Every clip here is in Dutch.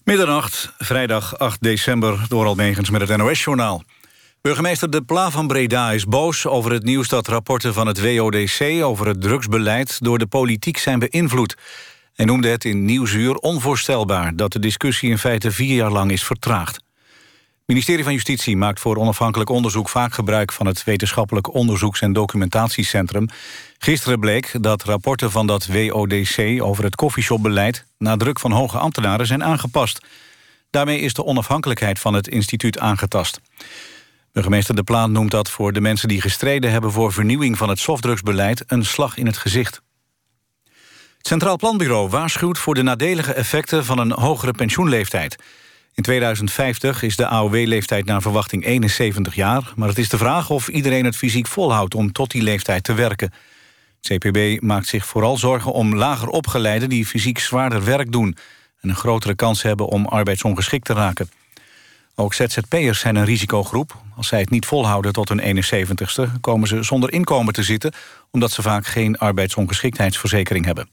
Middernacht, vrijdag 8 december, Dorald Megens met het NOS-journaal. Burgemeester De Pla van Breda is boos over het nieuws dat rapporten van het WODC over het drugsbeleid door de politiek zijn beïnvloed. Hij noemde het in Nieuwsuur onvoorstelbaar dat de discussie in feite 4 jaar lang is vertraagd. Het ministerie van Justitie maakt voor onafhankelijk onderzoek vaak gebruik van het Wetenschappelijk Onderzoeks- en Documentatiecentrum. Gisteren bleek dat rapporten van dat WODC over het koffieshopbeleid na druk van hoge ambtenaren zijn aangepast. Daarmee is de onafhankelijkheid van het instituut aangetast. Burgemeester De Pla noemt dat voor de mensen die gestreden hebben voor vernieuwing van het softdrugsbeleid een slag in het gezicht. Het Centraal Planbureau waarschuwt voor de nadelige effecten van een hogere pensioenleeftijd. In 2050 is de AOW-leeftijd naar verwachting 71 jaar... maar het is de vraag of iedereen het fysiek volhoudt om tot die leeftijd te werken. Het CPB maakt zich vooral zorgen om lager opgeleiden die fysiek zwaarder werk doen en een grotere kans hebben om arbeidsongeschikt te raken. Ook ZZP'ers zijn een risicogroep. Als zij het niet volhouden tot hun 71ste... komen ze zonder inkomen te zitten, omdat ze vaak geen arbeidsongeschiktheidsverzekering hebben.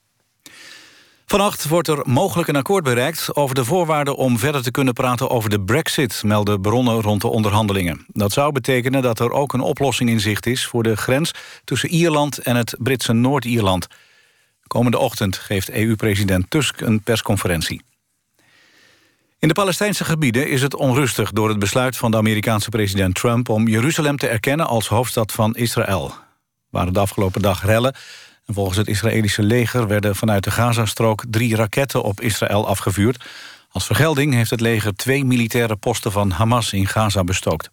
Vannacht wordt er mogelijk een akkoord bereikt over de voorwaarden om verder te kunnen praten over de Brexit, melden bronnen rond de onderhandelingen. Dat zou betekenen dat er ook een oplossing in zicht is voor de grens tussen Ierland en het Britse Noord-Ierland. Komende ochtend geeft EU-president Tusk een persconferentie. In de Palestijnse gebieden is het onrustig door het besluit van de Amerikaanse president Trump om Jeruzalem te erkennen als hoofdstad van Israël. Er waren de afgelopen dag rellen. En volgens het Israëlische leger werden vanuit de Gazastrook 3 raketten op Israël afgevuurd. Als vergelding heeft het leger 2 militaire posten van Hamas in Gaza bestookt.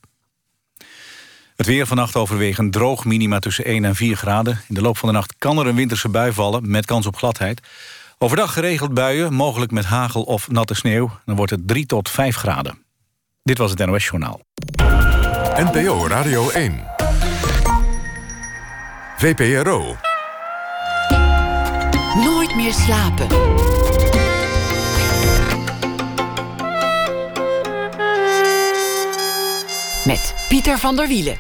Het weer vannacht overwegend droog, minima tussen 1 en 4 graden. In de loop van de nacht kan er een winterse bui vallen met kans op gladheid. Overdag geregeld buien, mogelijk met hagel of natte sneeuw. Dan wordt het 3 tot 5 graden. Dit was het NOS Journaal. NPO Radio 1. VPRO. Nooit meer slapen. Met Pieter van der Wielen.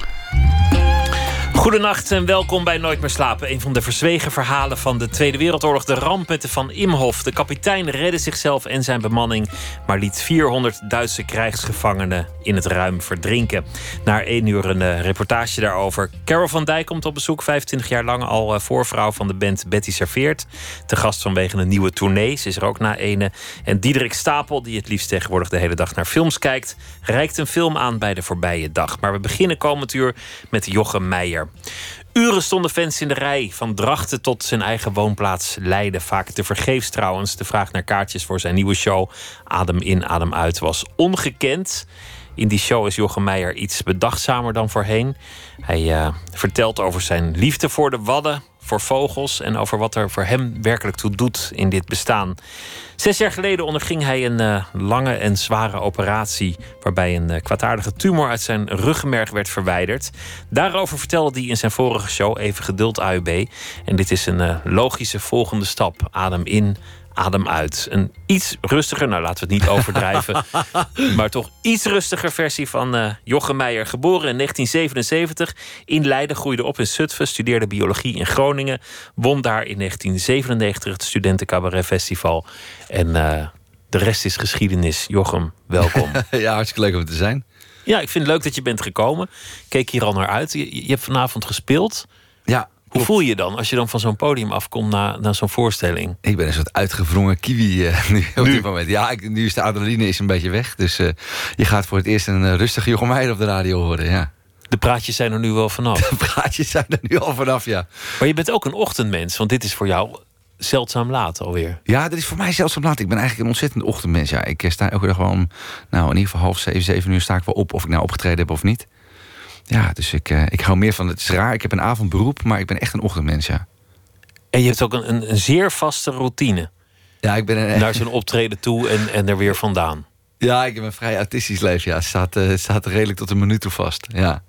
Goedenacht en welkom bij Nooit meer slapen. Een van de verzwegen verhalen van de Tweede Wereldoorlog. De ramp met de Van Imhoff. De kapitein redde zichzelf en zijn bemanning, maar liet 400 Duitse krijgsgevangenen in het ruim verdrinken. Na 1 uur een reportage daarover. Carol van Dijk komt op bezoek. 25 jaar lang al voorvrouw van de band Betty Serveert. Te gast vanwege een nieuwe tournee. Ze is er ook na ene. En Diederik Stapel, die het liefst tegenwoordig de hele dag naar films kijkt, reikt een film aan bij de voorbije dag. Maar we beginnen komend uur met Jochem Meijer. Uren stonden fans in de rij, van Drachten tot zijn eigen woonplaats Leiden. Vaak tevergeefs trouwens. De vraag naar kaartjes voor zijn nieuwe show Adem in, Adem uit was ongekend. In die show is Jochem Meijer iets bedachtzamer dan voorheen. Hij vertelt over zijn liefde voor de wadden, voor vogels en over wat er voor hem werkelijk toe doet in dit bestaan. 6 jaar geleden onderging hij een lange en zware operatie, waarbij een kwaadaardige tumor uit zijn ruggenmerg werd verwijderd. Daarover vertelde hij in zijn vorige show Even geduld AUB. En dit is een logische volgende stap. Adem in, adem uit. Een iets rustiger, nou laten we het niet overdrijven, maar toch iets rustiger versie van Jochem Meijer. Geboren in 1977, in Leiden, groeide op in Zutphen, studeerde biologie in Groningen, won daar in 1997 het Studentencabaret Festival. En de rest is geschiedenis. Jochem, welkom. Ja, hartstikke leuk om te zijn. Ja, ik vind het leuk dat je bent gekomen. Keek hier al naar uit. Je hebt vanavond gespeeld. Ja. Hoe voel je je dan als je dan van zo'n podium afkomt naar zo'n voorstelling? Ik ben een soort uitgewrongen kiwi nu op dit moment. Ja, nu is de adrenaline een beetje weg. Dus je gaat voor het eerst een rustige Jochem Meijer op de radio horen, ja. De praatjes zijn er nu wel vanaf. De praatjes zijn er nu al vanaf, ja. Maar je bent ook een ochtendmens, want dit is voor jou zeldzaam laat alweer. Ja, dat is voor mij zeldzaam laat. Ik ben eigenlijk een ontzettend ochtendmens, ja. Ik sta elke dag gewoon, in ieder geval 6:30 sta ik wel op, of ik nou opgetreden heb of niet. Ja, dus ik hou meer van, het is raar, ik heb een avondberoep, maar ik ben echt een ochtendmens, ja. En je hebt ook een zeer vaste routine. Ja, ik ben naar zo'n optreden toe en er weer vandaan. Ja, ik heb een vrij artistisch leven, ja. Het staat redelijk tot een minuut toe vast, ja.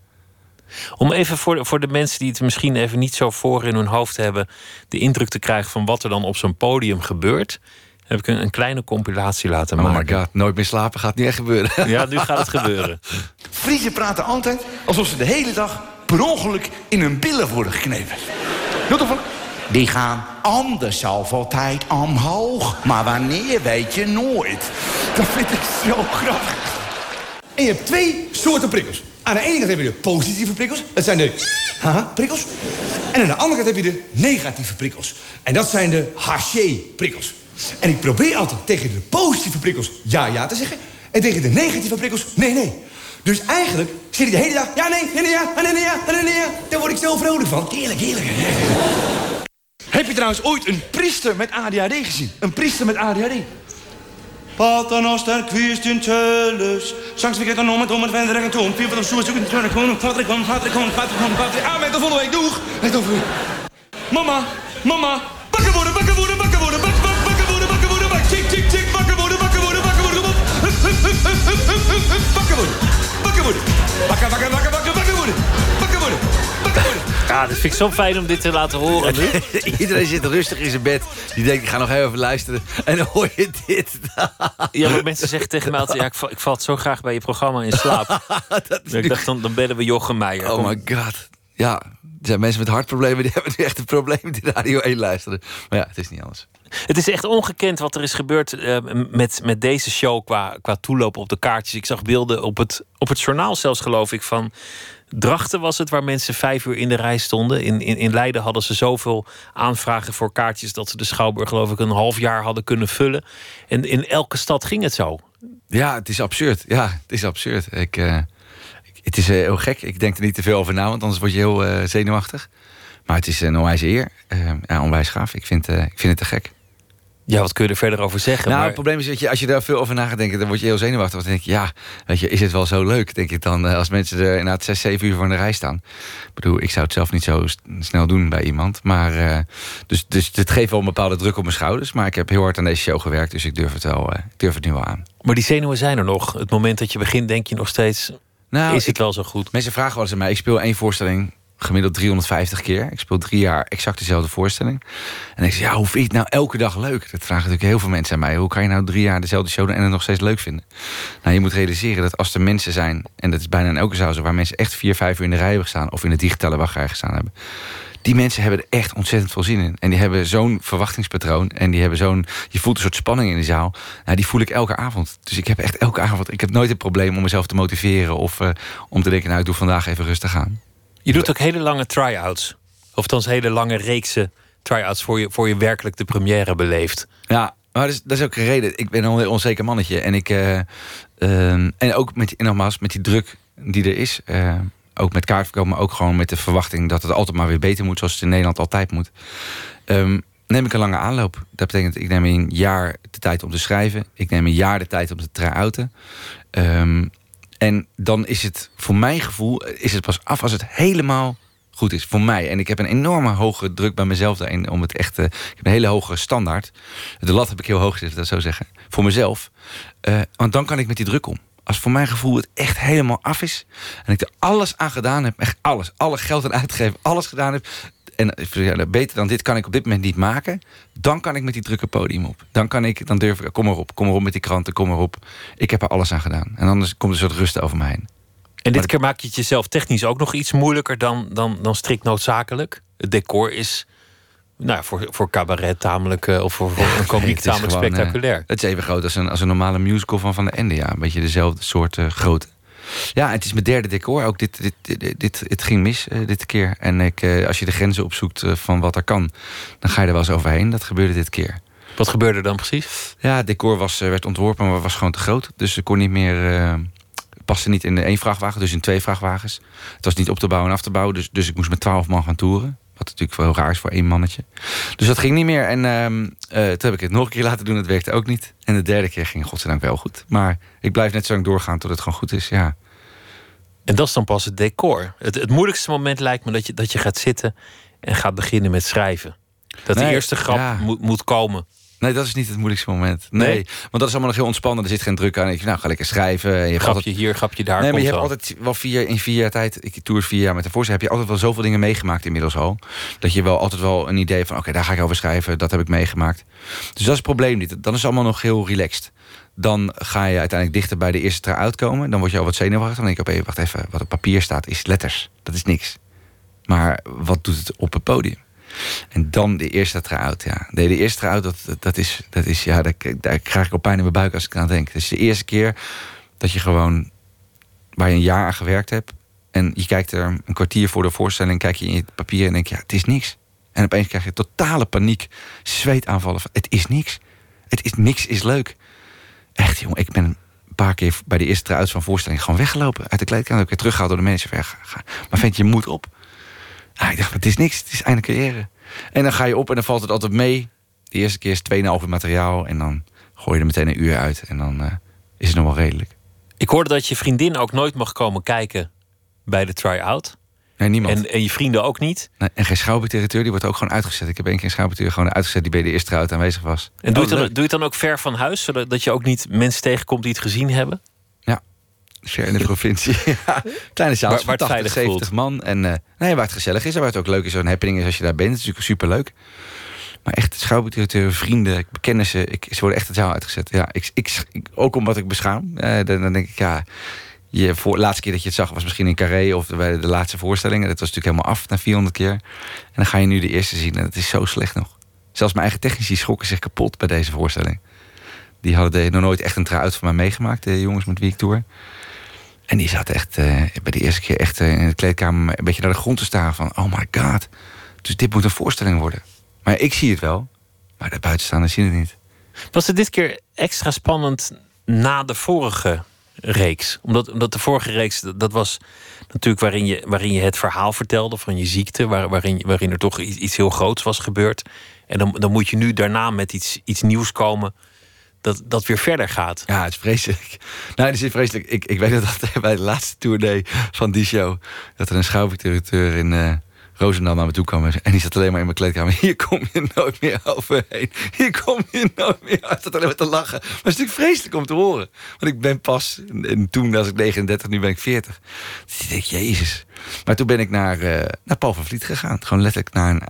Om even voor de mensen die het misschien even niet zo voor in hun hoofd hebben, de indruk te krijgen van wat er dan op zo'n podium gebeurt, heb ik een kleine compilatie laten maken. Oh my god, nooit meer slapen gaat nu echt gebeuren. Ja, nu gaat het gebeuren. Friesen praten altijd alsof ze de hele dag per ongeluk in hun billen worden geknepen. Die gaan anderhalve tijd omhoog. Maar wanneer weet je nooit. Dat vind ik zo grappig. En je hebt 2 soorten prikkels. Aan de ene kant heb je de positieve prikkels. Dat zijn de prikkels. En aan de andere kant heb je de negatieve prikkels. En dat zijn de haché-prikkels. En ik probeer altijd tegen de positieve prikkels ja te zeggen. En tegen de negatieve prikkels nee. Dus eigenlijk zit ik de hele dag ja, nee. Daar word ik zo vrolijk van. Heerlijk. Heb je trouwens ooit een priester met ADHD gezien? Een priester met ADHD? Pater noster quist in tölus. Sankt we gaan om het verder en toen. Veel van de soort zoeken terug. Patrick. Amen, tot volgende week. Doeg. Mama. Bakken worden. Tik, bakken worden. Bakken worden. Ja, dat vind ik zo fijn om dit te laten horen nu. Iedereen zit rustig in zijn bed. Die denkt, ik ga nog even luisteren. En dan hoor je dit. Ja, maar mensen zeggen tegen mij altijd... Ja, ik val zo graag bij je programma in slaap. Ik dacht, dan bellen we Jochem Meijer. Oh my god. Ja, er zijn mensen met hartproblemen... die hebben nu echt een probleem die Radio 1 luisteren. Maar ja, het is niet anders. Het is echt ongekend wat er is gebeurd met deze show qua toeloop op de kaartjes. Ik zag beelden op het journaal zelfs, geloof ik, van Drachten was het, waar mensen 5 uur in de rij stonden. In Leiden hadden ze zoveel aanvragen voor kaartjes dat ze de Schouwburg, geloof ik, een half jaar hadden kunnen vullen. En in elke stad ging het zo. Ja, het is absurd. Het is heel gek. Ik denk er niet te veel over na, want anders word je heel zenuwachtig. Maar het is een onwijs eer. Onwijs gaaf. Ik vind het te gek. Ja, wat kun je er verder over zeggen? Nou, maar het probleem is dat als je daar veel over na gaat denken, dan word je heel zenuwachtig. Want dan denk je, ja, weet je, is het wel zo leuk, denk ik dan, als mensen er inderdaad 6, 7 uur voor in de rij saan. Ik bedoel, ik zou het zelf niet zo snel doen bij iemand. Maar, dus het geeft wel een bepaalde druk op mijn schouders. Maar ik heb heel hard aan deze show gewerkt, dus ik durf het nu wel aan. Maar die zenuwen zijn er nog. Het moment dat je begint, denk je nog steeds, is het wel zo goed? Mensen vragen wel eens aan mij, ik speel 1 voorstelling gemiddeld 350 keer. Ik speel 3 jaar exact dezelfde voorstelling. En ik zeg, ja, hoe vind je het nou elke dag leuk? Dat vragen natuurlijk heel veel mensen aan mij. Hoe kan je nou 3 jaar dezelfde show doen en het nog steeds leuk vinden? Nou, je moet realiseren dat als er mensen zijn, en dat is bijna in elke zaal zo, waar mensen echt 4, 5 uur in de rij hebben gestaan, of in de digitale wachtrij gestaan hebben, die mensen hebben er echt ontzettend veel zin in. En die hebben zo'n verwachtingspatroon. En die hebben je voelt een soort spanning in de zaal. Nou, die voel ik elke avond. Dus ik heb echt elke avond, ik heb nooit een probleem om mezelf te motiveren, of om te denken, nou, ik doe vandaag even rustig aan. Je doet ook hele lange try-outs. Of althans hele lange reeksen try-outs voor je werkelijk de première beleeft. Ja, maar dat is ook een reden. Ik ben een heel onzeker mannetje. En en ook nogmaals, met die druk die er is. Ook met kaartverkoop, maar ook gewoon met de verwachting dat het altijd maar weer beter moet, zoals het in Nederland altijd moet. Neem ik een lange aanloop. Dat betekent, ik neem een jaar de tijd om te schrijven. Ik neem een jaar de tijd om te try-outen. En dan is het, voor mijn gevoel, is het pas af als het helemaal goed is. Voor mij. En ik heb een enorme hoge druk bij mezelf daarin. Om het echt, ik heb een hele hoge standaard. De lat heb ik heel hoog gezet, dat zo zeggen. Voor mezelf. Want dan kan ik met die druk om. Als voor mijn gevoel het echt helemaal af is. En ik er alles aan gedaan heb. Echt alles. Alle geld aan uitgegeven. Alles gedaan heb. En beter dan dit kan ik op dit moment niet maken. Dan kan ik met die drukke podium op. Dan durf ik, kom erop met die kranten, kom erop. Ik heb er alles aan gedaan. En anders komt er een soort rust over me heen. En dit keer maak je het jezelf technisch ook nog iets moeilijker dan strikt noodzakelijk. Het decor is voor cabaret tamelijk, of voor een komiek tamelijk spectaculair. Het is even groot als een normale musical van de Ende. Ja, een beetje dezelfde soort grootte. Ja, het is mijn 3e decor. Ook dit ging mis dit keer. En als je de grenzen opzoekt van wat er kan, dan ga je er wel eens overheen. Dat gebeurde dit keer. Wat gebeurde er dan precies? Ja, het decor werd ontworpen, maar was gewoon te groot. Dus er kon niet meer, paste niet in 1 vrachtwagen, dus in 2 vrachtwagens. Het was niet op te bouwen en af te bouwen. Dus ik moest met 12 man gaan toeren. Wat natuurlijk wel heel raar is voor 1 mannetje. Dus dat ging niet meer. En toen heb ik het nog een keer laten doen. Dat werkte ook niet. En de 3e keer ging godzijdank wel goed. Maar ik blijf net zo lang doorgaan tot het gewoon goed is. Ja. En dat is dan pas het decor. Het moeilijkste moment lijkt me dat je gaat zitten en gaat beginnen met schrijven. Dat de eerste grap moet komen. Nee, dat is niet het moeilijkste moment. Nee, want dat is allemaal nog heel ontspannen. Er zit geen druk aan. Ik ga lekker schrijven. En je grapje altijd hier, grapje daar. Nee, maar je hebt altijd wel 4 jaar tijd. Ik toer 4 jaar met de voorstelling. Heb je altijd wel zoveel dingen meegemaakt inmiddels al. Dat je wel altijd wel een idee van, oké, daar ga ik over schrijven. Dat heb ik meegemaakt. Dus dat is het probleem niet. Dan is het allemaal nog heel relaxed. Dan ga je uiteindelijk dichter bij de eerste try-out komen. Dan word je al wat zenuwachtig. Dan denk ik, oké, wacht even. Wat op papier staat is letters. Dat is niks. Maar wat doet het op het podium? En dan de eerste try-out, ja. De eerste try-out, dat is ja, daar krijg ik al pijn in mijn buik als ik aan denk. Het is de eerste keer dat je gewoon, waar je een jaar aan gewerkt hebt, en je kijkt er een kwartier voor de voorstelling, kijk je in je papier en denk je, ja, het is niks. En opeens krijg je totale paniek, zweetaanvallen. Het is niks. Niks is leuk. Echt, jongen, ik ben een paar keer bij de eerste try-out van voorstelling gewoon weggelopen uit de kleedkamer. Heb ik weer teruggehaald door de manager. Maar vind je moet op? Ik dacht, het is niks. Het is einde carrière. En dan ga je op en dan valt het altijd mee. De eerste keer is 2,5 uur materiaal. En dan gooi je er meteen een uur uit. En dan is het nog wel redelijk. Ik hoorde dat je vriendin ook nooit mag komen kijken bij de try-out. Nee, niemand. En je vrienden ook niet. Nee, en geen schouwburgdirecteur, die wordt ook gewoon uitgezet. Ik heb 1 keer een schouwburgdirecteur gewoon uitgezet die bij de eerste try-out aanwezig was. En doe je het dan ook ver van huis, zodat je ook niet mensen tegenkomt die het gezien hebben? Ja, ver in de provincie. Ja. Kleine zaal, waar het 80, 70 man. En waar het gezellig is en waar het ook leuk is, zo'n happening is als je daar bent. Het is natuurlijk superleuk. Maar echt, schouwburgdirecteur, vrienden, kennissen, ze worden echt het zaal uitgezet. Ja, ook omdat ik beschaam. Dan denk ik, ja, de laatste keer dat je het zag was misschien in Carré of bij de laatste voorstellingen. Dat was natuurlijk helemaal af na 400 keer. En dan ga je nu de eerste zien en het is zo slecht nog. Zelfs mijn eigen technici schrokken zich kapot bij deze voorstelling. Die hadden nog nooit echt een try-out van mij meegemaakt, de jongens met wie ik tour. En die zaten echt bij de eerste keer echt in de kleedkamer een beetje naar de grond te staren van, oh my god, dus dit moet een voorstelling worden. Maar ik zie het wel, maar de buitenstaanders zien het niet. Was het dit keer extra spannend na de vorige reeks? Omdat de vorige reeks, dat was natuurlijk waarin je het verhaal vertelde van je ziekte, waarin er toch iets heel groots was gebeurd. En dan moet je nu daarna met iets nieuws komen dat weer verder gaat. Ja, het is vreselijk. Nou, het is vreselijk. Ik weet dat bij de laatste tournee van die show, dat er een schouwburgdirecteur in Roosendaal naar me toe kwam en die zat alleen maar in mijn kleedkamer. Hier kom je nooit meer overheen. Hier kom je nooit meer. Hij zat alleen maar te lachen. Maar het is natuurlijk vreselijk om te horen. Want ik ben pas, en toen was ik 39, nu ben ik 40. Dus ik denk, jezus. Maar toen ben ik naar Paul van Vliet gegaan. Gewoon letterlijk naar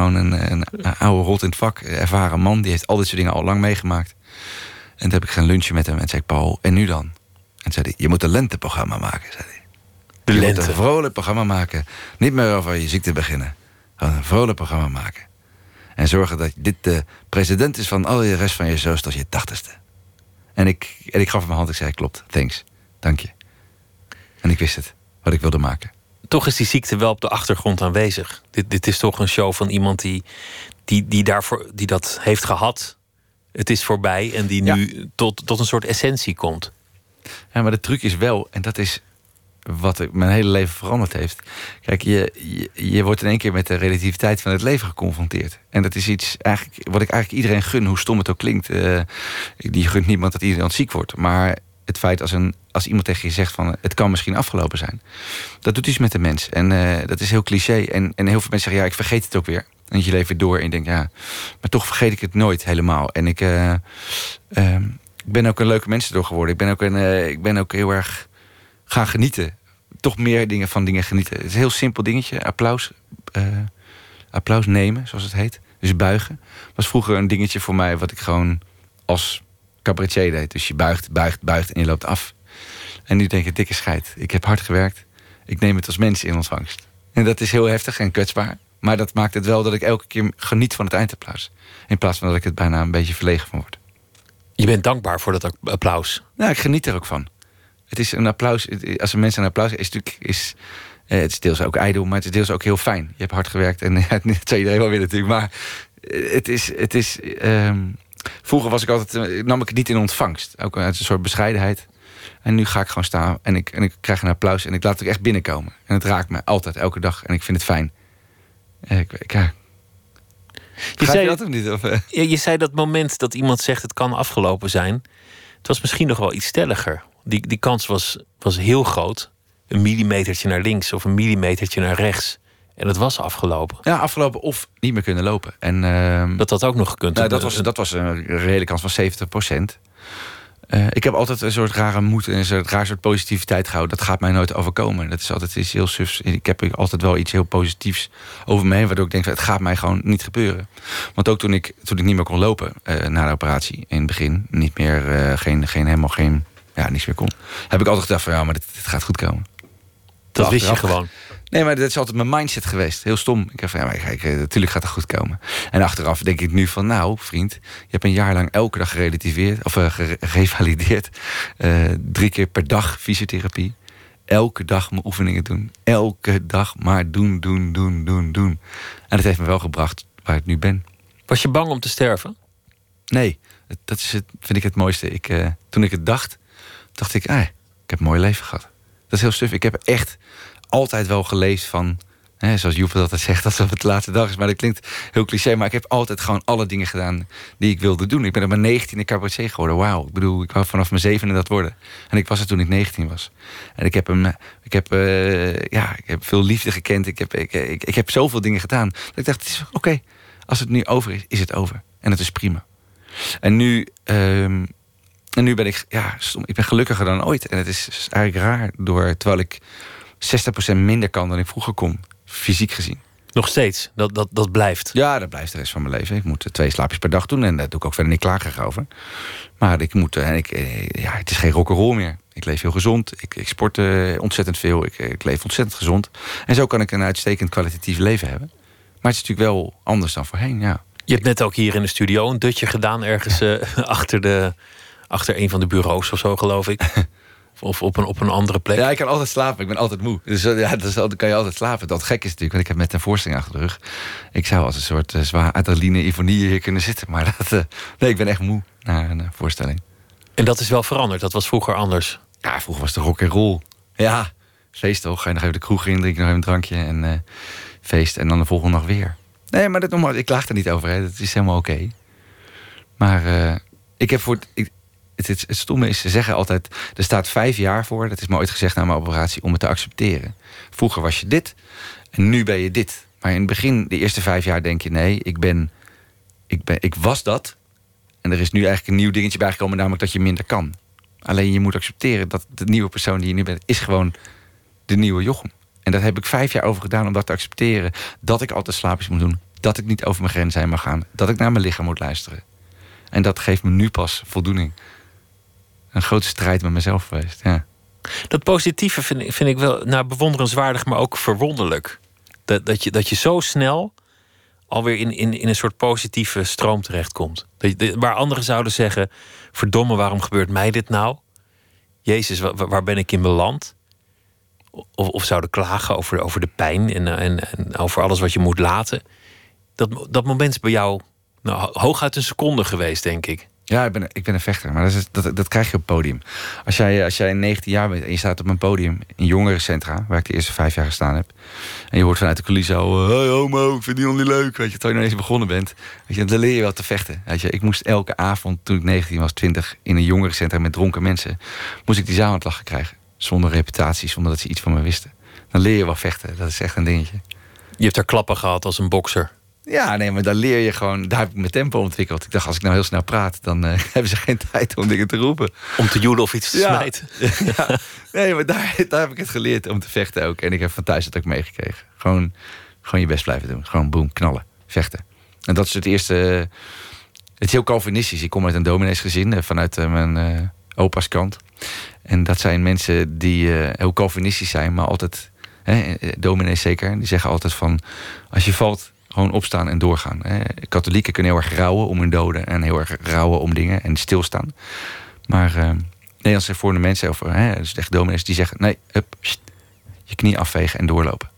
een oude rot in het vak. Ervaren man, die heeft al dit soort dingen al lang meegemaakt. En toen heb ik gaan lunchen met hem en zei ik, Paul, en nu dan? En zei hij, je moet een lenteprogramma maken, zei hij. Je moet een vrolijk programma maken. Niet meer over je ziekte beginnen. Gewoon een vrolijk programma maken. En zorgen dat dit de president is van al de rest van je zo's tot je 80ste. En ik gaf hem mijn hand. Ik zei, klopt, thanks, dank je. En ik wist het, wat ik wilde maken. Toch is die ziekte wel op de achtergrond aanwezig. Dit is toch een show van iemand die dat heeft gehad. Het is voorbij en die nu tot een soort essentie komt. Ja, maar de truc is wel, en dat is wat mijn hele leven veranderd heeft. Kijk, je wordt in één keer met de relativiteit van het leven geconfronteerd. En dat is iets eigenlijk wat ik eigenlijk iedereen gun, hoe stom het ook klinkt. Die gunt niemand dat iedereen ziek wordt. Maar het feit als iemand tegen je zegt van het kan misschien afgelopen zijn, dat doet iets met de mens. En dat is heel cliché. En heel veel mensen zeggen, ja, ik vergeet het ook weer. En je leeft weer door en je denkt, ja, maar toch vergeet ik het nooit helemaal. En ik ben ook een leuke mens erdoor geworden. Ik ben ook heel erg gaan genieten. Toch meer van dingen genieten. Het is een heel simpel dingetje. Applaus nemen, zoals het heet. Dus buigen. Was vroeger een dingetje voor mij wat ik gewoon als cabaretier deed. Dus je buigt en je loopt af. En nu denk ik, dikke scheid. Ik heb hard gewerkt. Ik neem het als mens in ontvangst. En dat is heel heftig en kwetsbaar. Maar dat maakt het wel dat ik elke keer geniet van het eindapplaus. In plaats van dat ik het bijna een beetje verlegen van word. Je bent dankbaar voor dat applaus? Nou, ik geniet er ook van. Het is een applaus. Als een mens een applaus is, het is deels ook ijdel, maar het is deels ook heel fijn. Je hebt hard gewerkt en dat zou iedereen wel willen natuurlijk. Maar het is vroeger nam ik het niet in ontvangst. Ook uit een soort bescheidenheid. En nu ga ik gewoon staan en ik krijg een applaus en ik laat het ook echt binnenkomen. En het raakt me altijd, elke dag. En ik vind het fijn. Je dat of niet? Of? Je zei dat moment dat iemand zegt het kan afgelopen zijn. Het was misschien nog wel iets stelliger. Die kans was heel groot. Een millimetertje naar links of een millimetertje naar rechts. En het was afgelopen. Ja, afgelopen of niet meer kunnen lopen. En, dat had ook nog gekund. Nou, dat was een reële kans van 70%. Ik heb altijd een soort rare moed en een soort positiviteit gehouden. Dat gaat mij nooit overkomen. Dat is altijd iets heel sufs. Ik heb altijd wel iets heel positiefs over me heen, waardoor ik denk, het gaat mij gewoon niet gebeuren. Want ook toen ik niet meer kon lopen na de operatie, in het begin, niet meer, niets meer kon, heb ik altijd gedacht van, ja, maar dit gaat goed komen. Dat wist je gewoon? Nee, maar dat is altijd mijn mindset geweest. Heel stom. Ik dacht van, natuurlijk gaat het goed komen. En achteraf denk ik nu van, nou, vriend, je hebt een jaar lang elke dag gerevalideerd. 3 keer per dag fysiotherapie. Elke dag mijn oefeningen doen. Elke dag maar doen. En dat heeft me wel gebracht waar ik nu ben. Was je bang om te sterven? Nee, dat is vind ik het mooiste. Toen ik het dacht ik, ik heb een mooi leven gehad. Dat is heel suf. Ik heb echt altijd wel geleefd van, zoals Joep dat zegt, dat het de laatste dag is. Maar dat klinkt heel cliché. Maar ik heb altijd gewoon alle dingen gedaan die ik wilde doen. Ik ben op mijn 19e cabaretier geworden. Wauw. Ik bedoel, ik wou vanaf mijn 7e dat worden. En ik was het toen ik 19 was. En ik heb veel liefde gekend. Ik heb zoveel dingen gedaan. Dat ik dacht, het is oké. Als het nu over is, is het over. En het is prima. En nu ben ik, ik ben gelukkiger dan ooit. En het is eigenlijk raar, terwijl ik 60% minder kan dan ik vroeger kon, fysiek gezien. Nog steeds? Dat blijft? Ja, dat blijft de rest van mijn leven. Ik moet 2 slaapjes per dag doen en daar doe ik ook verder niet klagerig over. Maar ik moet, het is geen rock'n'roll meer. Ik leef heel gezond, ik sport ontzettend veel, ik leef ontzettend gezond. En zo kan ik een uitstekend kwalitatief leven hebben. Maar het is natuurlijk wel anders dan voorheen, ja. Je hebt net ook hier in de studio een dutje gedaan, ergens achter een van de bureaus of zo, geloof ik. Of op een andere plek. Ja, ik kan altijd slapen. Ik ben altijd moe. Dus dan kan je altijd slapen. Dat gek is natuurlijk, want ik heb net een voorstelling achter de rug. Ik zou als een soort zwaar adrenaline ivonie hier kunnen zitten. Maar ik ben echt moe na een voorstelling. En dat is wel veranderd? Dat was vroeger anders? Ja, vroeger was het rock en roll. Ja, feest toch? Ga je nog even de kroeg in, drink je nog even een drankje en feest. En dan de volgende dag weer. Nee, maar ik klaag er niet over. Hè. Dat is helemaal oké. Maar ik heb het stomme is, ze zeggen altijd, er staat 5 jaar voor, dat is me ooit gezegd na mijn operatie, om het te accepteren. Vroeger was je dit en nu ben je dit. Maar in het begin, de eerste 5 jaar denk je, nee, ik was dat. En er is nu eigenlijk een nieuw dingetje bijgekomen, namelijk dat je minder kan. Alleen je moet accepteren dat de nieuwe persoon die je nu bent, is gewoon de nieuwe Jochem. En daar heb ik 5 jaar over gedaan om dat te accepteren. Dat ik altijd slaapjes moet doen, dat ik niet over mijn grens heen mag gaan, dat ik naar mijn lichaam moet luisteren. En dat geeft me nu pas voldoening. Een grote strijd met mezelf geweest, ja. Dat positieve vind ik wel bewonderenswaardig, maar ook verwonderlijk. Dat je zo snel alweer in een soort positieve stroom terechtkomt. Waar anderen zouden zeggen, verdomme, waarom gebeurt mij dit nou? Jezus, waar ben ik in beland? Of zouden klagen over de pijn en over alles wat je moet laten. Dat moment is bij jou hooguit een seconde geweest, denk ik. Ja, ik ben een vechter, maar dat krijg je op het podium. Als jij 19 jaar bent en je staat op een podium in jongerencentra, waar ik de eerste 5 jaar gestaan heb, en je hoort vanuit de coulissen al, hey homo, ik vind die nog niet leuk, weet je, terwijl je nog eens begonnen bent, weet je, dan leer je wel te vechten. Weet je, ik moest elke avond, toen ik 19 was, 20, in een jongerencentra met dronken mensen, moest ik die zaal aan het lachen krijgen. Zonder reputatie, zonder dat ze iets van me wisten. Dan leer je wel vechten, dat is echt een dingetje. Je hebt er klappen gehad als een bokser. Ja, nee, maar dan leer je gewoon. Daar heb ik mijn tempo ontwikkeld. Ik dacht, als ik nou heel snel praat, dan hebben ze geen tijd om dingen te roepen. Om te joelen of iets te smijten. Ja. Nee, maar daar heb ik het geleerd om te vechten ook. En ik heb van thuis dat ook meegekregen. Gewoon je best blijven doen. Gewoon boem, knallen, vechten. En dat is het eerste. Het is heel Calvinistisch. Ik kom uit een domineesgezin vanuit mijn opa's kant. En dat zijn mensen die heel Calvinistisch zijn, maar altijd, dominees zeker, die zeggen altijd van, als je valt, gewoon opstaan en doorgaan. Katholieken kunnen heel erg rouwen om hun doden en heel erg rouwen om dingen en stilstaan. Maar Nederlandse hervormde mensen, dus echt dominees, die zeggen, nee, je knie afvegen en doorlopen.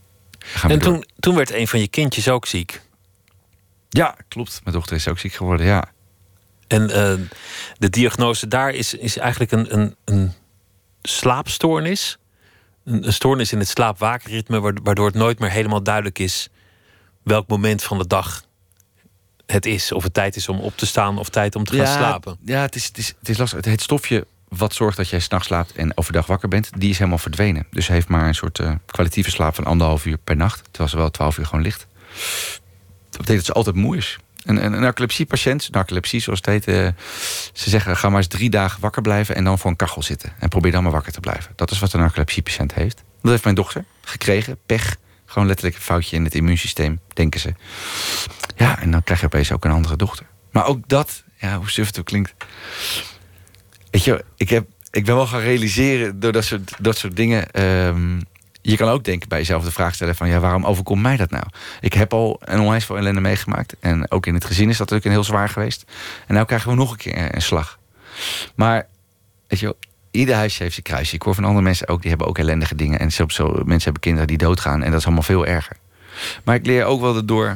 En toen werd een van je kindjes ook ziek. Ja, klopt. Mijn dochter is ook ziek geworden, ja. En de diagnose daar is eigenlijk een slaapstoornis. Een stoornis in het slaap-waakritme, waardoor het nooit meer helemaal duidelijk is welk moment van de dag het is. Of het tijd is om op te staan of tijd om te gaan slapen. Ja, het is lastig. Het stofje wat zorgt dat jij 's nachts slaapt en overdag wakker bent, die is helemaal verdwenen. Dus hij heeft maar een soort kwalitatieve slaap van 1,5 uur per nacht. Terwijl ze wel 12 uur gewoon ligt. Dat betekent dat ze altijd moe is. Een narcolepsiepatiënt, narcolepsie zoals het heet, ze zeggen, ga maar eens 3 dagen wakker blijven en dan voor een kachel zitten. En probeer dan maar wakker te blijven. Dat is wat een narcolepsiepatiënt heeft. Dat heeft mijn dochter gekregen. Pech. Gewoon letterlijk een foutje in het immuunsysteem, denken ze. Ja, en dan krijg je opeens ook een andere dochter. Maar ook dat, ja, hoe suf het ook klinkt. Weet je, ik ben wel gaan realiseren door dat soort dingen. je kan ook denken bij jezelf de vraag stellen van... ja, waarom overkomt mij dat nou? Ik heb al een onwijs veel ellende meegemaakt. En ook in het gezin is dat natuurlijk heel zwaar geweest. En nu krijgen we nog een keer een slag. Maar, weet je wel, ieder huisje heeft zijn kruisje. Ik hoor van andere mensen ook, die hebben ook ellendige dingen. En mensen hebben kinderen die doodgaan. En dat is allemaal veel erger. Maar ik leer ook wel erdoor...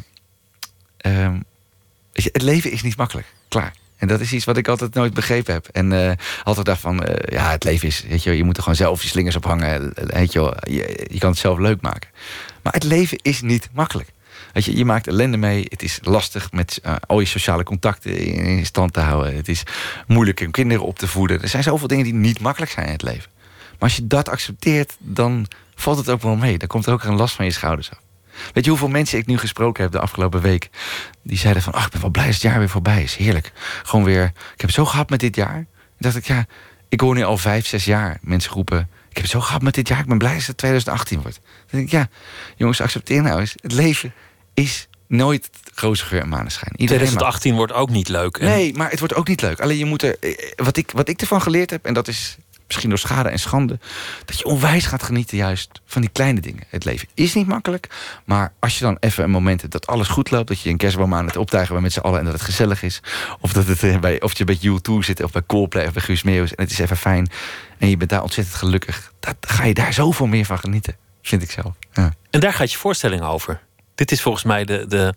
het leven is niet makkelijk. Klaar. En dat is iets wat ik altijd nooit begrepen heb. En altijd dacht van, het leven is... Weet je moet er gewoon zelf je slingers op hangen. Weet je kan het zelf leuk maken. Maar het leven is niet makkelijk. Weet je maakt ellende mee. Het is lastig met al je sociale contacten in stand te houden. Het is moeilijk om kinderen op te voeden. Er zijn zoveel dingen die niet makkelijk zijn in het leven. Maar als je dat accepteert, dan valt het ook wel mee. Dan komt er ook een last van je schouders af. Weet je hoeveel mensen ik nu gesproken heb de afgelopen week? Die zeiden van, ik ben wel blij dat het jaar weer voorbij is. Heerlijk. Gewoon weer, ik heb het zo gehad met dit jaar. En dacht ik, ik hoor nu al 5, 6 jaar mensen roepen... ik heb het zo gehad met dit jaar, ik ben blij dat het 2018 wordt. Dan denk ik, jongens, accepteer nou eens. Het leven is nooit roze geur en maneschijn. 2018 wordt ook niet leuk. Nee, maar het wordt ook niet leuk. Alleen je moet er... Wat ik ervan geleerd heb, en dat is... misschien door schade en schande... dat je onwijs gaat genieten juist van die kleine dingen. Het leven is niet makkelijk, maar als je dan even een moment hebt... dat alles goed loopt, dat je een kerstboom aan het optuigen bent met z'n allen... en dat het gezellig is, of dat of je bij U2 zit... of bij Coldplay of bij Guus Meeuwis... en het is even fijn en je bent daar ontzettend gelukkig... dan ga je daar zoveel meer van genieten, vind ik zelf. Ja. En daar gaat je voorstelling over. Dit is volgens mij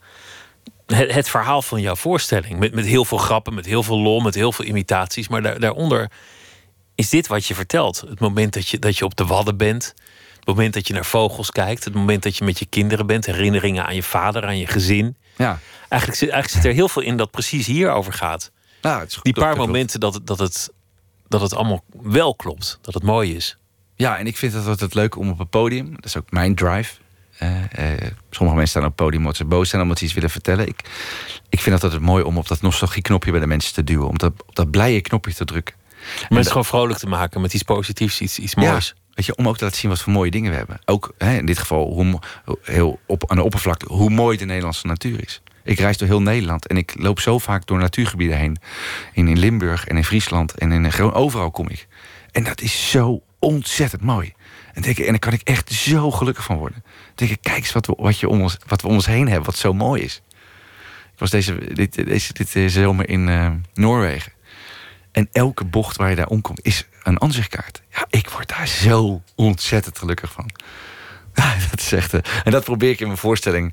het verhaal van jouw voorstelling. Met heel veel grappen, met heel veel lol, met heel veel imitaties... maar daaronder... is dit wat je vertelt? Het moment dat je op de Wadden bent. Het moment dat je naar vogels kijkt. Het moment dat je met je kinderen bent. Herinneringen aan je vader, aan je gezin. Ja. Eigenlijk zit er heel veel in dat precies hierover gaat. Ja, het is goed, die paar momenten dat het allemaal wel klopt. Dat het mooi is. Ja, en ik vind het altijd leuk om op een podium... dat is ook mijn drive... sommige mensen staan op het podium omdat ze boos zijn... omdat ze iets willen vertellen. Ik vind het altijd mooi om op dat nostalgie-knopje bij de mensen te duwen. Om op dat blije knopje te drukken. Mensen gewoon vrolijk te maken met iets positiefs, iets moois. Ja, weet je, om ook te laten zien wat voor mooie dingen we hebben. Ook in dit geval aan de oppervlakte... hoe mooi de Nederlandse natuur is. Ik reis door heel Nederland en ik loop zo vaak door natuurgebieden heen. In Limburg en in Friesland en overal kom ik. En dat is zo ontzettend mooi. En daar kan ik echt zo gelukkig van worden. Dan denk ik, kijk eens wat we om ons heen hebben, wat zo mooi is. Ik was dit zomer in Noorwegen. En elke bocht waar je daar omkomt is een aanzichtkaart. Ja, ik word daar zo ontzettend gelukkig van. Ja, dat is echt... en dat probeer ik in mijn voorstelling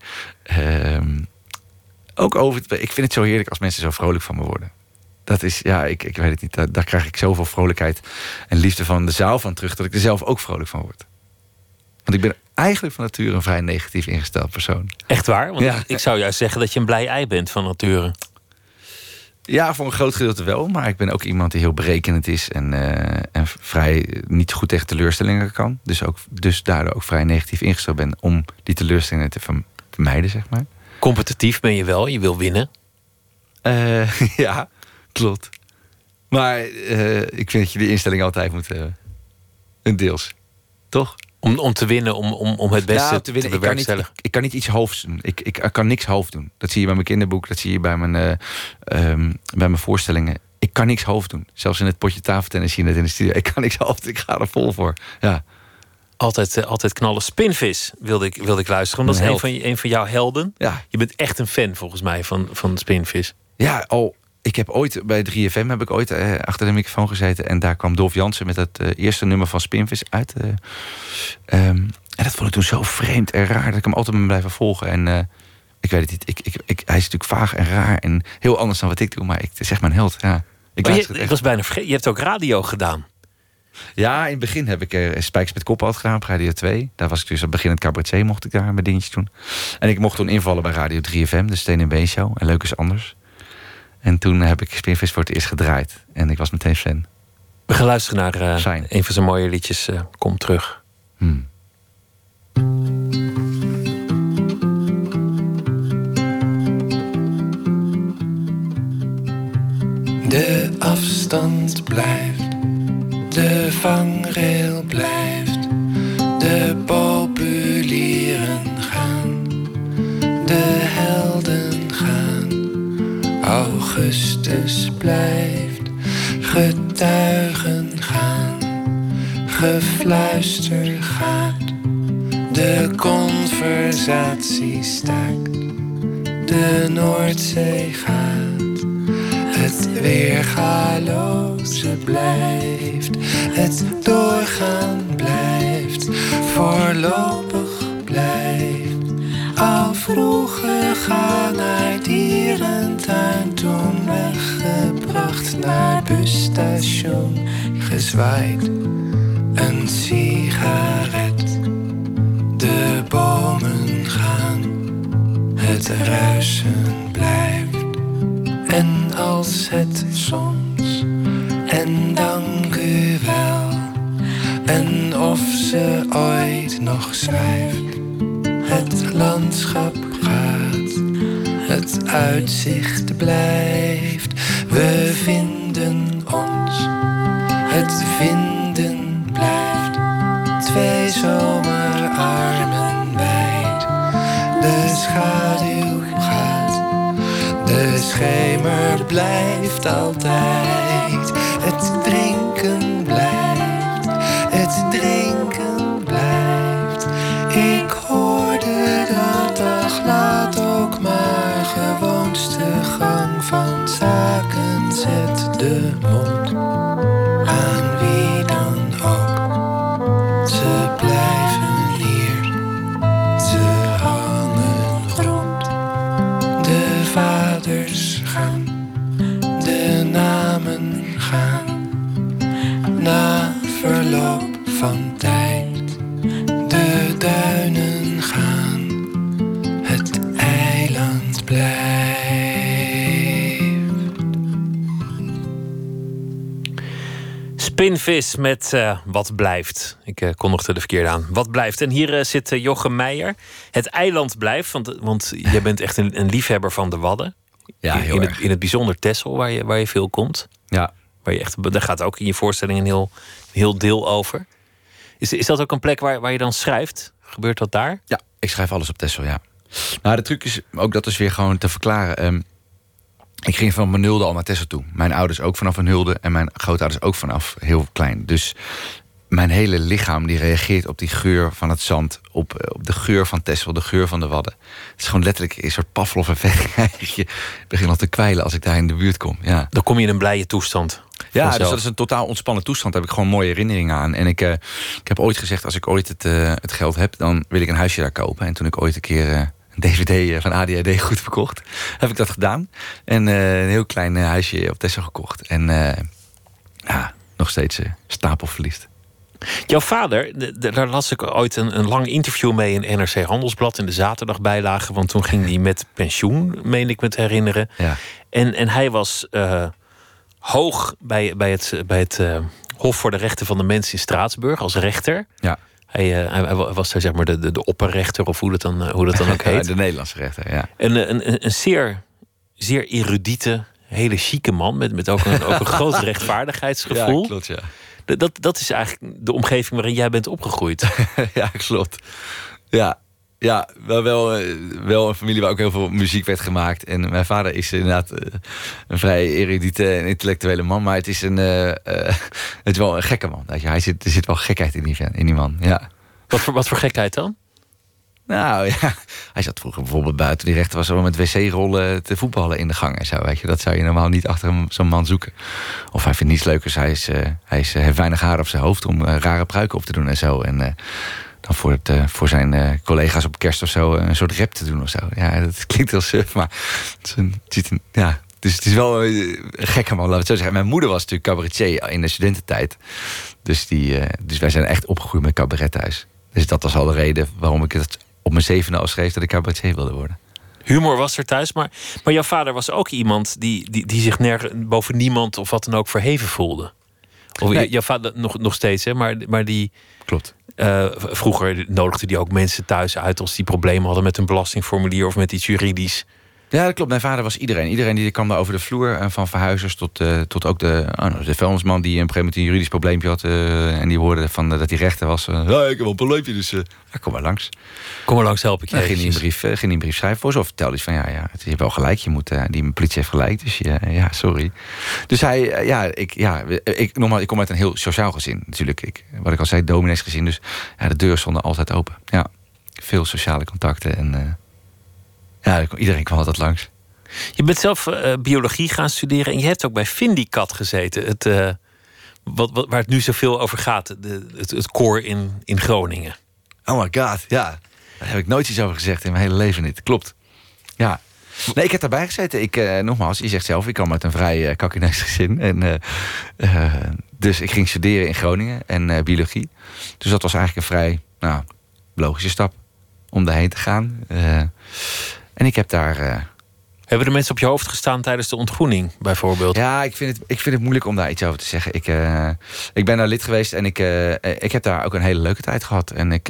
ook over te... Ik vind het zo heerlijk als mensen zo vrolijk van me worden. Dat is, ik weet het niet. Daar krijg ik zoveel vrolijkheid en liefde van de zaal van terug... dat ik er zelf ook vrolijk van word. Want ik ben eigenlijk van nature een vrij negatief ingesteld persoon. Echt waar? Want ik zou juist zeggen dat je een blij ei bent van nature. Ja, voor een groot gedeelte wel. Maar ik ben ook iemand die heel berekenend is... en vrij niet goed tegen teleurstellingen kan. Dus daardoor ook vrij negatief ingesteld ben... om die teleurstellingen te vermijden, zeg maar. Competitief ben je wel, je wil winnen. Ja, klopt. Maar ik vind dat je die instelling altijd moet hebben. Een deels. Toch? Om te winnen, om het beste te bewerkstelligen. Ik kan niet iets halfs doen. Ik kan niks half doen. Dat zie je bij mijn kinderboek, dat zie je bij mijn voorstellingen. Ik kan niks half doen. Zelfs in het potje tafeltennis zie je net in de studio. Ik kan niks half doen, ik ga er vol voor. Ja. Altijd knallen. Spinvis wilde ik luisteren. Want dat is een van jouw helden. Ja. Je bent echt een fan volgens mij van Spinvis. Ja, ik heb ooit bij 3FM achter de microfoon gezeten... en daar kwam Dolf Jansen met het eerste nummer van Spinvis uit. En dat vond ik toen zo vreemd en raar... dat ik hem altijd ben blijven volgen. En ik weet het niet, hij is natuurlijk vaag en raar... en heel anders dan wat ik doe, maar het is echt mijn held. Ja. Ik was bijna vergeten, je hebt ook radio gedaan. Ja, in het begin heb ik Spijkers met Kop altijd gedaan op Radio 2. Daar was ik dus aan het begin het cabaret, mocht ik daar mijn dingetjes doen. En ik mocht toen invallen bij Radio 3FM, de Steen en Been Show. En Leuk is Anders. En toen heb ik Spinvis voor het eerst gedraaid. En ik was meteen fan. We gaan luisteren naar een van zijn mooie liedjes. Kom terug. De afstand blijft. De vangrail blijft. De populieren gaan. De helden gaan. Augustus blijft, getuigen gaan, gefluister gaat, De conversatie staakt, de Noordzee gaat. Het weergaloze blijft, het doorgaan blijft, voorlopig blijft. Al vroeger gaan naar dierentuin, toen weggebracht naar busstation, gezwaaid, een sigaret. De bomen gaan, het ruisen blijft. En als het soms, en dank u wel, en of ze ooit nog schrijft. Het landschap gaat, het uitzicht blijft. We vinden ons, het vinden blijft. Twee zomerarmen wijd. De schaduw gaat, de schemer blijft altijd. Het drinken blijft, het drinken blijft. Ik hoorde dat dag laat ook maar gewoonste gang van zaken. Zet de mond aan wie dan ook. Ze blijven hier, ze hangen rond. De vaders gaan, de namen gaan. Na verloop van tijd, de duinen gaan, het eiland blijft. Spinvis met Wat blijft. Ik kondigde de verkeerde aan. Wat blijft. En hier zit Jochem Meijer. Het eiland blijft, want jij bent echt een liefhebber van de Wadden. Ja, heel erg. In het bijzonder Texel, waar je veel komt. Ja. Waar je echt, daar gaat ook in je voorstelling een heel deel over. Is dat ook een plek waar je dan schrijft? Gebeurt dat daar? Ja, ik schrijf alles op Texel, ja. Nou, de truc is, ook dat is weer gewoon te verklaren. Ik ging van mijn nulde al naar Texel toe. Mijn ouders ook vanaf een nulde en mijn grootouders ook vanaf heel klein. Dus mijn hele lichaam die reageert op die geur van het zand, op de geur van Texel, de geur van de Wadden. Het is gewoon letterlijk een soort Pavlov-effect. Je begint al te kwijlen als ik daar in de buurt kom. Ja. Dan kom je in een blije toestand. Ja, vanzelf. dus dat is een totaal ontspannen toestand. Daar heb ik gewoon mooie herinneringen aan. En ik heb ooit gezegd, als ik ooit het geld heb, dan wil ik een huisje daar kopen. En toen ik ooit een keer een DVD van ADHD goed verkocht, heb ik dat gedaan. En een heel klein huisje op Texel gekocht. En nog steeds stapelverliefd. Jouw vader, daar las ik ooit een lang interview mee in NRC Handelsblad in de zaterdagbijlage. Want toen ging hij met pensioen, meen ik me te herinneren. Ja. En hij was hoog bij het Hof voor de Rechten van de Mens in Straatsburg als rechter. Ja. Hij was daar zeg maar de opperrechter, of hoe dat dan ook heet. De Nederlandse rechter, ja. En een zeer erudiete, hele chique man met ook een groot rechtvaardigheidsgevoel. Ja, klopt, ja. Dat is eigenlijk de omgeving waarin jij bent opgegroeid. Ja, klopt. Ja, wel een familie waar ook heel veel muziek werd gemaakt. En mijn vader is inderdaad een vrij erudite en intellectuele man. Maar het is het is wel een gekke man. Er zit wel gekheid in die man, ja. Wat voor gekheid dan? Nou ja, hij zat vroeger bijvoorbeeld buiten. Die rechter was zo met wc-rollen te voetballen in de gang en zo. Weet je. Dat zou je normaal niet achter zo'n man zoeken. Of hij vindt niets leukers. Hij heeft weinig haar op zijn hoofd om rare pruiken op te doen en zo. En dan voor zijn collega's op kerst of zo een soort rap te doen of zo. Ja, dat klinkt heel suf, maar dus het is wel een gekke man, laten we het zo zeggen. Mijn moeder was natuurlijk cabaretier in de studententijd. Dus wij zijn echt opgegroeid met cabaret thuis. Dus dat was al de reden waarom ik het op mijn 7e al schreef dat ik cabaretier wilde worden. Humor was er thuis, maar jouw vader was ook iemand die zich boven niemand of wat dan ook verheven voelde. Of nee. Jouw vader nog steeds, hè? Maar die... Klopt. Vroeger nodigde die ook mensen thuis uit als die problemen hadden met een belastingformulier of met iets juridisch. Ja, dat klopt. Mijn vader was iedereen. Iedereen die kwam daar over de vloer. Van verhuizers tot ook de vuilnisman die een gegeven moment een juridisch probleempje had. En die hoorde dat hij rechter was. Ja, ik heb wel een probleempje, dus kom maar langs. Kom maar langs, help ik je. Ging een brief schrijven voor ze. Of vertelde hij van, het is wel gelijk. Die politie heeft gelijk, dus ja, sorry. Dus ik kom uit een heel sociaal gezin. Natuurlijk, wat ik al zei, domineesgezin. Dus de deuren stonden altijd open, ja. Veel sociale contacten. En iedereen kwam altijd langs. Je bent zelf biologie gaan studeren en je hebt ook bij Vindicat gezeten. Waar het nu zoveel over gaat. Het koor in Groningen. Oh my god, ja. Daar heb ik nooit iets over gezegd in mijn hele leven niet. Klopt. Ja. Nee, ik heb daarbij gezeten. Nogmaals, je zegt zelf, ik kwam uit een vrij kakkeneus gezin. En, dus ik ging studeren in Groningen en biologie. Dus dat was eigenlijk een vrij logische stap om daarheen te gaan. En ik heb daar... Hebben er mensen op je hoofd gestaan tijdens de ontgroening, bijvoorbeeld? Ja, ik vind het moeilijk om daar iets over te zeggen. Ik ben daar lid geweest en ik heb daar ook een hele leuke tijd gehad. En ik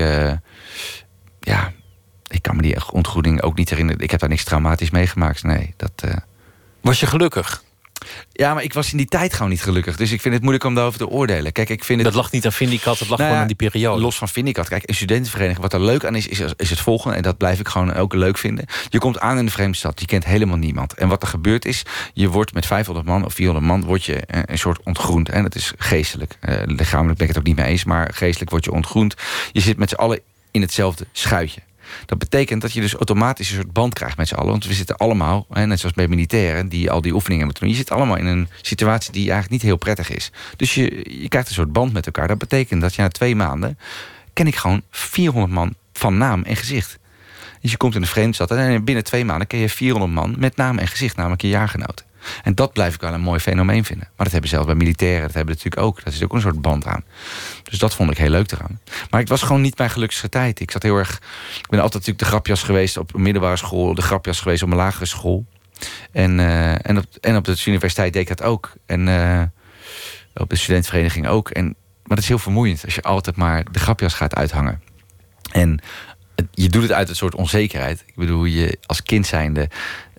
kan me die ontgroening ook niet herinneren. Ik heb daar niks traumatisch meegemaakt. Nee, Was je gelukkig? Ja, maar ik was in die tijd gewoon niet gelukkig. Dus ik vind het moeilijk om daarover te oordelen. Kijk, ik vind het... Dat lag niet aan Vindicat, dat lag gewoon aan die periode. Los van Vindicat. Kijk, een studentenvereniging, wat er leuk aan is het volgende. En dat blijf ik gewoon ook leuk vinden. Je komt aan in een vreemde stad. Je kent helemaal niemand. En wat er gebeurt is, je wordt met 500 man of 400 man... word je een soort ontgroend. En dat is geestelijk. Lichamelijk ben ik het ook niet mee eens. Maar geestelijk word je ontgroend. Je zit met z'n allen in hetzelfde schuitje. Dat betekent dat je dus automatisch een soort band krijgt met z'n allen. Want we zitten allemaal, net zoals bij militairen... die al die oefeningen moeten doen. Je zit allemaal in een situatie die eigenlijk niet heel prettig is. Dus je krijgt een soort band met elkaar. Dat betekent dat na 2 maanden... ken ik gewoon 400 man van naam en gezicht. Dus je komt in een vreemde stad... en binnen 2 maanden ken je 400 man met naam en gezicht... namelijk je jaargenoten. En dat blijf ik wel een mooi fenomeen vinden. Maar dat hebben zelfs bij militairen, dat hebben we natuurlijk ook. Dat is ook een soort band aan. Dus dat vond ik heel leuk eraan. Maar het was gewoon niet mijn gelukkigste tijd. Ik ben altijd natuurlijk de grapjas geweest op middelbare school... de grapjas geweest op mijn lagere school. En op de universiteit deed ik dat ook. En op de studentenvereniging ook. Maar dat is heel vermoeiend als je altijd maar de grapjas gaat uithangen. En je doet het uit een soort onzekerheid. Ik bedoel, je als kind zijnde...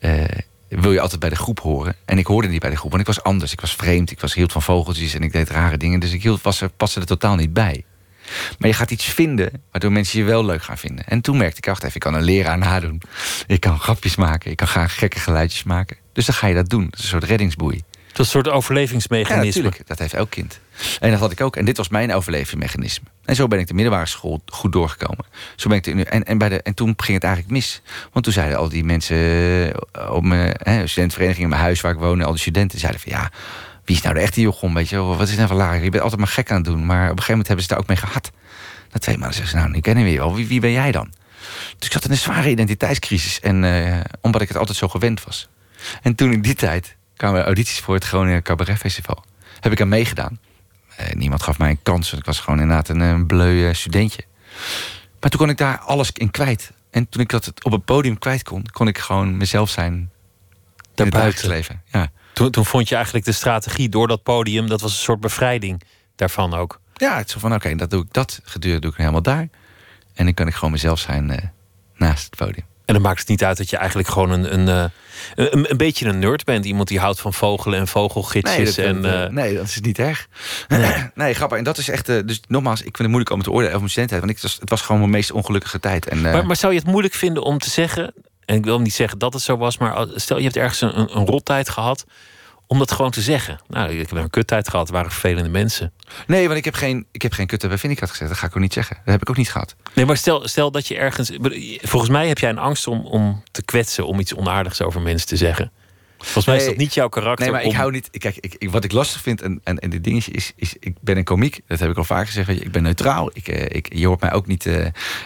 wil je altijd bij de groep horen. En ik hoorde niet bij de groep, want ik was anders. Ik was vreemd, hield van vogeltjes en ik deed rare dingen. Dus ik paste er totaal niet bij. Maar je gaat iets vinden waardoor mensen je wel leuk gaan vinden. En toen merkte ik, wacht even, ik kan een leraar nadoen. Ik kan grapjes maken, ik kan graag gekke geluidjes maken. Dus dan ga je dat doen. Dat is een soort reddingsboei. Dat is een soort overlevingsmechanisme. Ja, natuurlijk. Dat heeft elk kind. En dat had ik ook. En dit was mijn overlevingsmechanisme. En zo ben ik de middelbare school goed doorgekomen. Zo ben ik en toen ging het eigenlijk mis. Want toen zeiden al die mensen op mijn studentenvereniging in mijn huis waar ik woonde, al die studenten zeiden van ja, wie is nou de echte Jochem? Weet je, wat is nou van lager? Je bent altijd maar gek aan het doen. Maar op een gegeven moment hebben ze daar ook mee gehad. Na 2 maanden zeggen ze, nou, nu kennen we je wel. Wie ben jij dan? Dus ik zat in een zware identiteitscrisis. En omdat ik het altijd zo gewend was. En toen in die tijd kwamen audities voor het Groningen Cabaret Festival. Heb ik aan meegedaan. Niemand gaf mij een kans. Want ik was gewoon inderdaad een bleu studentje. Maar toen kon ik daar alles in kwijt. En toen ik dat op het podium kwijt kon ik gewoon mezelf zijn. Daarbuiten leven. Ja. Toen vond je eigenlijk de strategie door dat podium, dat was een soort bevrijding daarvan ook. Ja, het is zo van oké, dat gedurende doe ik helemaal daar. En dan kan ik gewoon mezelf zijn naast het podium. En dan maakt het niet uit dat je eigenlijk gewoon een beetje een nerd bent. Iemand die houdt van vogelen en vogelgidsjes. Nee, dat is niet erg. Nee, grappig. En dat is echt... dus nogmaals, ik vind het moeilijk om te oordelen over mijn studententijd. Want het was gewoon mijn meest ongelukkige tijd. Maar zou je het moeilijk vinden om te zeggen... en ik wil niet zeggen dat het zo was... maar stel je hebt ergens een rottijd gehad... om dat gewoon te zeggen. Nou, ik heb een kuttijd gehad, er waren vervelende mensen. Nee, want ik heb geen kuttijd bij Vindicat gezegd. Dat ga ik ook niet zeggen. Dat heb ik ook niet gehad. Nee, maar stel dat je ergens... Volgens mij heb jij een angst om te kwetsen... om iets onaardigs over mensen te zeggen. Volgens mij is dat niet jouw karakter. Nee, maar ik hou niet... Kijk, wat ik lastig vind en dit dingetje is... ik ben een komiek, dat heb ik al vaker gezegd. Ik ben neutraal. Je hoort mij ook niet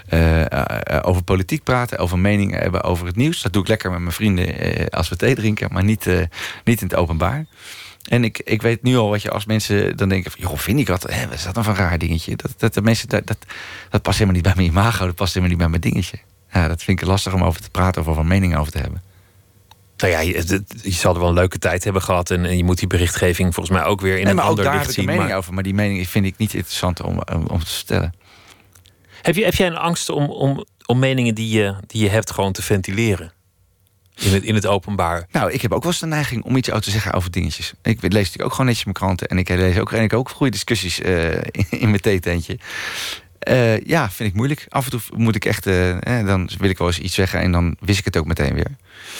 over politiek praten... over meningen hebben over het nieuws. Dat doe ik lekker met mijn vrienden als we thee drinken... maar niet in het openbaar. En ik weet nu al wat je als mensen dan denken... van, joh, vind ik wat is dat dan van een raar dingetje? Dat de mensen, dat past helemaal niet bij mijn imago. Dat past helemaal niet bij mijn dingetje. Ja, dat vind ik lastig om over te praten of over meningen over te hebben. Nou ja, je zal er wel een leuke tijd hebben gehad... en je moet die berichtgeving volgens mij ook weer in een ander licht zien. Maar ook daar heb ik een mening over. Maar die mening vind ik niet interessant om te vertellen. Heb jij een angst om meningen die je hebt gewoon te ventileren? In het openbaar? Nou, ik heb ook wel eens de neiging om iets uit te zeggen over dingetjes. Ik lees natuurlijk ook gewoon netjes mijn kranten. En ik lees ook goede discussies in mijn theetentje. Ja, vind ik moeilijk. Af en toe moet ik echt... dan wil ik wel eens iets zeggen en dan wist ik het ook meteen weer.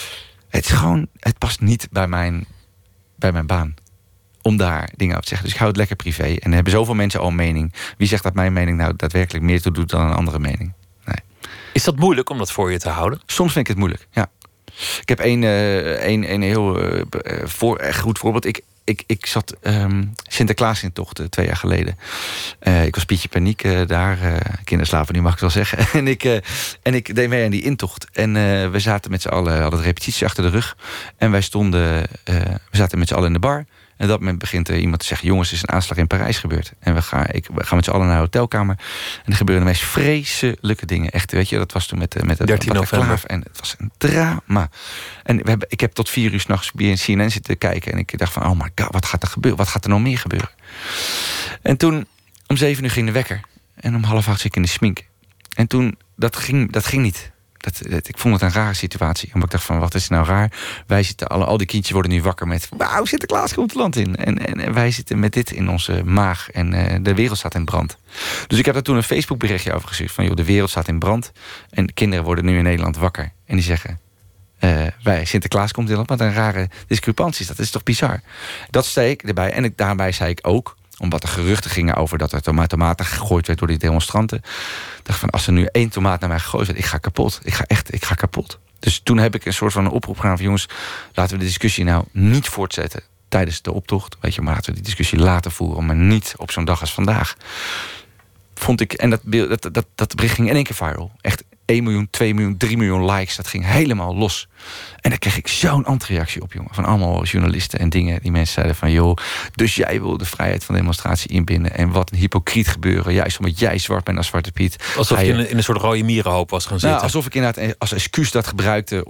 Het past niet bij mijn baan. Om daar dingen over te zeggen. Dus ik hou het lekker privé. En er hebben zoveel mensen al een mening. Wie zegt dat mijn mening nou daadwerkelijk meer toe doet dan een andere mening? Nee. Is dat moeilijk om dat voor je te houden? Soms vind ik het moeilijk, ja. Ik heb een heel echt goed voorbeeld. Ik zat Sinterklaas-intocht 2 jaar geleden. Ik was Pietje Paniek daar. Kinderslaven, nu mag ik wel zeggen. en ik deed mee aan die intocht. En we zaten met z'n allen, hadden de repetitie achter de rug. En we zaten met z'n allen in de bar. En op dat moment begint iemand te zeggen... jongens, er is een aanslag in Parijs gebeurd. En we gaan met z'n allen naar een hotelkamer. En er gebeuren de meest vreselijke dingen. Echt, weet je, dat was toen met 13 november. En het was een drama. En ik heb tot 4 uur 's nachts bij CNN zitten kijken. En ik dacht van, oh my god, wat gaat er gebeuren? Wat gaat er nog meer gebeuren? En toen, om 7 uur ging de wekker. En om 7:30 zit ik in de smink. En toen, dat ging niet. Ik vond het een rare situatie. Omdat ik dacht van, wat is nou raar? Wij zitten, al die kindjes worden nu wakker met... wauw, Sinterklaas komt het land in. En wij zitten met dit in onze maag. En de wereld staat in brand. Dus ik heb daar toen een Facebook berichtje over gestuurd. Van, joh, de wereld staat in brand. En de kinderen worden nu in Nederland wakker. En die zeggen... Sinterklaas komt in land. Wat een rare discrepantie. Dat is toch bizar? Dat steek ik erbij. En daarbij zei ik ook... omdat er geruchten gingen over dat er tomaten gegooid werd door die demonstranten. Ik dacht van, als er nu 1 tomaat naar mij gegooid werd, ik ga kapot. Ik ga kapot. Dus toen heb ik een soort van een oproep gedaan van... jongens, laten we de discussie nou niet voortzetten tijdens de optocht. Weet je, maar laten we die discussie later voeren, maar niet op zo'n dag als vandaag. Vond ik, en dat bericht ging in 1 keer viral. Echt 1 miljoen, 2 miljoen, 3 miljoen likes. Dat ging helemaal los. En daar kreeg ik zo'n antireactie op, jongen. Van allemaal journalisten en dingen. Die mensen zeiden van, joh, dus jij wil de vrijheid van demonstratie inbinden. En wat een hypocriet gebeuren. Juist omdat jij zwart bent als Zwarte Piet. Alsof je in een soort rode mierenhoop was gaan zitten. Alsof ik inderdaad als excuus dat gebruikte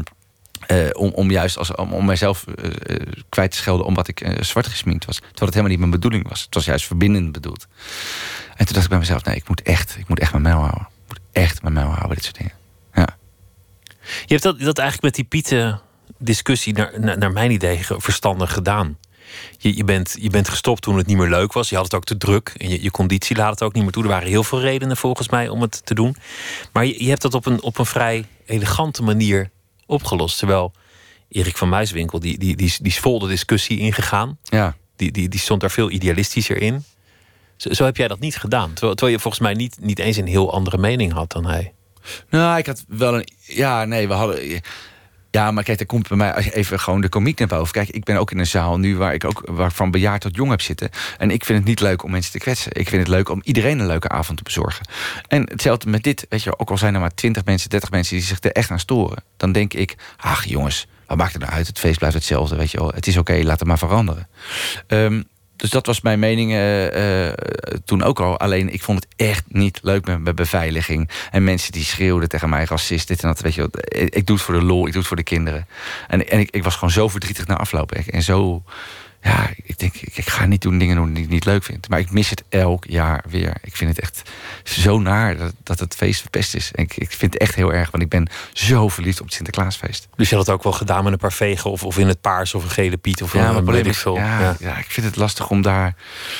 om mijzelf kwijt te schelden omdat ik zwart gesminkt was. Terwijl het helemaal niet mijn bedoeling was. Het was juist verbindend bedoeld. En toen dacht ik bij mezelf, nee, ik moet echt mijn mijl houden. Ik moet echt mijn mijl houden, dit soort dingen. Ja. Je hebt dat eigenlijk met die Pieten-discussie naar mijn idee verstandig gedaan. Je bent gestopt toen het niet meer leuk was. Je had het ook te druk en je conditie laat het ook niet meer toe. Er waren heel veel redenen volgens mij om het te doen. Maar je hebt dat op een vrij elegante manier opgelost. Terwijl Erik van Muiswinkel, die is vol de discussie ingegaan. Ja. Die stond daar veel idealistischer in. Zo heb jij dat niet gedaan. Terwijl je volgens mij niet eens een heel andere mening had dan hij. Nou, ik had wel een... Ja, nee, we hadden... Ja, maar kijk, er komt bij mij even gewoon de komiek naar boven. Kijk, ik ben ook in een zaal nu waar ik van bejaard tot jong heb zitten. En ik vind het niet leuk om mensen te kwetsen. Ik vind het leuk om iedereen een leuke avond te bezorgen. En hetzelfde met dit, weet je, ook al zijn er maar 20 mensen, 30 mensen die zich er echt aan storen. Dan denk ik, ach jongens, wat maakt het nou uit? Het feest blijft hetzelfde, weet je wel. Het is oké, laat het maar veranderen. Dus dat was mijn mening toen ook al. Alleen, ik vond het echt niet leuk met beveiliging. En mensen die schreeuwden tegen mij, racist, dit en dat. Weet je wel. Ik doe het voor de lol, ik doe het voor de kinderen. En ik was gewoon zo verdrietig na afloop. En zo... Ja, ik denk, ik ga niet dingen doen die ik niet leuk vind. Maar ik mis het elk jaar weer. Ik vind het echt zo naar dat het feest verpest is. En ik vind het echt heel erg, want ik ben zo verliefd op het Sinterklaasfeest. Dus je had het ook wel gedaan met een paar vegen of in het paars of een gele Piet of een weet ja, ik vind het lastig om daar...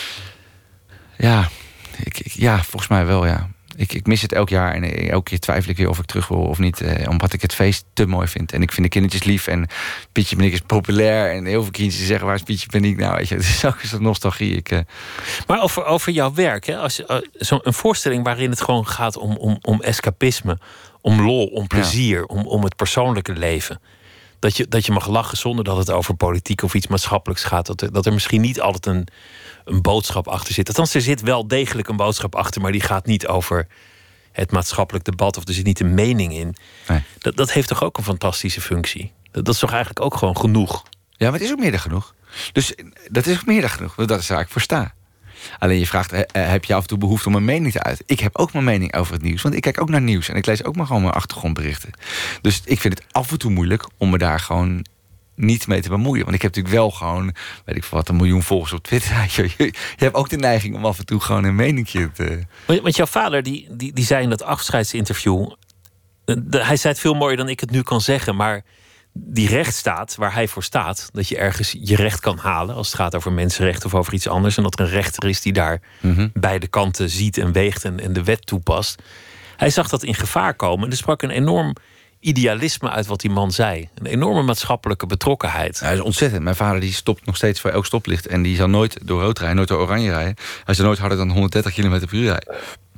Ja, volgens mij wel, ja. Ik mis het elk jaar en elke keer twijfel ik weer of ik terug wil of niet. Omdat ik het feest te mooi vind. En ik vind de kindertjes lief en Pietje Paniek is populair. En heel veel kindjes zeggen, waar is Pietje Paniek nou? Weet je, het is ook een soort nostalgie. Maar over jouw werk, hè? Een voorstelling waarin het gewoon gaat om escapisme. Om lol, om plezier, om het persoonlijke leven. Dat je mag lachen zonder dat het over politiek of iets maatschappelijks gaat. Dat er misschien niet altijd een boodschap achter zit. Althans, er zit wel degelijk een boodschap achter, maar die gaat niet over het maatschappelijk debat of er zit niet een mening in. Nee. Dat heeft toch ook een fantastische functie? Dat is toch eigenlijk ook gewoon genoeg? Ja, maar het is ook meer dan genoeg. Dus dat is ook meer dan genoeg. Dat is waar ik voor sta. Alleen je vraagt, heb je af en toe behoefte om een mening te uiten? Ik heb ook mijn mening over het nieuws. Want ik kijk ook naar nieuws. En ik lees ook maar gewoon mijn achtergrondberichten. Dus ik vind het af en toe moeilijk om me daar gewoon niet mee te bemoeien. Want ik heb natuurlijk wel gewoon, weet ik veel wat, 1 miljoen volgers op Twitter. Je hebt ook de neiging om af en toe gewoon een meningje te... Want jouw vader, die zei in dat afscheidsinterview... Hij zei het veel mooier dan ik het nu kan zeggen, maar die rechtsstaat waar hij voor staat, dat je ergens je recht kan halen als het gaat over mensenrechten of over iets anders, en dat er een rechter is die daar beide kanten ziet en weegt en de wet toepast. Hij zag dat in gevaar komen en er sprak een enorm idealisme uit wat die man zei. Een enorme maatschappelijke betrokkenheid. Ja, dat is ontzettend. Mijn vader die stopt nog steeds voor elk stoplicht en die zal nooit door rood rijden, nooit door oranje rijden. Hij zal nooit harder dan 130 km per uur rijden.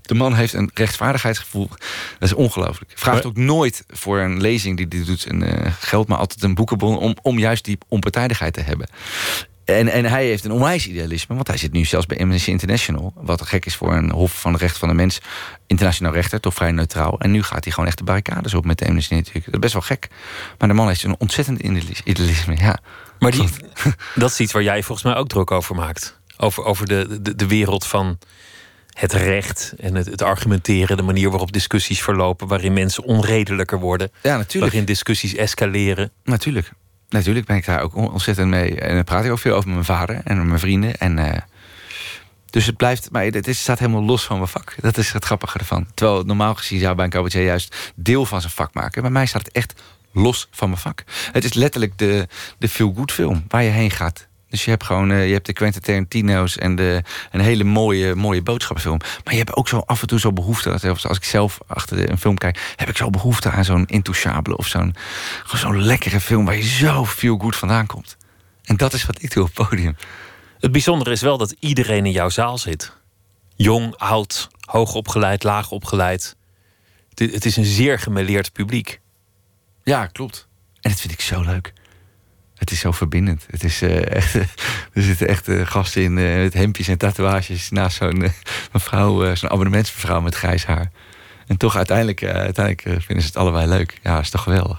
De man heeft een rechtvaardigheidsgevoel. Dat is ongelooflijk. Vraagt ook nooit voor een lezing die hij doet geld, maar altijd een boekenbon om juist die onpartijdigheid te hebben. En hij heeft een onwijs idealisme, want hij zit nu zelfs bij Amnesty International, wat gek is voor een Hof van de Rechten van de Mens, internationaal rechter, toch vrij neutraal. En nu gaat hij gewoon echt de barricades op met de Amnesty natuurlijk. Dat is best wel gek. Maar de man heeft een ontzettend idealisme, ja. Maar dat is iets waar jij volgens mij ook druk over maakt. Over de wereld van het recht en het argumenteren, de manier waarop discussies verlopen, waarin mensen onredelijker worden. Ja, natuurlijk. Waarin discussies escaleren. Natuurlijk ben ik daar ook ontzettend mee. En dan praat ik ook veel over mijn vader en met mijn vrienden. Dus het blijft, maar het staat helemaal los van mijn vak. Dat is het grappige ervan. Terwijl normaal gezien zou bij een cabaretier juist deel van zijn vak maken. Bij mij staat het echt los van mijn vak. Het is letterlijk de feel-good film waar je heen gaat. Dus je hebt gewoon je hebt de Quentin Tarantino's en een hele mooie boodschappenfilm. Maar je hebt ook zo af en toe zo behoefte. Als ik zelf achter een film kijk, heb ik zo behoefte aan zo'n Intouchable of zo'n lekkere film waar je zo feel good vandaan komt. En dat is wat ik doe op het podium. Het bijzondere is wel dat iedereen in jouw zaal zit. Jong, oud, hoog opgeleid, laag opgeleid. Het is een zeer gemêleerd publiek. Ja, klopt. En dat vind ik zo leuk. Het is zo verbindend. Het is echt. Er zitten echt gasten in met hemdjes en tatoeages naast zo'n mevrouw, zo'n abonnementsmevrouw met grijs haar. En toch uiteindelijk vinden ze het allebei leuk. Ja, dat is toch geweldig.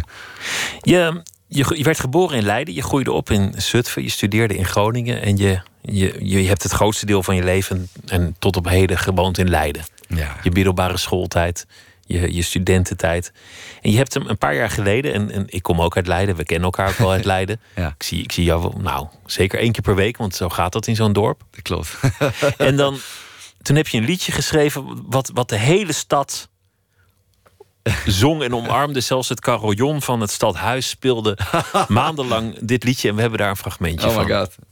Je werd geboren in Leiden, je groeide op in Zutphen, je studeerde in Groningen en je hebt het grootste deel van je leven en tot op heden gewoond in Leiden. Ja. Je middelbare schooltijd, je studententijd. En je hebt hem een paar jaar geleden, en ik kom ook uit Leiden, we kennen elkaar ook wel uit Leiden. Ja. Ik zie jou zeker 1 keer per week, want zo gaat dat in zo'n dorp. Dat klopt. En toen heb je een liedje geschreven wat de hele stad zong en omarmde. Zelfs het carillon van het stadhuis speelde maandenlang dit liedje. En we hebben daar een fragmentje van. Oh my god.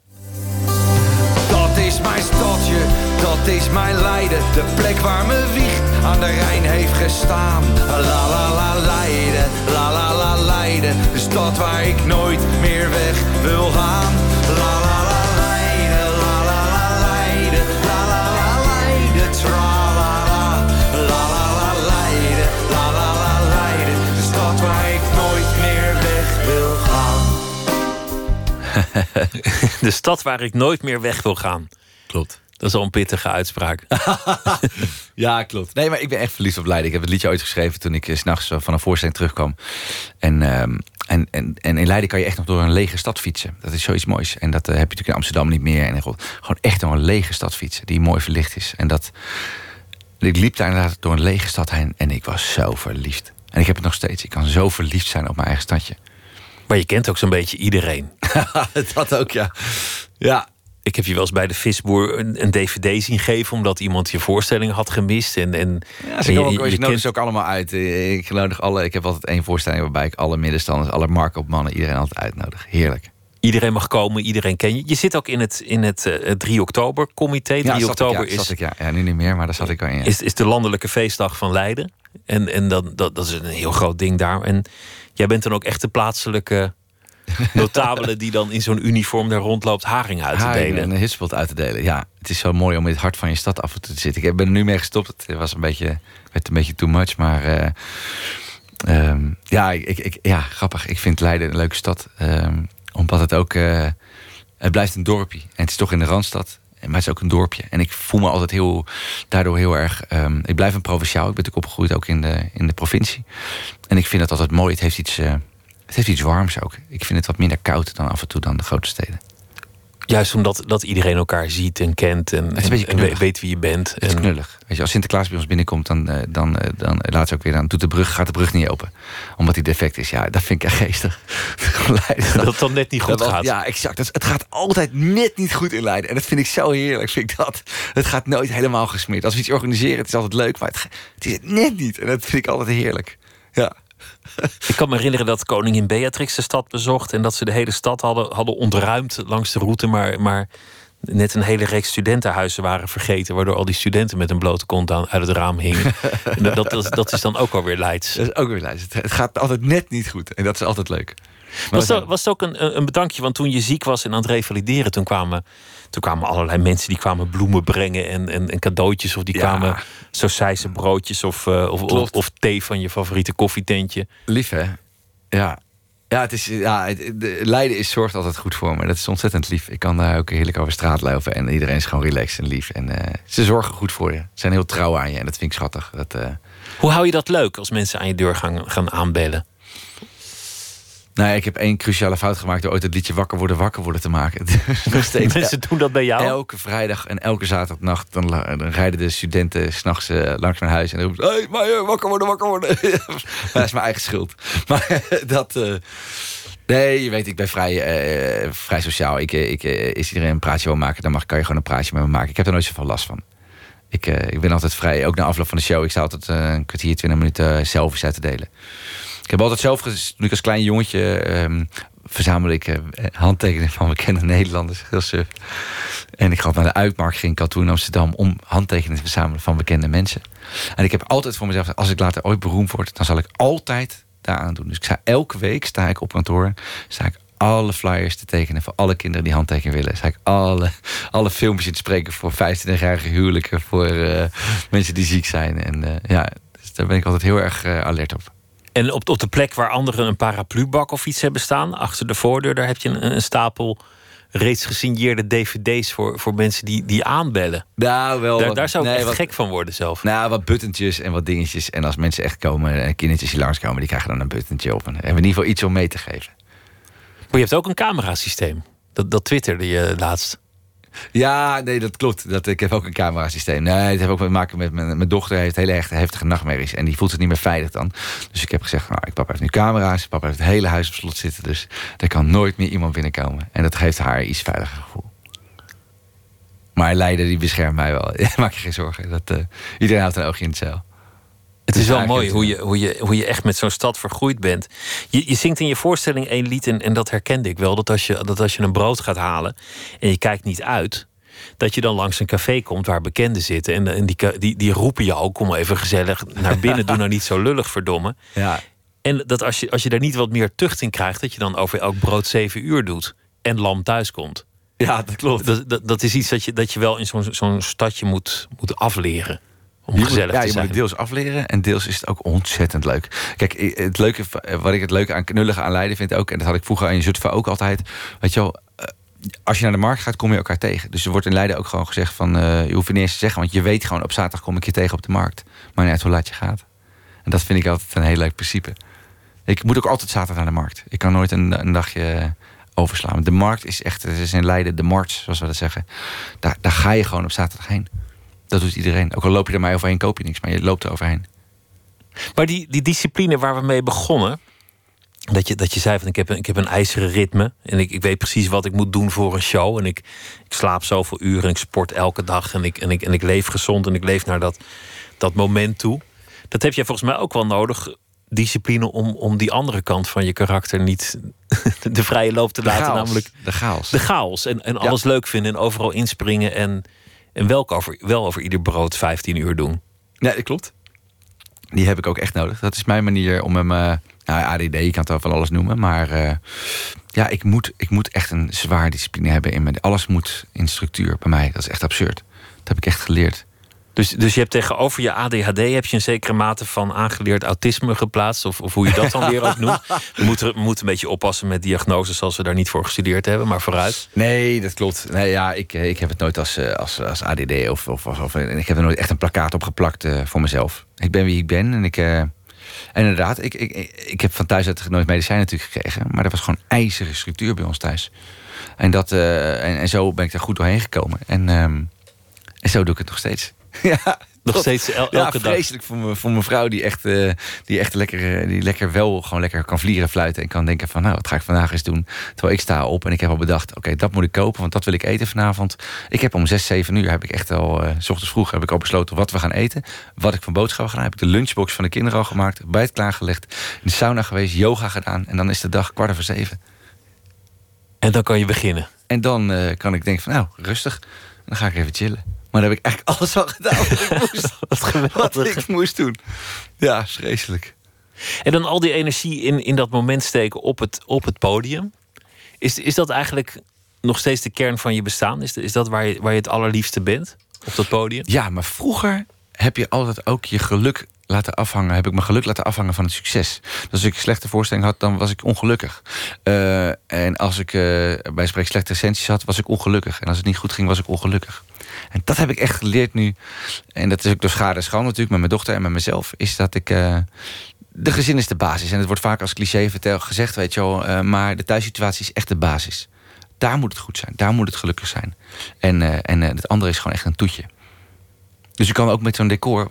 Dat is mijn stadje, dat is mijn Leiden. De plek waar mijn wieg aan de Rijn heeft gestaan. La la la Leiden, la la la Leiden. De stad waar ik nooit meer weg wil gaan. La la la Leiden, la la la Leiden. La la la Leiden, tra la la. La la la Leiden, la la la Leiden. De stad waar ik nooit meer weg wil gaan. De stad waar ik nooit meer weg wil gaan. Klopt. Dat is al een pittige uitspraak. Ja, klopt. Nee, maar ik ben echt verliefd op Leiden. Ik heb het liedje ooit geschreven toen ik 's nachts van een voorstelling terugkwam. En in Leiden kan je echt nog door een lege stad fietsen. Dat is zoiets moois. En dat heb je natuurlijk in Amsterdam niet meer. En gewoon echt door een lege stad fietsen die mooi verlicht is. En ik liep daar inderdaad door een lege stad heen en ik was zo verliefd. En ik heb het nog steeds. Ik kan zo verliefd zijn op mijn eigen stadje. Maar je kent ook zo'n beetje iedereen. Dat ook, ja. Ja. Ik heb je wel eens bij de Visboer een dvd zien geven omdat iemand je voorstelling had gemist. Ja, ze nodigen ze ook allemaal uit. Ik heb altijd 1 voorstelling waarbij ik alle middenstanders, alle marktopmannen, iedereen altijd uitnodig. Heerlijk. Iedereen mag komen, iedereen ken je. Je zit ook in het 3 oktober-comité. 3 oktober is... Ja, nu niet meer, maar daar zat ik al in. Ja. Is de landelijke feestdag van Leiden. En dat is een heel groot ding daar. En jij bent dan ook echt de plaatselijke notabele die dan in zo'n uniform daar rondloopt haring uit te delen. En een hitspot uit te delen. Ja, het is zo mooi om in het hart van je stad af en toe te zitten. Ik ben er nu mee gestopt. Het werd een beetje too much, maar grappig. Ik vind Leiden een leuke stad. Omdat het ook het blijft een dorpje. En het is toch in de Randstad. Maar het is ook een dorpje. En ik voel me altijd daardoor heel erg... ik blijf een provinciaal. Ik ben natuurlijk opgegroeid ook in de provincie. En ik vind dat altijd mooi. Het heeft iets warms ook. Ik vind het wat minder koud dan af en toe dan de grote steden. Juist omdat iedereen elkaar ziet en kent en weet wie je bent. Het is knullig. Weet je, als Sinterklaas bij ons binnenkomt, dan laat ze ook weer gaat de brug niet open. Omdat hij defect is. Ja, dat vind ik echt geestig. Dat het dan net niet goed gaat. Ja, exact. Het gaat altijd net niet goed in Leiden. En dat vind ik zo heerlijk. Vind ik dat. Het gaat nooit helemaal gesmeerd. Als we iets organiseren, het is altijd leuk. Maar het is het net niet. En dat vind ik altijd heerlijk. Ja. Ik kan me herinneren dat koningin Beatrix de stad bezocht en dat ze de hele stad hadden ontruimd langs de route, maar net een hele reeks studentenhuizen waren vergeten, waardoor al die studenten met een blote kont uit het raam hingen. Dat is dan ook alweer Leids. Dat is ook weer Leids. Het gaat altijd net niet goed en dat is altijd leuk. Was het ook een bedankje? Want toen je ziek was en aan het revalideren, toen kwamen allerlei mensen die kwamen bloemen brengen en cadeautjes. Of die kwamen sausijzen broodjes of thee van je favoriete koffietentje. Lief, hè? Ja. Ja, Leiden zorgt altijd goed voor me. Dat is ontzettend lief. Ik kan daar ook heerlijk over straat lopen. En iedereen is gewoon relaxed en lief. En ze zorgen goed voor je. Ze zijn heel trouw aan je. En dat vind ik schattig. Hoe hou je dat leuk als mensen aan je deur gaan aanbellen? Nou, ik heb 1 cruciale fout gemaakt door ooit het liedje Wakker worden te maken. Nog steeds. Mensen doen dat bij jou? Elke vrijdag en elke zaterdagnacht dan rijden de studenten 's nachts langs mijn huis en dan roepen ze: hey, Meijer, wakker worden. Dat is mijn eigen schuld. Maar nee, je weet, ik ben vrij sociaal. Is iedereen een praatje wil maken, dan kan je gewoon een praatje met me maken. Ik heb er nooit zoveel last van. Ik ben altijd vrij. Ook na afloop van de show. Ik sta altijd een kwartier, 20 minuten selfies uit te delen. Ik heb altijd zelf, toen ik als klein jongetje verzamelde ik handtekeningen van bekende Nederlanders. Heel suf. En ik had naar de Uitmarkt, ging ik toen in Amsterdam om handtekeningen te verzamelen van bekende mensen. En ik heb altijd voor mezelf, als ik later ooit beroemd word, dan zal ik altijd daaraan doen. Dus elke week sta ik op kantoor, alle flyers te tekenen voor alle kinderen die handtekeningen willen. Sta ik alle filmpjes in te spreken voor 25-jarige huwelijken, voor mensen die ziek zijn. En dus daar ben ik altijd heel erg alert op. En op de plek waar anderen een paraplubak of iets hebben staan, achter de voordeur, daar heb je een stapel reeds gesigneerde dvd's voor mensen die aanbellen. Nou, wel. Daar zou ik echt gek van worden zelf. Nou, wat buttentjes en wat dingetjes. En als mensen echt komen, kindertjes die langskomen, die krijgen dan een buttentje op. En hebben in ieder geval iets om mee te geven. Maar je hebt ook een camerasysteem. Dat twitterde je laatst. Ja, nee, dat klopt. Ik heb ook een camerasysteem. Nee, het heeft ook te maken met mijn dochter. Heeft hele heftige nachtmerries. En die voelt zich niet meer veilig dan. Dus ik heb gezegd, papa heeft nu camera's. Papa heeft het hele huis op slot zitten. Dus er kan nooit meer iemand binnenkomen. En dat geeft haar iets veiliger gevoel. Maar Leiden, die beschermt mij wel. Maak je geen zorgen. Iedereen houdt een oogje in het zeil. Het is wel mooi hoe je echt met zo'n stad vergroeid bent. Je zingt in je voorstelling 1 lied en dat herkende ik wel. Dat als je een brood gaat halen en je kijkt niet uit, dat je dan langs een café komt waar bekenden zitten. En die roepen je ook, kom even gezellig naar binnen. Doe nou niet zo lullig, verdomme. Ja. En dat als je daar niet wat meer tucht in krijgt, dat je dan over elk brood 7 uur doet en lam thuis komt. Ja, dat klopt. Dat is iets dat je wel in zo'n stadje moet afleren. Om gezellig te zijn. Je moet het deels afleren en deels is het ook ontzettend leuk. Kijk, wat ik het leuke aan knullige aan Leiden vind ook, en dat had ik vroeger in Zutphen ook altijd, weet je wel, als je naar de markt gaat, kom je elkaar tegen. Dus er wordt in Leiden ook gewoon gezegd van, je hoeft niet eens te zeggen, want je weet gewoon, op zaterdag kom ik je tegen op de markt. Maar niet uit hoe laat je gaat. En dat vind ik altijd een heel leuk principe. Ik moet ook altijd zaterdag naar de markt. Ik kan nooit een dagje overslaan. De markt is echt, het is in Leiden de markt, zoals we dat zeggen. Daar ga je gewoon op zaterdag heen. Dat doet iedereen. Ook al loop je er maar overheen, koop je niks, maar je loopt er overheen. Maar die discipline waar we mee begonnen, dat je zei van ik heb een ijzeren ritme en ik weet precies wat ik moet doen voor een show en ik slaap zoveel uren en ik sport elke dag en ik leef gezond en ik leef naar dat moment toe. Dat heb jij volgens mij ook wel nodig, discipline om die andere kant van je karakter niet de vrije loop te laten. Chaos. Namelijk de chaos en alles leuk vinden en overal inspringen en wel over ieder brood 15 uur doen. Ja, dat klopt. Die heb ik ook echt nodig. Dat is mijn manier om hem... ADD, je kan het wel van alles noemen. Maar ik moet echt een zwaar discipline hebben in me. Alles moet in structuur bij mij. Dat is echt absurd. Dat heb ik echt geleerd. Dus je hebt tegenover je ADHD heb je een zekere mate van aangeleerd autisme geplaatst. Of hoe je dat dan weer ook noemt. We moeten een beetje oppassen met diagnoses als we daar niet voor gestudeerd hebben. Maar vooruit. Nee, dat klopt. Nee, ja, ik heb het nooit als ADD of ik heb er nooit echt een plakkaat op geplakt voor mezelf. Ik ben wie ik ben. En inderdaad, ik heb van thuis uit nooit medicijnen natuurlijk gekregen. Maar er was gewoon ijzeren structuur bij ons thuis. En zo ben ik er goed doorheen gekomen. En zo doe ik het nog steeds. Ja, nog steeds elke dag. Vreselijk voor mijn vrouw die echt lekker kan vlieren, fluiten en kan denken van, nou, wat ga ik vandaag eens doen? Terwijl ik sta op en ik heb al bedacht, oké, dat moet ik kopen, want dat wil ik eten vanavond. Ik heb om 6, 7 uur heb ik echt al, 's ochtends vroeg heb ik al besloten wat we gaan eten, wat ik van boodschappen ga. Heb ik de lunchbox van de kinderen al gemaakt, ontbijt klaargelegd, in de sauna geweest, yoga gedaan en dan is de dag 6:15. En dan kan je beginnen. En dan kan ik denken van, nou, rustig, dan ga ik even chillen. Maar dan heb ik eigenlijk alles al gedaan wat ik moest doen. Ja, vreselijk. En dan al die energie in dat moment steken op het podium. Is dat eigenlijk nog steeds de kern van je bestaan? Is dat waar je het allerliefste bent? Op dat podium? Ja, maar vroeger heb je altijd ook je geluk laten afhangen. Heb ik mijn geluk laten afhangen van het succes. Dus als ik een slechte voorstelling had, dan was ik ongelukkig. En als ik bij spreken slechte recensies had, was ik ongelukkig. En als het niet goed ging, was ik ongelukkig. En dat heb ik echt geleerd nu. En dat is ook door schade en schande natuurlijk, met mijn dochter en met mezelf. Is dat ik... de gezin is de basis. En het wordt vaak als cliché gezegd, weet je wel. Maar de thuissituatie is echt de basis. Daar moet het goed zijn. Daar moet het gelukkig zijn. En het andere is gewoon echt een toetje. Dus je kan ook met zo'n decor...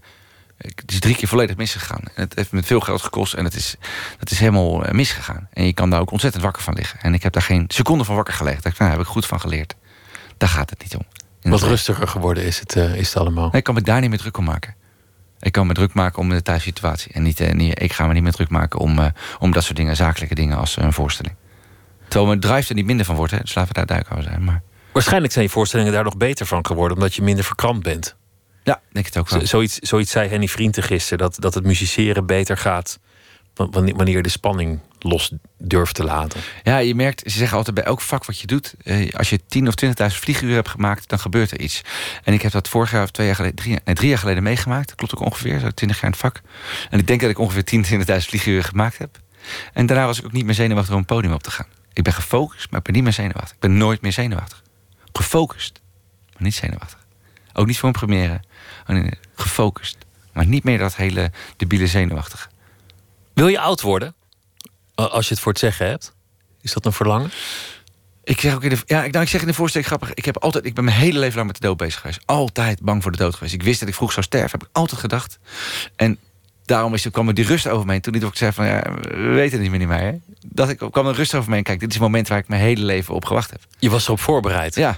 Het is 3 keer volledig misgegaan. Het heeft met veel geld gekost en het is helemaal misgegaan. En je kan daar ook ontzettend wakker van liggen. En ik heb daar geen seconde van wakker gelegen. Daar heb ik goed van geleerd. Daar gaat het niet om. Wat rustiger geworden is het allemaal. Nee, ik kan me daar niet meer druk om maken. Ik kan me druk maken om de thuissituatie. En ik ga me niet meer druk maken om dat soort dingen, zakelijke dingen als een voorstelling. Terwijl mijn drive er niet minder van wordt, hè. Dus laten we daar duidelijk over zijn. Maar... Waarschijnlijk zijn je voorstellingen daar nog beter van geworden, omdat je minder verkrampt bent. Ja, denk het ook wel. Zoiets zei Henny Vrienden gisteren, dat het musiceren beter gaat wanneer je de spanning los durft te laten. Ja, je merkt, ze zeggen altijd bij elk vak wat je doet, als je 10.000 of 20.000 vlieguren hebt gemaakt, dan gebeurt er iets. En ik heb dat vorig jaar of 3 jaar geleden meegemaakt. Dat klopt ook ongeveer, zo 20 jaar in het vak. En ik denk dat ik ongeveer 10.000 vlieguren gemaakt heb. En daarna was ik ook niet meer zenuwachtig om een podium op te gaan. Ik ben gefocust, maar ik ben niet meer zenuwachtig. Ik ben nooit meer zenuwachtig. Gefocust, maar niet zenuwachtig. Ook niet voor een première. Gefocust, maar niet meer dat hele debiele zenuwachtige. Wil je oud worden? Als je het voor het zeggen hebt. Is dat een verlangen? Ik zeg ook ik zeg in de voorstelling grappig. Ik ben mijn hele leven lang met de dood bezig geweest. Altijd bang voor de dood geweest. Ik wist dat ik vroeg zou sterven. Heb ik altijd gedacht. En daarom kwam er die rust over me heen. Toen ik zei van, we weten het niet meer. Hè? Kwam er rust over me heen. Kijk, dit is het moment waar ik mijn hele leven op gewacht heb. Je was erop voorbereid. Ja.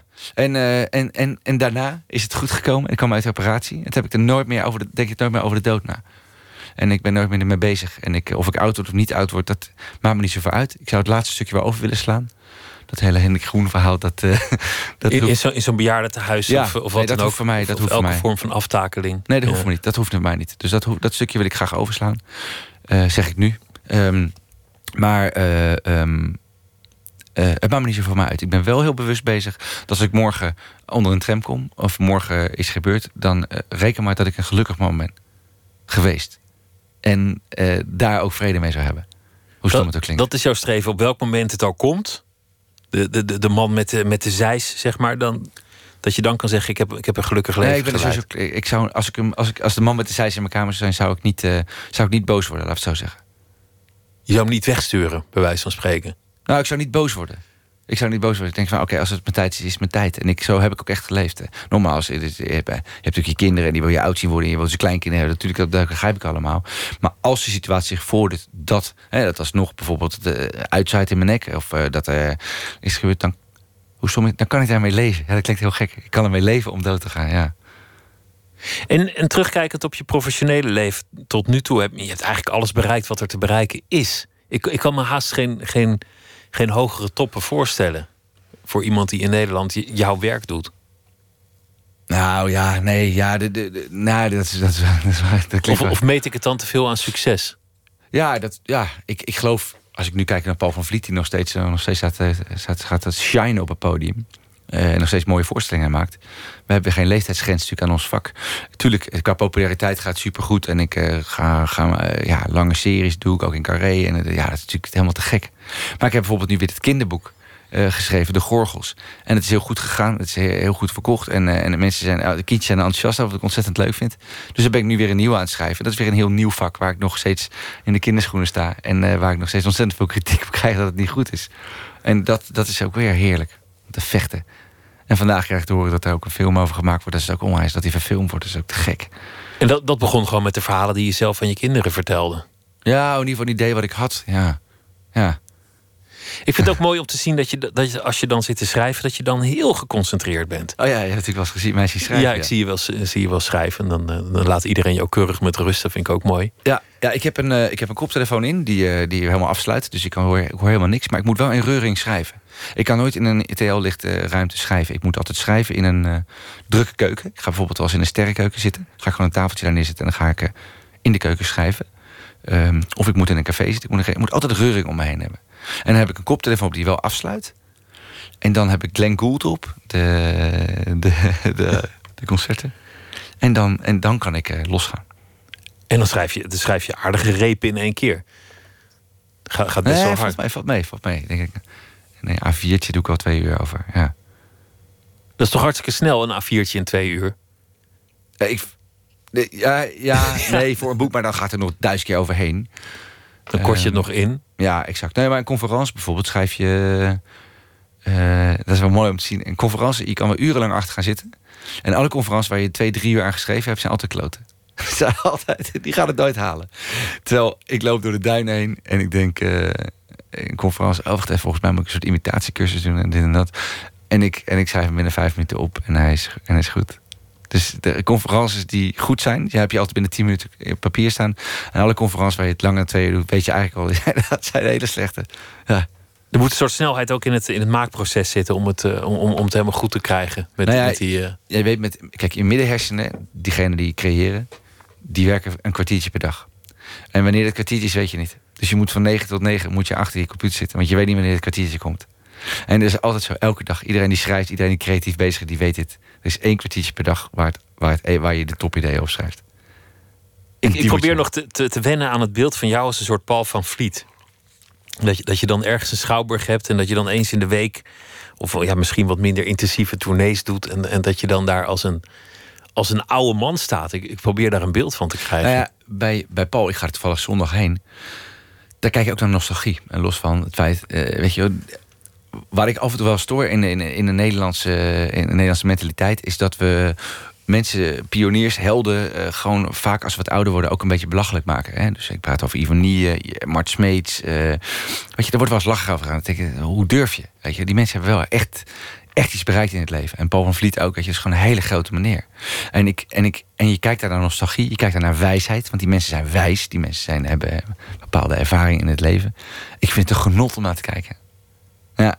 En daarna is het goed gekomen. Ik kwam uit de operatie. En toen heb ik er nooit meer over de dood na. En ik ben nooit meer mee bezig. En of ik oud word of niet oud word, dat maakt me niet zoveel uit. Ik zou het laatste stukje wel over willen slaan. Dat hele Hendrik Groen verhaal. In zo'n bejaardentehuis of wat dat dan ook. Hoeft voor mij, dat hoeft elke voor mij. vorm van aftakeling. Nee, dat hoeft me niet. Dat hoeft voor mij niet. Dus dat stukje wil ik graag overslaan. Zeg ik nu. Maar het maakt me niet zo voor mij uit. Ik ben wel heel bewust bezig dat als ik morgen onder een tram kom, of morgen is gebeurd, dan reken maar dat ik een gelukkig man ben geweest. En daar ook vrede mee zou hebben. Hoe stom het ook klinkt. Dat is jouw streven. Op welk moment het al komt. De man met de zeis, zeg maar. Dat je dan kan zeggen, ik heb een gelukkig leven geleid. Als de man met de zeis in mijn kamer zou zijn, zou ik niet boos worden, laat ik het zo zeggen. Je zou hem niet wegsturen, bij wijze van spreken. Nou, ik zou niet boos worden. Ik denk van, oké, als het mijn tijd is, is het mijn tijd. En zo heb ik ook echt geleefd. Normaal, je hebt natuurlijk je kinderen en die wil je oud zien worden. En je wil ze kleinkinderen hebben. Natuurlijk, dat begrijp ik allemaal. Maar als de situatie zich voordoet dat alsnog bijvoorbeeld de uitzaait in mijn nek, of dat er is gebeurd, dan kan ik daarmee leven. Ja, dat klinkt heel gek. Ik kan ermee leven om dood te gaan, ja. En terugkijkend op je professionele leven tot nu toe, je hebt eigenlijk alles bereikt wat er te bereiken is. Ik kan me haast geen hogere toppen voorstellen voor iemand die in Nederland jouw werk doet. Nou ja, nee, ja, dat klinkt of meet ik het dan te veel aan succes? Ja, ik geloof, als ik nu kijk naar Paul van Vliet, die nog steeds gaat het shine op het podium. En nog steeds mooie voorstellingen maakt. We hebben geen leeftijdsgrens natuurlijk aan ons vak. Tuurlijk, qua populariteit gaat het supergoed. En ik ga lange series doe ik ook in Carré. En dat is natuurlijk helemaal te gek. Maar ik heb bijvoorbeeld nu weer het kinderboek geschreven, De Gorgels. En het is heel goed gegaan. Het is heel goed verkocht. En de mensen de kindjes zijn enthousiast over, wat ik ontzettend leuk vind. Dus dan ben ik nu weer een nieuw aan het schrijven. Dat is weer een heel nieuw vak waar ik nog steeds in de kinderschoenen sta. En waar ik nog steeds ontzettend veel kritiek op krijg dat het niet goed is. En dat is ook weer heerlijk. Om te vechten. En vandaag krijg ik te horen dat er ook een film over gemaakt wordt. Dat is ook onwijs, dat die verfilmd wordt. Dat is ook te gek. En dat begon gewoon met de verhalen die je zelf aan je kinderen vertelde? Ja, in ieder geval een idee wat ik had. Ja. Ik vind het ook mooi om te zien dat je als je dan zit te schrijven, dat je dan heel geconcentreerd bent. Oh ja, je hebt natuurlijk wel eens gezien mensen schrijven. Ja, ik zie je wel schrijven. Dan laat iedereen je ook keurig met rust. Dat vind ik ook mooi. Ja, ik heb een koptelefoon in die helemaal afsluit. Dus ik hoor helemaal niks. Maar ik moet wel in reuring schrijven. Ik kan nooit in een TL-lichte ruimte schrijven. Ik moet altijd schrijven in een drukke keuken. Ik ga bijvoorbeeld wel eens in een sterrenkeuken zitten. Ga ik gewoon een tafeltje daar neerzetten en dan ga ik in de keuken schrijven. Of ik moet in een café zitten. Ik moet altijd reuring om me heen hebben. En dan heb ik een koptelefoon op die wel afsluit. En dan heb ik Glenn Gould op. De concerten. En dan kan ik losgaan. En dan schrijf je aardige repen in 1 keer. Gaat best wel hard. Valt mee. Denk ik. Nee, A4'tje doe ik al 2 uur over. Ja. Dat is toch hartstikke snel, een A4'tje in 2 uur? Nee, voor een boek, maar dan gaat er nog 1000 keer overheen. Dan kort je het nog in. Ja, exact. Nee, maar een conferentie bijvoorbeeld schrijf je... dat is wel mooi om te zien. Een conferentie, je kan er urenlang achter gaan zitten. En alle conferenties waar je 2-3 uur aan geschreven hebt, zijn altijd kloten. Die gaan het nooit halen. Terwijl ik loop door de duinen heen en ik denk... een conferentie, wacht even, volgens mij moet ik een soort imitatiecursus doen en dit en dat. En ik schrijf hem binnen 5 minuten op en hij is goed. Dus de conferences die goed zijn, die heb je altijd binnen 10 minuten op papier staan. En alle conferenties waar je het langer dan 2 uur doet, weet je eigenlijk al, dat zijn hele slechte. Ja. Er moet een soort snelheid ook in het maakproces zitten om het helemaal goed te krijgen. Je weet kijk, je middenhersenen, diegenen die creëren, die werken een kwartiertje per dag. En wanneer het kwartiertje is, weet je niet. Dus je moet van 9 tot 9 moet je achter je computer zitten, want je weet niet wanneer het kwartiertje komt. En dat is altijd zo, elke dag. Iedereen die schrijft, iedereen die creatief bezig is, die weet dit. Er is 1 kwartiertje per dag waar je de topideeën op schrijft. Ik probeer nog te wennen aan het beeld van jou als een soort Paul van Vliet. Dat je dan ergens een schouwburg hebt en dat je dan eens in de week, of ja, misschien wat minder intensieve tournees doet, en dat je dan daar als een oude man staat. Ik probeer daar een beeld van te krijgen. Nou ja, bij Paul, ik ga er toevallig zondag heen. Daar kijk je ook naar nostalgie. En los van het feit, weet je, waar ik af en toe wel stoor in de Nederlandse mentaliteit, is dat we mensen, pioniers, helden, gewoon vaak als we wat ouder worden ook een beetje belachelijk maken. Hè? Dus ik praat over Ivonie, Mart Smeets. Weet je, er wordt wel eens lachen over gaan. Hoe durf je? Weet je, die mensen hebben wel echt iets bereikt in het leven. En Paul van Vliet ook, weet je, is gewoon een hele grote meneer. En je kijkt daar naar nostalgie, je kijkt daar naar wijsheid, want die mensen zijn wijs, die mensen hebben bepaalde ervaring in het leven. Ik vind het een genot om naar te kijken. Ja.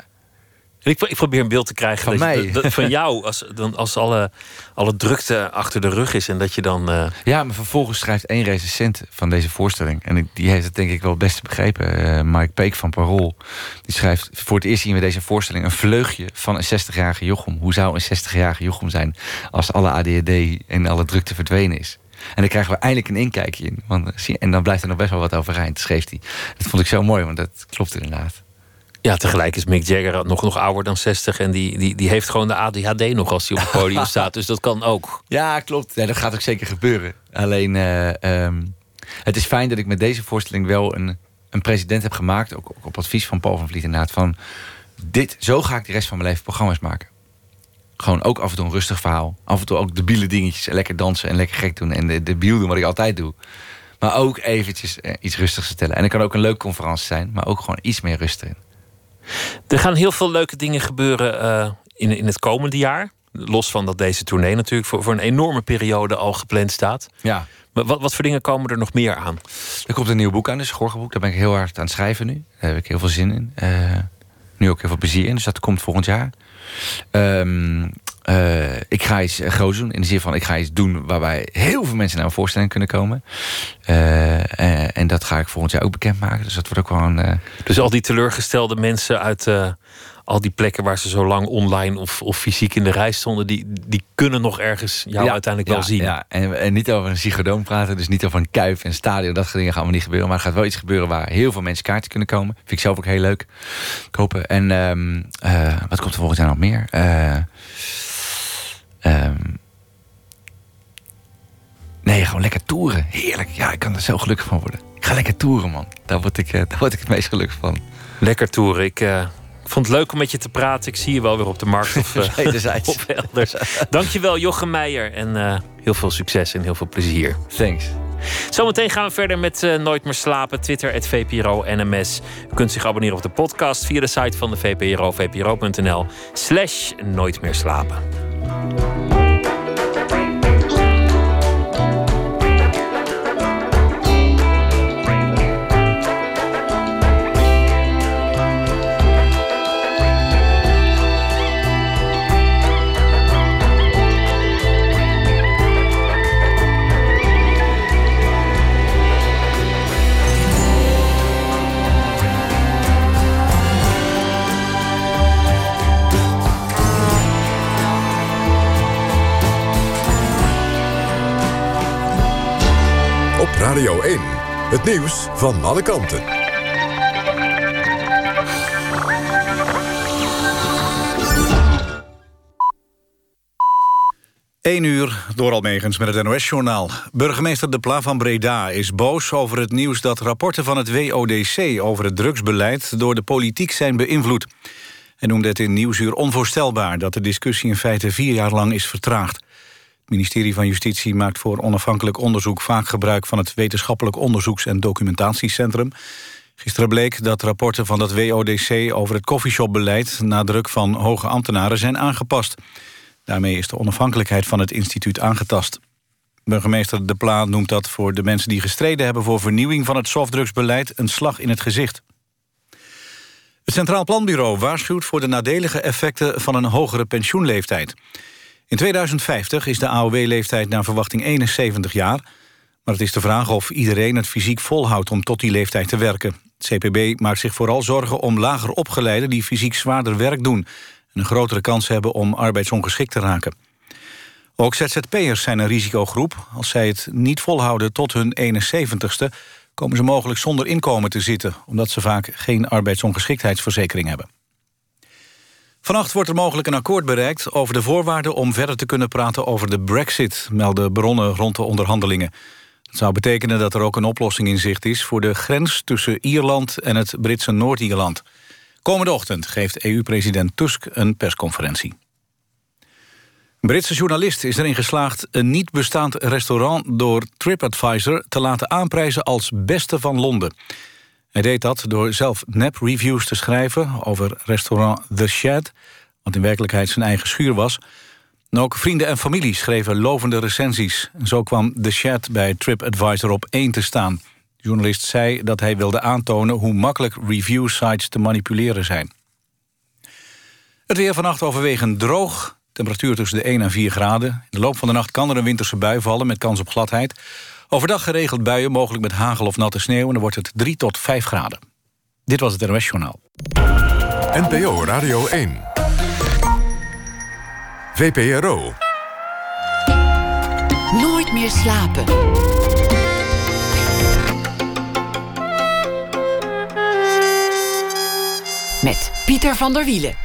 Ik probeer een beeld te krijgen van mij. Van jou, als alle drukte achter de rug is en dat je dan... Ja, maar vervolgens schrijft 1 recensent van deze voorstelling. En die heeft het denk ik wel het beste begrepen. Mike Peek van Parool. Die schrijft, voor het eerst zien we deze voorstelling een vleugje van een 60-jarige Jochem. Hoe zou een 60-jarige Jochem zijn als alle ADHD en alle drukte verdwenen is? En dan krijgen we eindelijk een inkijkje in. En dan blijft er nog best wel wat overeind, schreef hij. Dat vond ik zo mooi, want dat klopt inderdaad. Ja, tegelijk is Mick Jagger nog ouder dan 60... en die heeft gewoon de ADHD nog als hij op het podium staat. Dus dat kan ook. Ja, klopt. Ja, dat gaat ook zeker gebeuren. Alleen, het is fijn dat ik met deze voorstelling wel een president heb gemaakt, ook op advies van Paul van Vliet inderdaad, van zo ga ik de rest van mijn leven programma's maken. Gewoon ook af en toe een rustig verhaal. Af en toe ook debiele dingetjes. En lekker dansen en lekker gek doen. En de debiel doen wat ik altijd doe. Maar ook eventjes iets rustigs vertellen. En het kan ook een leuke conferentie zijn, maar ook gewoon iets meer rust in. Er gaan heel veel leuke dingen gebeuren in het komende jaar. Los van dat deze tournee natuurlijk voor een enorme periode al gepland staat. Ja. Maar wat voor dingen komen er nog meer aan? Er komt een nieuw boek aan, dus Gorgenboek. Daar ben ik heel hard aan het schrijven nu. Daar heb ik heel veel zin in. Nu ook heel veel plezier in, dus dat komt volgend jaar. Ik ga iets groots doen. In de zin van, ik ga iets doen waarbij heel veel mensen naar een voorstelling kunnen komen. En dat ga ik volgend jaar ook bekendmaken. Dus dat wordt ook gewoon... Dus al die teleurgestelde mensen uit al die plekken waar ze zo lang online of fysiek in de rij stonden, die kunnen nog ergens jou uiteindelijk wel zien. Ja. En niet over een Ziggo Dome praten, dus niet over een Kuip en stadion. Dat soort dingen gaan allemaal niet gebeuren. Maar er gaat wel iets gebeuren waar heel veel mensen kaarten kunnen komen. Vind ik zelf ook heel leuk. Kopen. En wat komt er volgend jaar nog meer? Nee, gewoon lekker toeren. Heerlijk. Ja, ik kan er zo gelukkig van worden. Ik ga lekker toeren, man. Daar word ik het meest gelukkig van. Lekker toeren. Ik vond het leuk om met je te praten. Ik zie je wel weer op de markt of elders. Dankjewel, Jochem Meijer. En heel veel succes en heel veel plezier. Thanks. Zometeen gaan we verder met Nooit meer slapen. Twitter @VPRO-NMS. U kunt zich abonneren op de podcast via de site van de VPRO. VPRO.nl/Nooit meer slapen. Radio 1. Het nieuws van alle kanten. 1:00 door Almegens met het NOS-journaal. Burgemeester De Pla van Breda is boos over het nieuws dat rapporten van het WODC over het drugsbeleid door de politiek zijn beïnvloed. Hij noemde het in Nieuwsuur onvoorstelbaar dat de discussie in feite 4 jaar lang is vertraagd. Het ministerie van Justitie maakt voor onafhankelijk onderzoek vaak gebruik van het Wetenschappelijk Onderzoeks- en Documentatiecentrum. Gisteren bleek dat rapporten van dat WODC over het coffeeshopbeleid na druk van hoge ambtenaren zijn aangepast. Daarmee is de onafhankelijkheid van het instituut aangetast. Burgemeester De Pla noemt dat voor de mensen die gestreden hebben voor vernieuwing van het softdrugsbeleid een slag in het gezicht. Het Centraal Planbureau waarschuwt voor de nadelige effecten van een hogere pensioenleeftijd. In 2050 is de AOW-leeftijd naar verwachting 71 jaar. Maar het is de vraag of iedereen het fysiek volhoudt om tot die leeftijd te werken. Het CPB maakt zich vooral zorgen om lager opgeleiden die fysiek zwaarder werk doen en een grotere kans hebben om arbeidsongeschikt te raken. Ook ZZP'ers zijn een risicogroep. Als zij het niet volhouden tot hun 71ste... komen ze mogelijk zonder inkomen te zitten, omdat ze vaak geen arbeidsongeschiktheidsverzekering hebben. Vannacht wordt er mogelijk een akkoord bereikt over de voorwaarden om verder te kunnen praten over de Brexit, melden bronnen rond de onderhandelingen. Dat zou betekenen dat er ook een oplossing in zicht is voor de grens tussen Ierland en het Britse Noord-Ierland. Komende ochtend geeft EU-president Tusk een persconferentie. Een Britse journalist is erin geslaagd een niet bestaand restaurant door TripAdvisor te laten aanprijzen als beste van Londen. Hij deed dat door zelf nep-reviews te schrijven over restaurant The Shed, wat in werkelijkheid zijn eigen schuur was. En ook vrienden en familie schreven lovende recensies. En zo kwam The Shed bij TripAdvisor op 1 te staan. De journalist zei dat hij wilde aantonen hoe makkelijk review-sites te manipuleren zijn. Het weer vannacht overwegend droog. Temperatuur tussen de 1 en 4 graden. In de loop van de nacht kan er een winterse bui vallen met kans op gladheid. Overdag geregeld buien, mogelijk met hagel of natte sneeuw. En dan wordt het 3 tot 5 graden. Dit was het NOS-journaal. NPO Radio 1. VPRO. Nooit meer slapen. Met Pieter van der Wielen.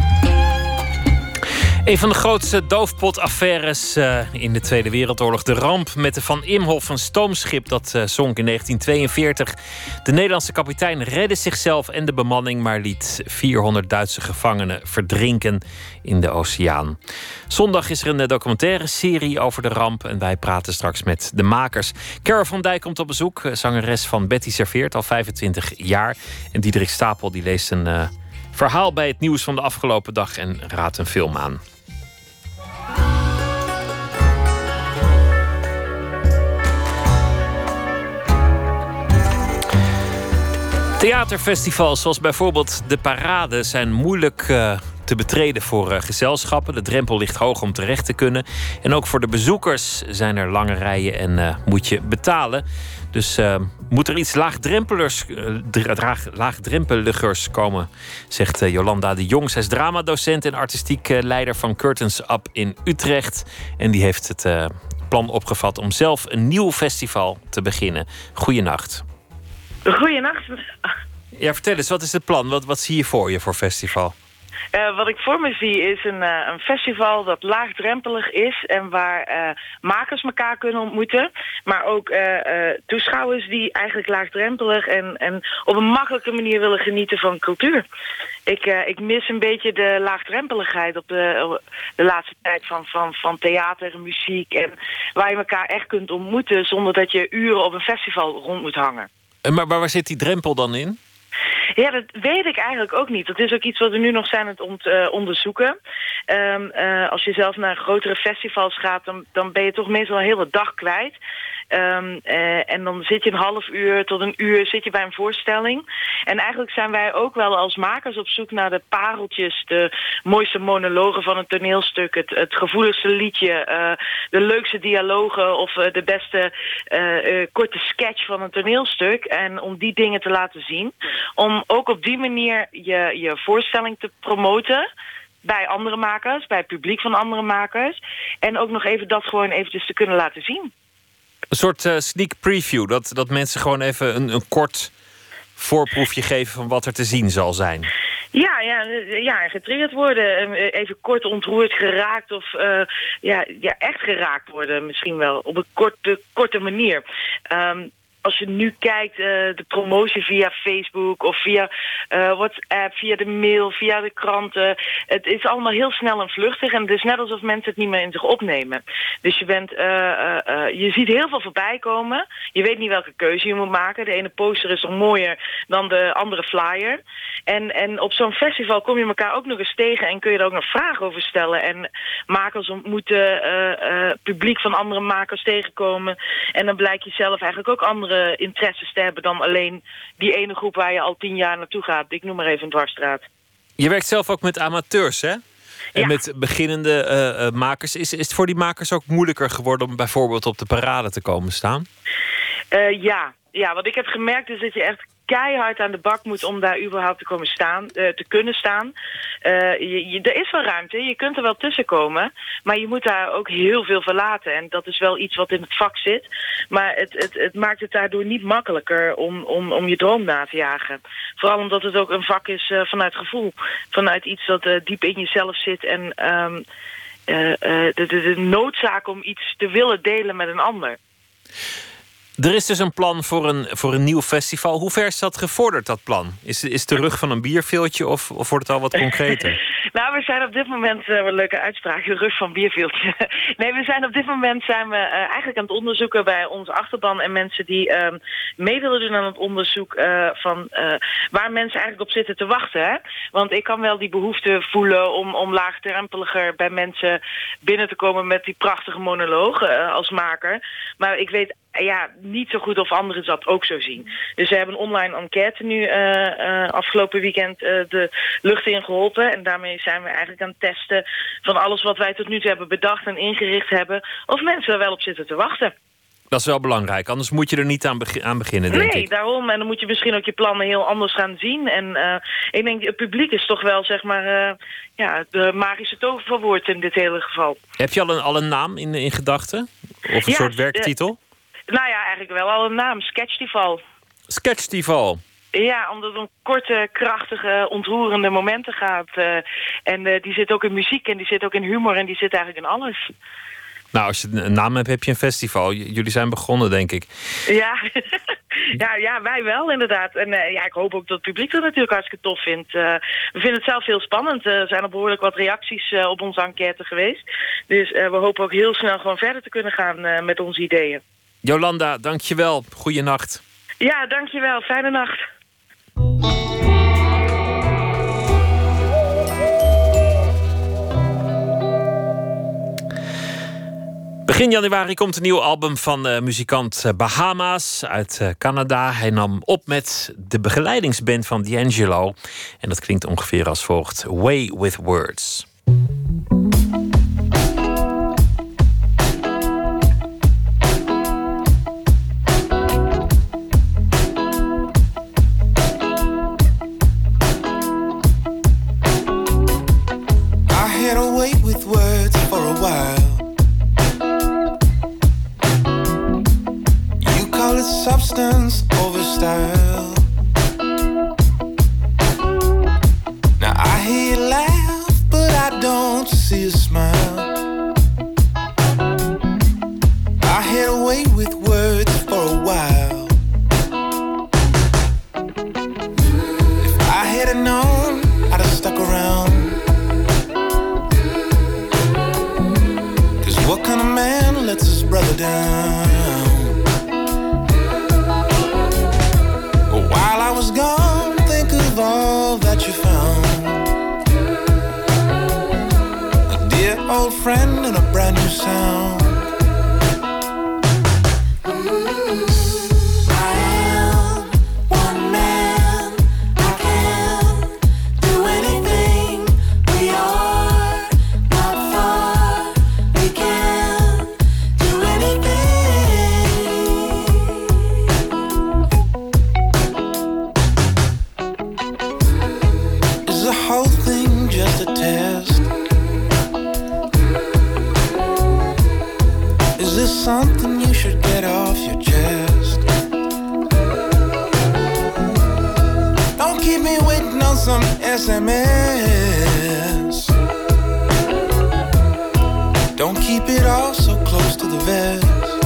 Een van de grootste doofpotaffaires in de Tweede Wereldoorlog. De ramp met de Van Imhoff, een stoomschip dat zonk in 1942. De Nederlandse kapitein redde zichzelf en de bemanning, maar liet 400 Duitse gevangenen verdrinken in de oceaan. Zondag is er een documentaire serie over de ramp en wij praten straks met de makers. Carol van Dijk komt op bezoek, zangeres van Betty Serveert, al 25 jaar. En Diederik Stapel die leest een verhaal bij het nieuws van de afgelopen dag en raadt een film aan. Theaterfestivals zoals bijvoorbeeld De Parade zijn moeilijk te betreden voor gezelschappen. De drempel ligt hoog om terecht te kunnen. En ook voor de bezoekers zijn er lange rijen en moet je betalen. Dus moet er iets laagdrempeligers komen, zegt Jolanda de Jong. Zij is dramadocent en artistiek leider van Curtains Up in Utrecht. En die heeft het plan opgevat om zelf een nieuw festival te beginnen. Goeienacht. Goeienacht. Ja, vertel eens, wat is het plan? Wat zie je voor je voor festival? Wat ik voor me zie is een festival dat laagdrempelig is en waar makers elkaar kunnen ontmoeten. Maar ook toeschouwers die eigenlijk laagdrempelig en op een makkelijke manier willen genieten van cultuur. Ik mis een beetje de laagdrempeligheid op de laatste tijd van theater, muziek. En waar je elkaar echt kunt ontmoeten zonder dat je uren op een festival rond moet hangen. Maar waar zit die drempel dan in? Ja, dat weet ik eigenlijk ook niet. Dat is ook iets wat we nu nog zijn aan het onderzoeken. Als je zelf naar grotere festivals gaat, dan ben je toch meestal een hele dag kwijt. En dan zit je een half uur tot een uur zit je bij een voorstelling. En eigenlijk zijn wij ook wel als makers op zoek naar de pareltjes, de mooiste monologen van een toneelstuk, het gevoeligste liedje, de leukste dialogen of de beste korte sketch van een toneelstuk. En om die dingen te laten zien. Om ook op die manier je voorstelling te promoten bij andere makers, bij het publiek van andere makers. En ook nog even dat gewoon eventjes te kunnen laten zien. Een soort sneak preview, dat mensen gewoon even een kort voorproefje geven van wat er te zien zal zijn. Ja, getriggerd worden. Even kort ontroerd, geraakt of echt geraakt worden misschien wel. Op een korte manier. Als je nu kijkt, de promotie via Facebook of via WhatsApp, via de mail, via de kranten. Het is allemaal heel snel en vluchtig en het is net alsof mensen het niet meer in zich opnemen. Dus je ziet heel veel voorbij komen. Je weet niet welke keuze je moet maken. De ene poster is nog mooier dan de andere flyer. En op zo'n festival kom je elkaar ook nog eens tegen en kun je er ook nog vragen over stellen. En makers ontmoeten, publiek van andere makers tegenkomen. En dan blijkt je zelf eigenlijk ook andere interesses te hebben dan alleen die ene groep waar je al 10 jaar naartoe gaat. Ik noem maar even een dwarsstraat. Je werkt zelf ook met amateurs, hè? En ja. met beginnende makers. Is het voor die makers ook moeilijker geworden om bijvoorbeeld op de parade te komen staan? Ja, wat ik heb gemerkt is dat je echt keihard aan de bak moet om daar überhaupt te kunnen staan. Er is wel ruimte, je kunt er wel tussen komen, maar je moet daar ook heel veel verlaten. En dat is wel iets wat in het vak zit. Maar het maakt het daardoor niet makkelijker om je droom na te jagen. Vooral omdat het ook een vak is vanuit gevoel. Vanuit iets dat diep in jezelf zit en de noodzaak om iets te willen delen met een ander. Er is dus een plan voor een nieuw festival. Hoe ver is dat gevorderd, dat plan? Is het de rug van een bierveeltje of wordt het al wat concreter? Nou, we zijn op dit moment, wat een leuke uitspraak, de rug van bierveeltje. Nee, we zijn op dit moment eigenlijk aan het onderzoeken bij onze achterban en mensen die mee willen doen aan het onderzoek van waar mensen eigenlijk op zitten te wachten. Hè? Want ik kan wel die behoefte voelen om laagdrempeliger bij mensen binnen te komen met die prachtige monoloog als maker. Maar ik weet niet zo goed of anderen dat ook zo zien. Dus we hebben een online enquête nu afgelopen weekend de lucht in geholpen. En daarmee zijn we eigenlijk aan het testen van alles wat wij tot nu toe hebben bedacht en ingericht hebben, of mensen er wel op zitten te wachten. Dat is wel belangrijk, anders moet je er niet aan beginnen, denk ik. Nee, daarom. En dan moet je misschien ook je plannen heel anders gaan zien. En ik denk, het publiek is toch wel, zeg maar, de magische toverwoord in dit hele geval. Heb je al een naam in gedachten? Of een soort werktitel? Nou ja, eigenlijk wel al een naam. Sketchtival. Sketchtival. Ja, omdat het om korte, krachtige, ontroerende momenten gaat. En die zit ook in muziek en die zit ook in humor en die zit eigenlijk in alles. Nou, als je een naam hebt, heb je een festival. Jullie zijn begonnen, denk ik. Ja, ja, wij wel, inderdaad. En ik hoop ook dat het publiek dat natuurlijk hartstikke tof vindt. We vinden het zelf heel spannend. Er zijn al behoorlijk wat reacties op onze enquête geweest. Dus we hopen ook heel snel gewoon verder te kunnen gaan met onze ideeën. Jolanda, dankjewel. Goeienacht. Ja, dankjewel. Fijne nacht. Begin januari komt een nieuw album van muzikant Bahama's uit Canada. Hij nam op met de begeleidingsband van D'Angelo. En dat klinkt ongeveer als volgt: Way with Words. Substance over style. Now I hear you laugh, but I don't see a smile. I had away with words for a while. If I had known, I'd have stuck around. 'Cause what kind of man lets his brother down? While I was gone, think of all that you found. A dear old friend and a brand new sound. Something you should get off. off your chest. Don't keep me waiting on some SMS. Don't keep it all so close to the vest.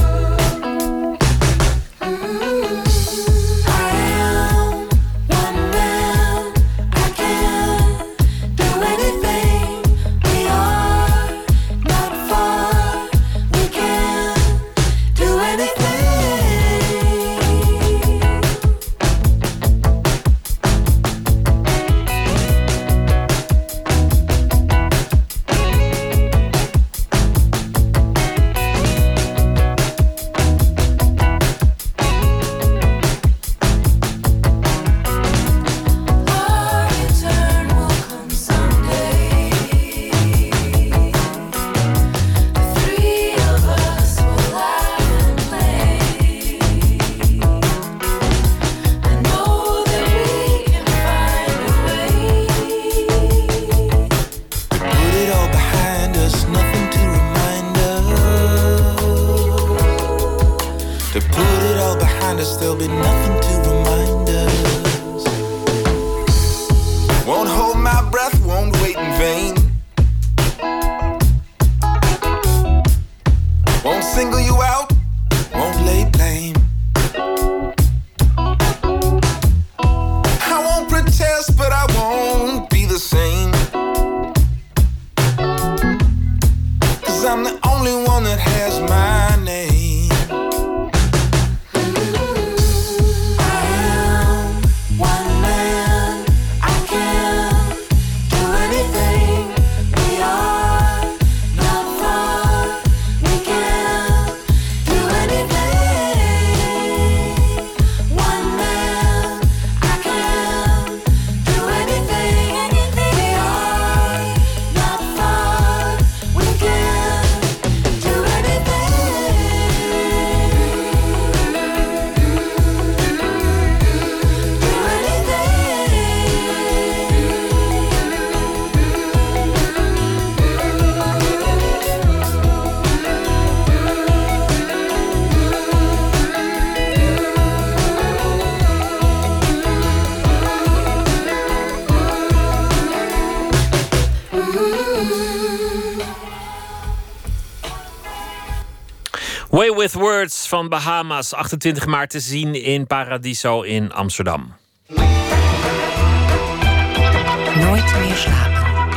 Way with Words van Bahamas, 28 maart te zien in Paradiso in Amsterdam. Nooit meer slapen.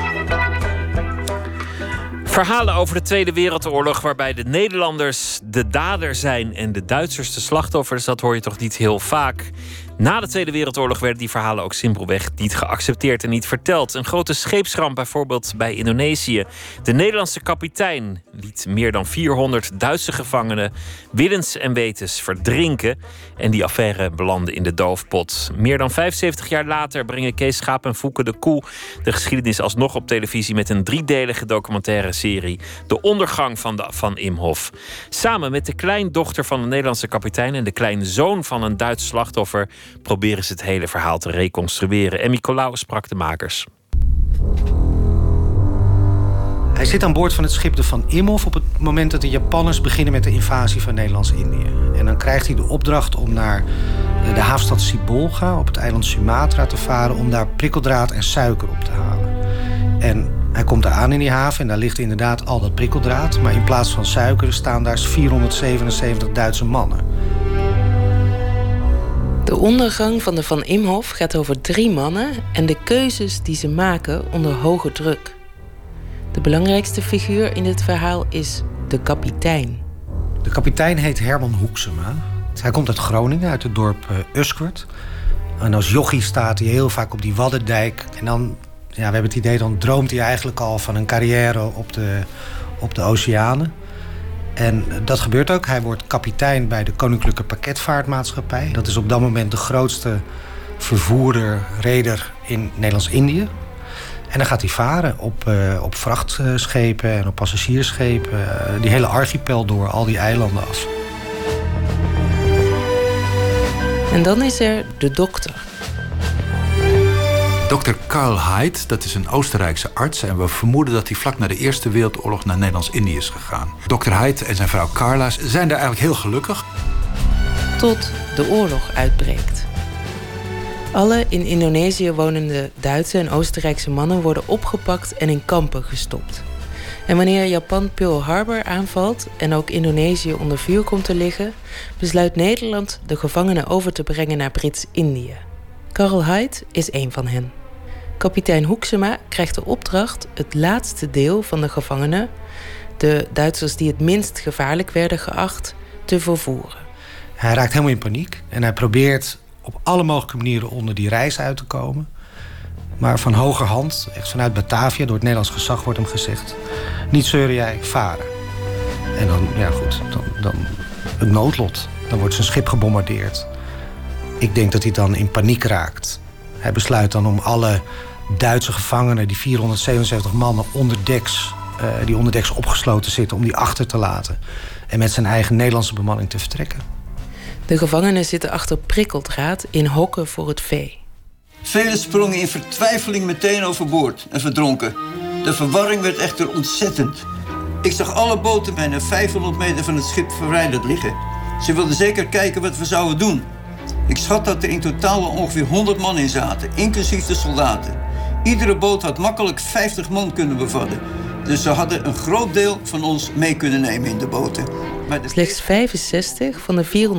Verhalen over de Tweede Wereldoorlog waarbij de Nederlanders de dader zijn en de Duitsers de slachtoffers, dat hoor je toch niet heel vaak. Na de Tweede Wereldoorlog werden die verhalen ook simpelweg niet geaccepteerd en niet verteld. Een grote scheepsramp bijvoorbeeld bij Indonesië. De Nederlandse kapitein liet meer dan 400 Duitse gevangenen willens en wetens verdrinken. En die affaire belandde in de doofpot. Meer dan 75 jaar later brengen Kees Schaap en Fouke de Koe de geschiedenis alsnog op televisie met een 3-delige documentaire serie. De ondergang van Imhof. Samen met de kleindochter van de Nederlandse kapitein en de kleinzoon van een Duits slachtoffer proberen ze het hele verhaal te reconstrueren. Emmy Colau sprak de makers. Hij zit aan boord van het schip de Van Imhof op het moment dat de Japanners beginnen met de invasie van Nederlands-Indië. En dan krijgt hij de opdracht om naar de havenstad Sibolga op het eiland Sumatra te varen om daar prikkeldraad en suiker op te halen. En hij komt daar aan in die haven en daar ligt inderdaad al dat prikkeldraad, maar in plaats van suiker staan daar 477 Duitse mannen. De ondergang van de Van Imhof gaat over 3 mannen en de keuzes die ze maken onder hoge druk. De belangrijkste figuur in dit verhaal is de kapitein. De kapitein heet Herman Hoeksema. Hij komt uit Groningen, uit het dorp Usquert. En als jochie staat hij heel vaak op die Waddendijk. En dan, we hebben het idee, dan droomt hij eigenlijk al van een carrière op de oceanen. En dat gebeurt ook. Hij wordt kapitein bij de Koninklijke Pakketvaartmaatschappij. Dat is op dat moment de grootste reder in Nederlands-Indië. En dan gaat hij varen op vrachtschepen en op passagiersschepen. Die hele archipel door, al die eilanden af. En dan is er de dokter. Dr. Karl Haidt, dat is een Oostenrijkse arts en we vermoeden dat hij vlak na de Eerste Wereldoorlog naar Nederlands-Indië is gegaan. Dr. Haidt en zijn vrouw Carla zijn daar eigenlijk heel gelukkig. Tot de oorlog uitbreekt. Alle in Indonesië wonende Duitse en Oostenrijkse mannen worden opgepakt en in kampen gestopt. En wanneer Japan Pearl Harbor aanvalt en ook Indonesië onder vuur komt te liggen, besluit Nederland de gevangenen over te brengen naar Brits-Indië. Karl Haidt is één van hen. Kapitein Hoeksema krijgt de opdracht het laatste deel van de gevangenen, de Duitsers die het minst gevaarlijk werden geacht, te vervoeren. Hij raakt helemaal in paniek en hij probeert op alle mogelijke manieren onder die reis uit te komen. Maar van hogerhand, echt vanuit Batavia, door het Nederlands gezag wordt hem gezegd: niet zeuren jij, varen. En dan, ja goed, dan het noodlot. Dan wordt zijn schip gebombardeerd. Ik denk dat hij dan in paniek raakt. Hij besluit dan om alle Duitse gevangenen, die 477 mannen onderdeks, die onderdeks opgesloten zitten, om die achter te laten. En met zijn eigen Nederlandse bemanning te vertrekken. De gevangenen zitten achter prikkeldraad in hokken voor het vee. Velen sprongen in vertwijfeling meteen overboord en verdronken. De verwarring werd echter ontzettend. Ik zag alle boten bijna 500 meter van het schip verwijderd liggen. Ze wilden zeker kijken wat we zouden doen. Ik schat dat er in totaal ongeveer 100 man in zaten, inclusief de soldaten. Iedere boot had makkelijk 50 man kunnen bevatten. Dus ze hadden een groot deel van ons mee kunnen nemen in de boten. Slechts 65 van de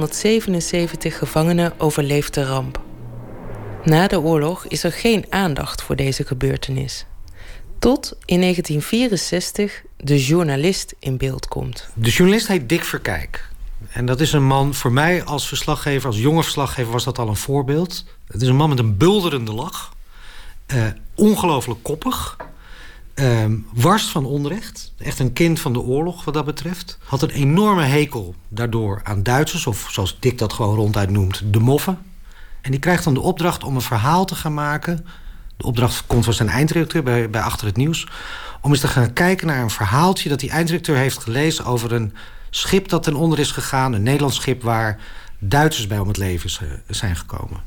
477 gevangenen overleeft de ramp. Na de oorlog is er geen aandacht voor deze gebeurtenis. Tot in 1964 de journalist in beeld komt. De journalist heet Dick Verkijk. En dat is een man, voor mij als verslaggever, als jonge verslaggever was dat al een voorbeeld. Het is een man met een bulderende lach. Ongelooflijk koppig. Wars van onrecht. Echt een kind van de oorlog wat dat betreft. Had een enorme hekel daardoor aan Duitsers, of zoals Dick dat gewoon ronduit noemt, de moffen. En die krijgt dan de opdracht om een verhaal te gaan maken. De opdracht komt van zijn eindredacteur bij Achter het Nieuws. Om eens te gaan kijken naar een verhaaltje dat die eindredacteur heeft gelezen over een schip dat ten onder is gegaan. Een Nederlands schip waar Duitsers bij om het leven zijn gekomen.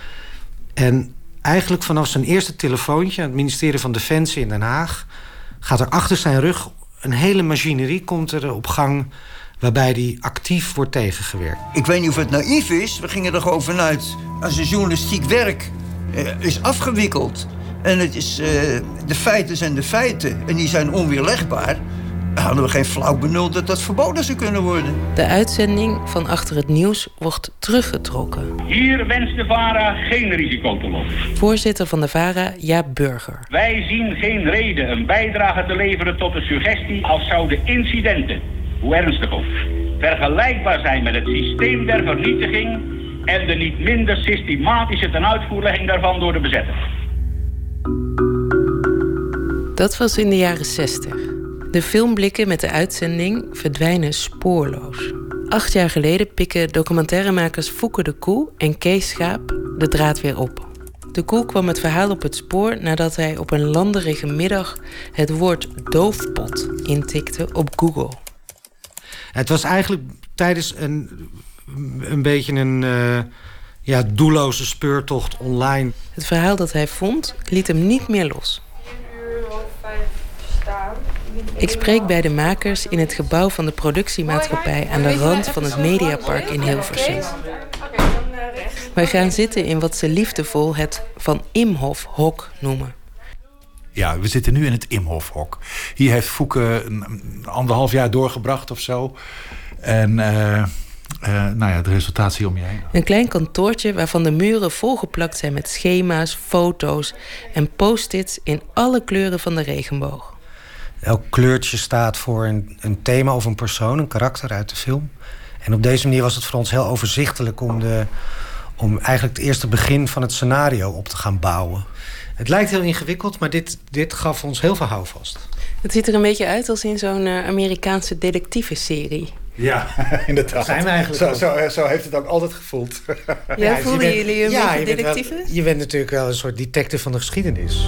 En eigenlijk vanaf zijn eerste telefoontje aan het ministerie van Defensie in Den Haag gaat er achter zijn rug een hele machinerie komt er op gang waarbij die actief wordt tegengewerkt. Ik weet niet of het naïef is. We gingen er gewoon vanuit als een journalistiek werk is afgewikkeld. En het is, de feiten zijn de feiten. En die zijn onweerlegbaar. Hadden we geen flauw benul dat dat verboden zou kunnen worden. De uitzending van Achter het Nieuws wordt teruggetrokken. Hier wenst de VARA geen risico te lopen. Voorzitter van de VARA, Jaap Burger. Wij zien geen reden een bijdrage te leveren tot de suggestie als zouden incidenten, hoe ernstig ook, vergelijkbaar zijn met het systeem der vernietiging en de niet minder systematische tenuitvoerlegging daarvan door de bezetter. Dat was in de jaren 60. De filmblikken met de uitzending verdwijnen spoorloos. 8 jaar geleden pikken documentairemakers Fouke de Koe en Kees Schaap de draad weer op. De Koe kwam het verhaal op het spoor nadat hij op een landerige middag het woord doofpot intikte op Google. Het was eigenlijk tijdens een beetje een doelloze speurtocht online. Het verhaal dat hij vond liet hem niet meer los. Ik spreek bij de makers in het gebouw van de productiemaatschappij aan de rand van het Mediapark in Hilversum. Wij gaan zitten in wat ze liefdevol het Van Imhoff-hok noemen. Ja, we zitten nu in het Imhoff-hok. Hier heeft Fouke een 1,5 jaar doorgebracht of zo. En het resultaat zie je om je heen. Een klein kantoortje waarvan de muren volgeplakt zijn met schema's, foto's en post-its in alle kleuren van de regenboog. Elk kleurtje staat voor een thema of een persoon, een karakter uit de film. En op deze manier was het voor ons heel overzichtelijk om eigenlijk het eerste begin van het scenario op te gaan bouwen. Het lijkt heel ingewikkeld, maar dit gaf ons heel veel houvast. Het ziet er een beetje uit als in zo'n Amerikaanse detective-serie. Ja, inderdaad. Zijn we eigenlijk zo heeft het ook altijd gevoeld. Ja, voelden jullie een beetje detective? Je bent natuurlijk wel een soort detective van de geschiedenis.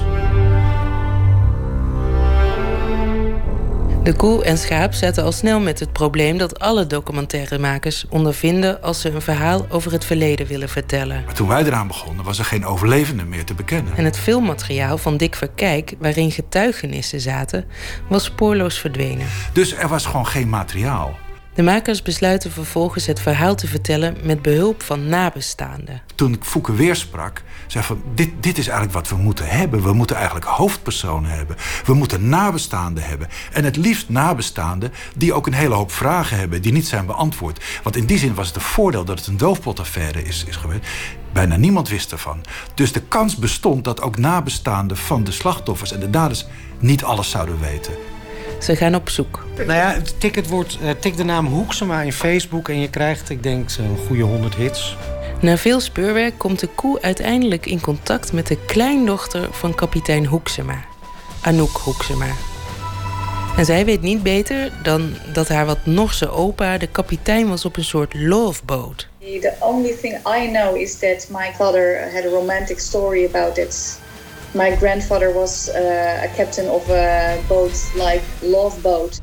De Koe en Schaap zaten al snel met het probleem dat alle documentairemakers ondervinden als ze een verhaal over het verleden willen vertellen. Maar toen wij eraan begonnen was er geen overlevende meer te bekennen. En het filmmateriaal van Dick Verkijk, waarin getuigenissen zaten, was spoorloos verdwenen. Dus er was gewoon geen materiaal. De makers besluiten vervolgens het verhaal te vertellen met behulp van nabestaanden. Toen ik Fouke weer sprak, zei van dit is eigenlijk wat we moeten hebben. We moeten eigenlijk hoofdpersonen hebben. We moeten nabestaanden hebben. En het liefst nabestaanden die ook een hele hoop vragen hebben die niet zijn beantwoord. Want in die zin was het een voordeel dat het een doofpotaffaire is geweest. Bijna niemand wist ervan. Dus de kans bestond dat ook nabestaanden van de slachtoffers en de daders niet alles zouden weten. Ze gaan op zoek. Nou ja, tik de naam Hoeksema in Facebook en je krijgt, ik denk, zo'n goede 100 hits. Na veel speurwerk komt de koe uiteindelijk in contact met de kleindochter van kapitein Hoeksema, Anouk Hoeksema. En zij weet niet beter dan dat haar wat Norse opa de kapitein was op een soort loveboat. The only thing I know is that my father had a romantic story about it. My grandfather was a captain of a boat like Loveboat.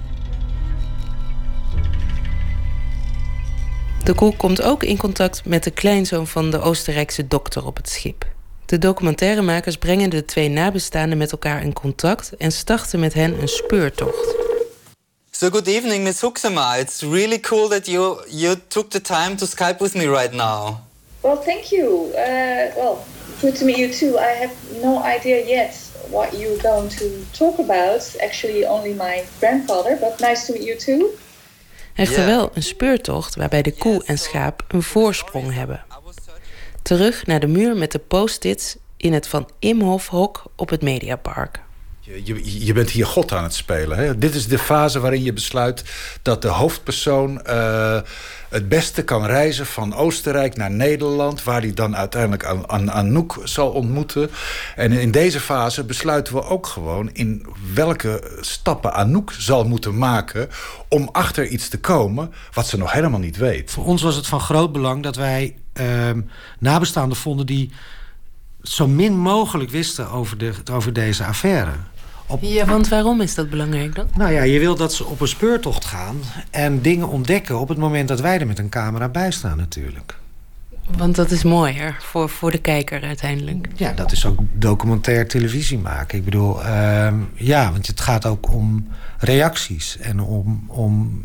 De koe komt ook in contact met de kleinzoon van de Oostenrijkse dokter op het schip. De documentairemakers brengen de twee nabestaanden met elkaar in contact en starten met hen een speurtocht. So good evening, Miss Hoeksema. It's really cool that you took the time to Skype with me right now. Well, thank you. Good to meet you too. I have no idea yet what you're going to talk about. Actually, only my grandfather, but nice to meet you too. Echter wel een speurtocht waarbij de koe en schaap een voorsprong hebben. Terug naar de muur met de post-its in het Van Imhoff-hok op het Mediapark. Je bent hier God aan het spelen. Hè? Dit is de fase waarin je besluit dat de hoofdpersoon het beste kan reizen van Oostenrijk naar Nederland, waar hij dan uiteindelijk Anouk zal ontmoeten. En in deze fase besluiten we ook gewoon in welke stappen Anouk zal moeten maken om achter iets te komen wat ze nog helemaal niet weet. Voor ons was het van groot belang dat wij nabestaanden vonden die zo min mogelijk wisten over deze affaire. Ja, want waarom is dat belangrijk dan? Nou ja, je wil dat ze op een speurtocht gaan en dingen ontdekken op het moment dat wij er met een camera bij staan natuurlijk. Want dat is mooier voor de kijker uiteindelijk. Ja, dat is ook documentair televisie maken. Ik bedoel, want het gaat ook om reacties en om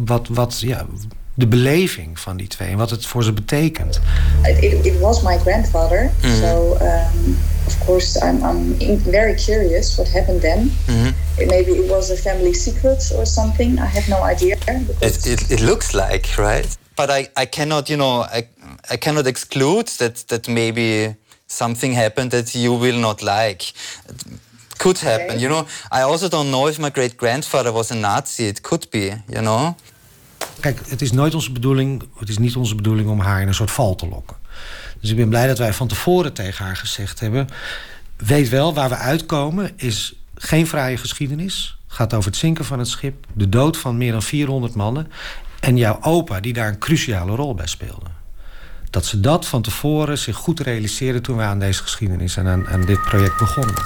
de beleving van die twee en wat het voor ze betekent. It was my grandfather, so of course I'm very curious what happened then. Maybe it was a family secret or something. I have no idea. It looks like, right? But I cannot, I cannot exclude that maybe something happened that you will not like. It could happen, okay. I also don't know if my great-grandfather was a Nazi. It could be, Kijk, het is niet onze bedoeling om haar in een soort val te lokken. Dus ik ben blij dat wij van tevoren tegen haar gezegd hebben, weet wel, waar we uitkomen is geen fraaie geschiedenis. Het gaat over het zinken van het schip, de dood van meer dan 400 mannen en jouw opa die daar een cruciale rol bij speelde. Dat ze dat van tevoren zich goed realiseerden toen we aan deze geschiedenis en aan dit project begonnen.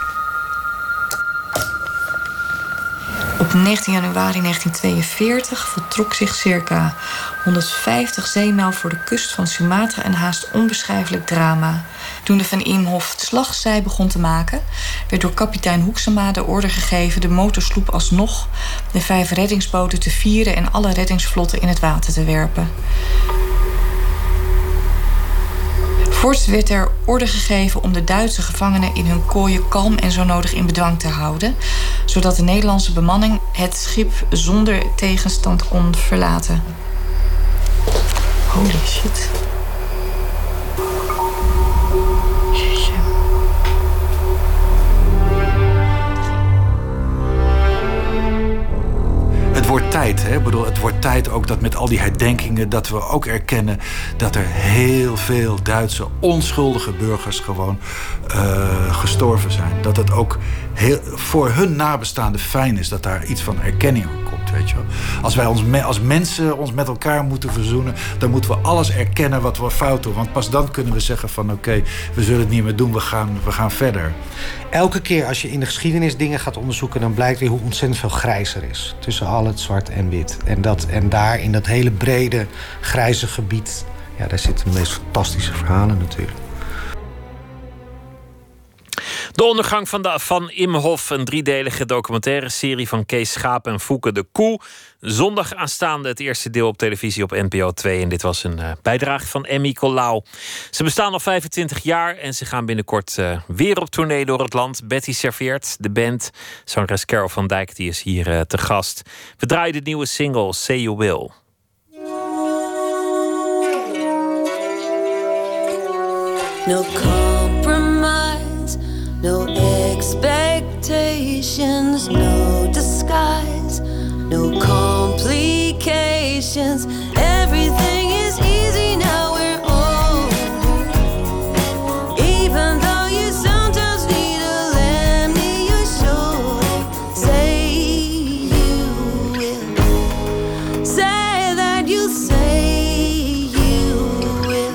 Op 19 januari 1942 voltrok zich circa 150 zeemijl voor de kust van Sumatra een haast onbeschrijfelijk drama. Toen de Van Imhoff het slagzij begon te maken, werd door kapitein Hoeksema de order gegeven de motorsloep alsnog de 5 reddingsboten te vieren en alle reddingsvlotten in het water te werpen. Voorts werd er order gegeven om de Duitse gevangenen in hun kooien kalm en zo nodig in bedwang te houden, zodat de Nederlandse bemanning het schip zonder tegenstand kon verlaten. Holy shit. Jeetje. Het wordt tijd, hè? Ik bedoel, het wordt tijd ook dat met al die herdenkingen dat we ook erkennen dat er heel veel Duitse onschuldige burgers gewoon gestorven zijn. Dat het ook voor hun nabestaanden fijn is dat daar iets van erkenning komt, weet je wel. Als wij als mensen ons met elkaar moeten verzoenen, dan moeten we alles erkennen wat we fout doen. Want pas dan kunnen we zeggen van oké, we zullen het niet meer doen, we gaan verder. Elke keer als je in de geschiedenis dingen gaat onderzoeken, dan blijkt weer hoe ontzettend veel grijs er is tussen al het zwart en wit. En daar in dat hele brede grijze gebied, ja, daar zitten de meest fantastische verhalen natuurlijk. De ondergang van Imhof, een 3-delige documentaire serie van Kees Schaap en Fouke de Koe. Zondag aanstaande het eerste deel op televisie op NPO 2. En dit was een bijdrage van Emmy Colau. Ze bestaan al 25 jaar en ze gaan binnenkort weer op tournee door het land. Betty Serveert, de band. Zangeres Carol van Dijk, die is hier te gast. We draaien de nieuwe single Say You Will. No compromise, no expectations, no disguise, no complications. Everything is easy now, we're older. Even though you sometimes need a lend me your shoulder. Say you will. Say that you say you will.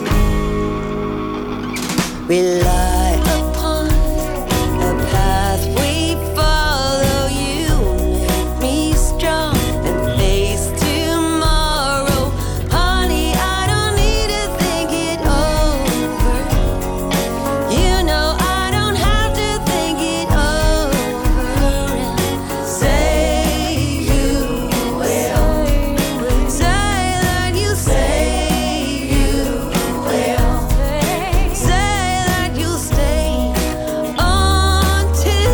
Rely upon a path we follow. You make me strong and face tomorrow. Honey, I don't need to think it over. You know I don't have to think it over. Say you will. Say that you say you will. Say that you'll stay until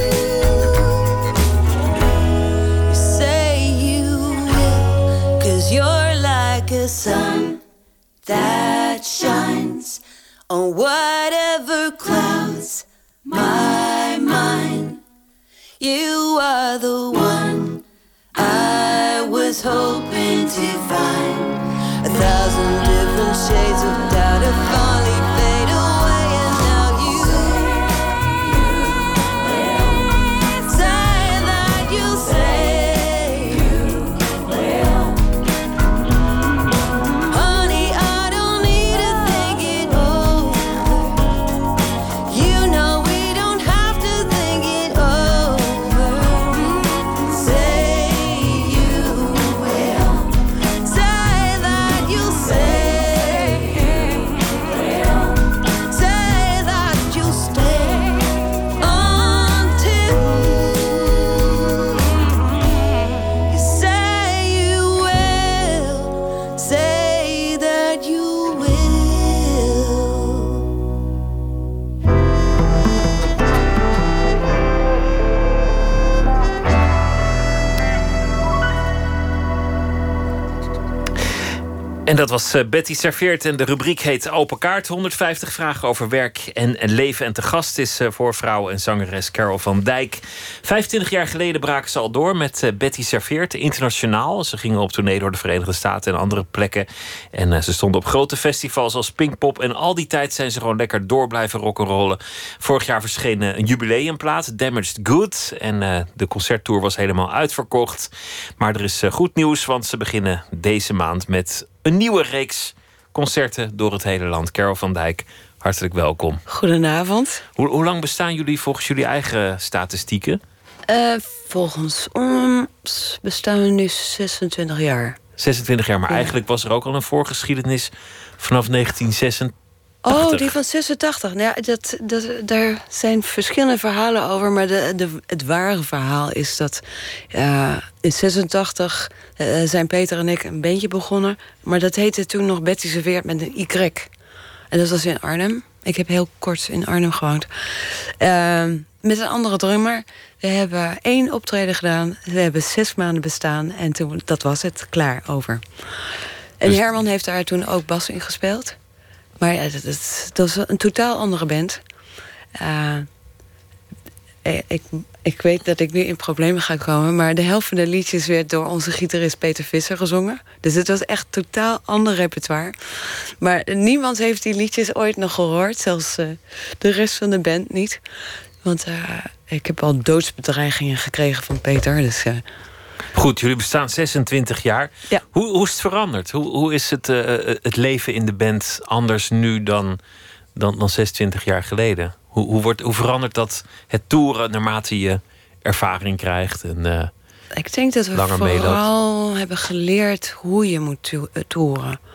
you say you will. 'Cause you're like a sun that shines on whatever clouds my mind. You are the one I was hoping to find. 1,000 different shades of doubt have finally fade away, and now you say that you say you will. Honey, I don't need to think it over. You know we don't have to think it over. Say you will. Say that you say you will. Say that you'll stay until you say you will. Say that you will. En dat was Betty Serveert en de rubriek heet Open Kaart. 150 vragen over werk en leven. En te gast is voorvrouw en zangeres Carol van Dijk. 25 jaar geleden braken ze al door met Betty Serveert internationaal. Ze gingen op tournee door de Verenigde Staten en andere plekken. En ze stonden op grote festivals als Pinkpop. En al die tijd zijn ze gewoon lekker door blijven rock'n'rollen. Vorig jaar verscheen een jubileumplaat, Damaged Good. En de concerttour was helemaal uitverkocht. Maar er is goed nieuws, want ze beginnen deze maand met een nieuwe reeks concerten door het hele land. Carol van Dijk, hartelijk welkom. Goedenavond. Hoe lang bestaan jullie volgens jullie eigen statistieken? Volgens ons bestaan we nu 26 jaar. 26 jaar, maar eigenlijk was er ook al een voorgeschiedenis vanaf 1986. Oh, die van 86. Nou ja, daar zijn verschillende verhalen over. Maar het ware verhaal is dat in 86 zijn Peter en ik een bandje begonnen. Maar dat heette toen nog Betty Serveert met een Y. En dat was in Arnhem. Ik heb heel kort in Arnhem gewoond. Met een andere drummer. We hebben 1 optreden gedaan. We hebben 6 maanden bestaan. En toen, dat was het, klaar, over. En dus Herman heeft daar toen ook bas in gespeeld. Maar ja, dat is een totaal andere band. Ik weet dat ik nu in problemen ga komen. Maar de helft van de liedjes werd door onze gitarist Peter Visser gezongen. Dus het was echt totaal ander repertoire. Maar niemand heeft die liedjes ooit nog gehoord. Zelfs de rest van de band niet. Want ik heb al doodsbedreigingen gekregen van Peter. Dus, Goed, jullie bestaan 26 jaar. Ja. Hoe is het veranderd? Hoe is het leven in de band anders nu dan 26 jaar geleden? Hoe verandert dat het toeren naarmate je ervaring krijgt? En, ik denk dat we vooral hebben geleerd hoe je moet toeren.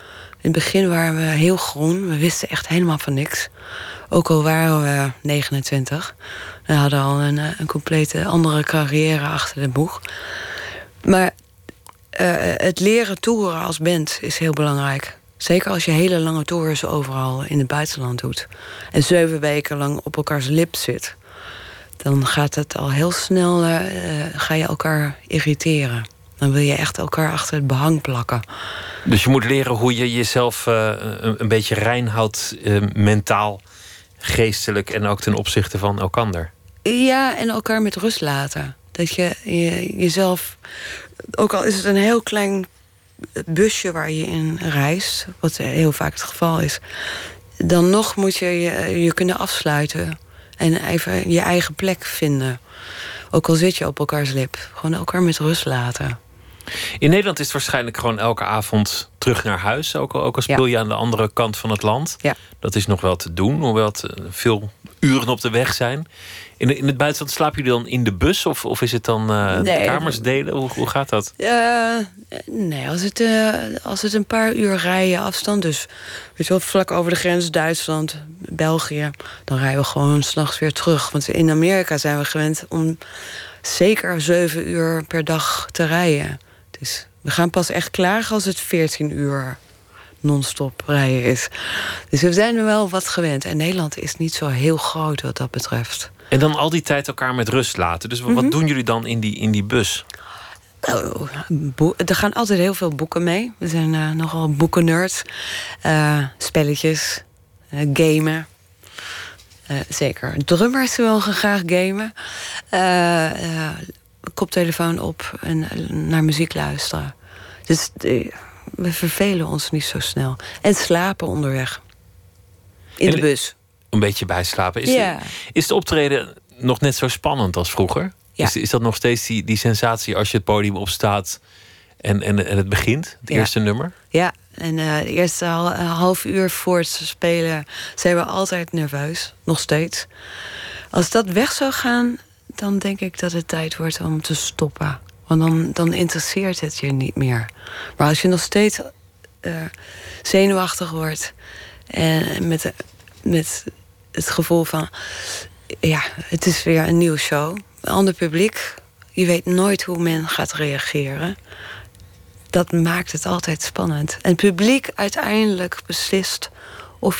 het begin waren we heel groen. We wisten echt helemaal van niks. Ook al waren we 29. We hadden al een complete andere carrière achter de boeg. Maar het leren toeren als band is heel belangrijk. Zeker als je hele lange tours overal in het buitenland doet. En 7 weken lang op elkaars lip zit. Dan gaat het al heel snel, ga je elkaar irriteren. Dan wil je echt elkaar achter het behang plakken. Dus je moet leren hoe je jezelf een beetje rein houdt, mentaal, geestelijk en ook ten opzichte van elkander. Ja, en elkaar met rust laten. Dat je jezelf, ook al is het een heel klein busje waar je in reist, wat heel vaak het geval is, dan nog moet je kunnen afsluiten en even je eigen plek vinden. Ook al zit je op elkaars lip. Gewoon elkaar met rust laten. In Nederland is het waarschijnlijk gewoon elke avond terug naar huis. Ook al speel je aan de andere kant van het land. Ja. Dat is nog wel te doen, hoewel het veel uren op de weg zijn. In het buitenland slapen jullie dan in de bus? Of is het dan kamers delen? Hoe gaat dat? Nee, als het een paar uur rijden afstand, dus weet je wel, vlak over de grens Duitsland, België, dan rijden we gewoon 's nachts weer terug. Want in Amerika zijn we gewend om zeker 7 uur per dag te rijden. Dus we gaan pas echt klagen als het 14 uur non-stop rijden is. Dus we zijn er wel wat gewend. En Nederland is niet zo heel groot wat dat betreft. En dan al die tijd elkaar met rust laten. Dus wat doen jullie dan in die bus? Er gaan altijd heel veel boeken mee. We zijn nogal boekennerds. Spelletjes, gamen. Zeker. Drummers willen graag gamen. Koptelefoon op en naar muziek luisteren. Dus we vervelen ons niet zo snel. En slapen onderweg. In de bus. Een beetje bijslapen. Is het optreden nog net zo spannend als vroeger? Ja. Is dat nog steeds die sensatie als je het podium opstaat en het begint? Het eerste nummer? Ja, en de eerste half uur voor het spelen zijn we altijd nerveus. Nog steeds. Als dat weg zou gaan, dan denk ik dat het tijd wordt om te stoppen. Want dan interesseert het je niet meer. Maar als je nog steeds zenuwachtig wordt en met het gevoel van, ja, het is weer een nieuwe show, een ander publiek, je weet nooit hoe men gaat reageren. Dat maakt het altijd spannend. En het publiek uiteindelijk beslist of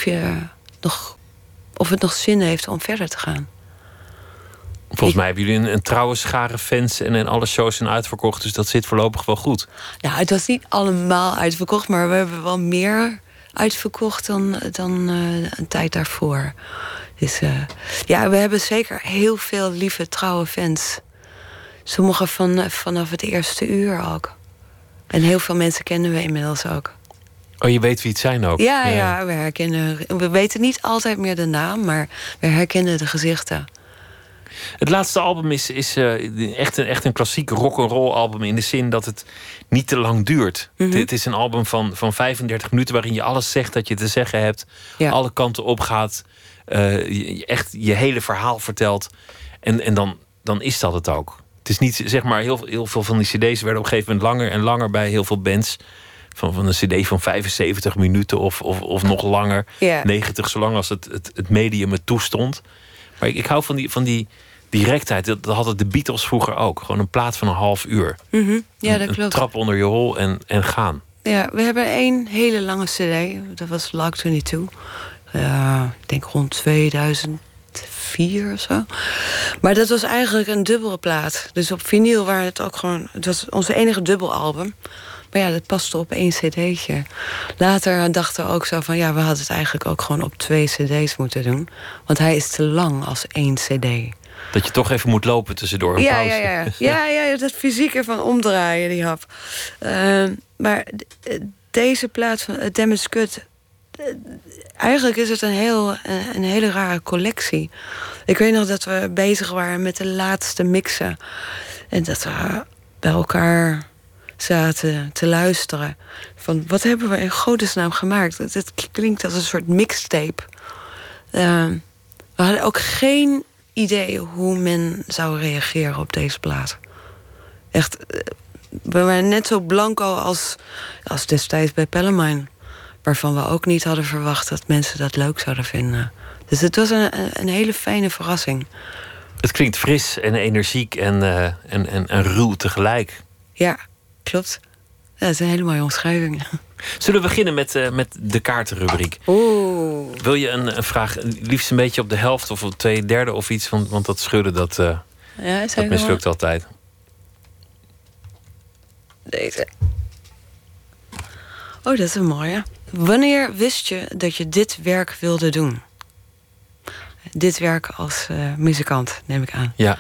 het nog zin heeft om verder te gaan. Volgens mij hebben jullie een trouwe schare fans en alle shows zijn uitverkocht, dus dat zit voorlopig wel goed. Nou, het was niet allemaal uitverkocht, maar we hebben wel meer uitverkocht dan een tijd daarvoor. Dus ja, we hebben zeker heel veel lieve, trouwe fans. Sommigen vanaf het eerste uur ook. En heel veel mensen kennen we inmiddels ook. Oh, je weet wie het zijn ook? Ja, we herkennen. We weten niet altijd meer de naam, maar we herkennen de gezichten. Het laatste album is echt een klassiek rock'n'roll album, in de zin dat het niet te lang duurt. Het is een album van 35 minuten waarin je alles zegt dat je te zeggen hebt. Ja. Alle kanten opgaat. Echt je hele verhaal vertelt. En dan is dat het ook. Het is niet, zeg maar, heel veel van die cd's werden op een gegeven moment langer en langer bij heel veel bands. Van een cd van 75 minuten of nog langer. Yeah. 90, zolang als het medium het toestond. Maar ik hou van die directheid. Dat hadden de Beatles vroeger ook. Gewoon een plaat van een half uur. Ja, dat klopt. Een trap onder je hol en gaan. Ja, we hebben 1 hele lange cd. Dat was Log 22. Ik denk rond 2004 of zo. Maar dat was eigenlijk een dubbele plaat. Dus op vinyl waren het ook gewoon, het was onze enige dubbelalbum. Maar ja, dat paste op 1 cd'tje. Later dachten we ook zo van, ja, we hadden het eigenlijk ook gewoon op 2 cd's moeten doen. Want hij is te lang als 1 cd. Dat je toch even moet lopen tussendoor. Ja, dat fysieke van omdraaien, die hap. Maar deze plaat van Damaged Good, eigenlijk is het een hele rare collectie. Ik weet nog dat we bezig waren met de laatste mixen. En dat we bij elkaar zaten te luisteren. Van, wat hebben we in godesnaam gemaakt? Het klinkt als een soort mixtape. We hadden ook geen idee hoe men zou reageren op deze plaat. Echt, we waren net zo blanco als destijds bij Pellemijn. waarvan we ook niet hadden verwacht dat mensen dat leuk zouden vinden. Dus het was een hele fijne verrassing. Het klinkt fris en energiek en ruw tegelijk. Ja, klopt. Ja, dat is een hele mooie omschrijving. Zullen we beginnen met de kaartenrubriek? Oeh. Wil je een vraag liefst een beetje op de helft of op 2/3 of iets? Want dat schudden, dat mislukt altijd. Deze. Oh, dat is een mooie. Wanneer wist je dat je dit werk wilde doen? Dit werk als muzikant, neem ik aan. Ja.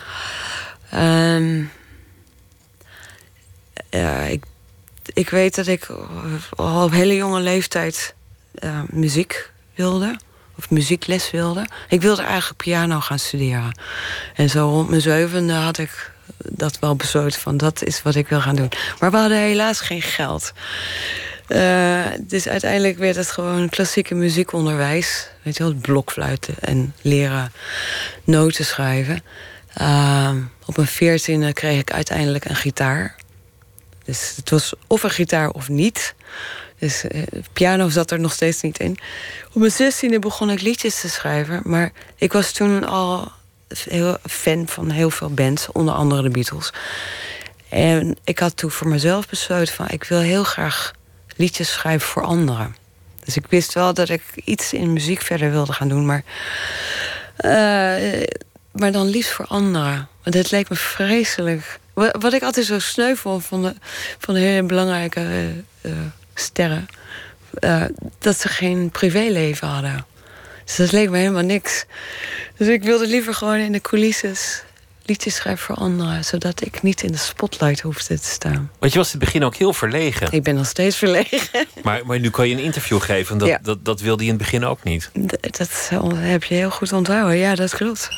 Ik weet dat ik al op hele jonge leeftijd muziek wilde. Of muziekles wilde. Ik wilde eigenlijk piano gaan studeren. En zo rond mijn 7e had ik dat wel besloten van dat is wat ik wil gaan doen. Maar we hadden helaas geen geld. Dus uiteindelijk werd het gewoon klassieke muziekonderwijs. Weet je wel, blokfluiten en leren noten schrijven. Op mijn 14e kreeg ik uiteindelijk een gitaar. Dus het was of een gitaar of niet. Dus piano zat er nog steeds niet in. Op mijn 16e begon ik liedjes te schrijven. Maar ik was toen al heel fan van heel veel bands. Onder andere de Beatles. En ik had toen voor mezelf besloten van ik wil heel graag liedjes schrijven voor anderen. Dus ik wist wel dat ik iets in muziek verder wilde gaan doen. Maar dan liefst voor anderen. Want het leek me vreselijk. Wat ik altijd zo sneu vond van de hele belangrijke sterren. Dat ze geen privéleven hadden. Dus dat leek me helemaal niks. Dus ik wilde liever gewoon in de coulisses liedjes schrijven voor anderen. Zodat ik niet in de spotlight hoefde te staan. Want je was in het begin ook heel verlegen. Ik ben nog steeds verlegen. Maar nu kan je een interview geven. En dat wilde je in het begin ook niet. Dat heb je heel goed onthouden. Ja, dat klopt.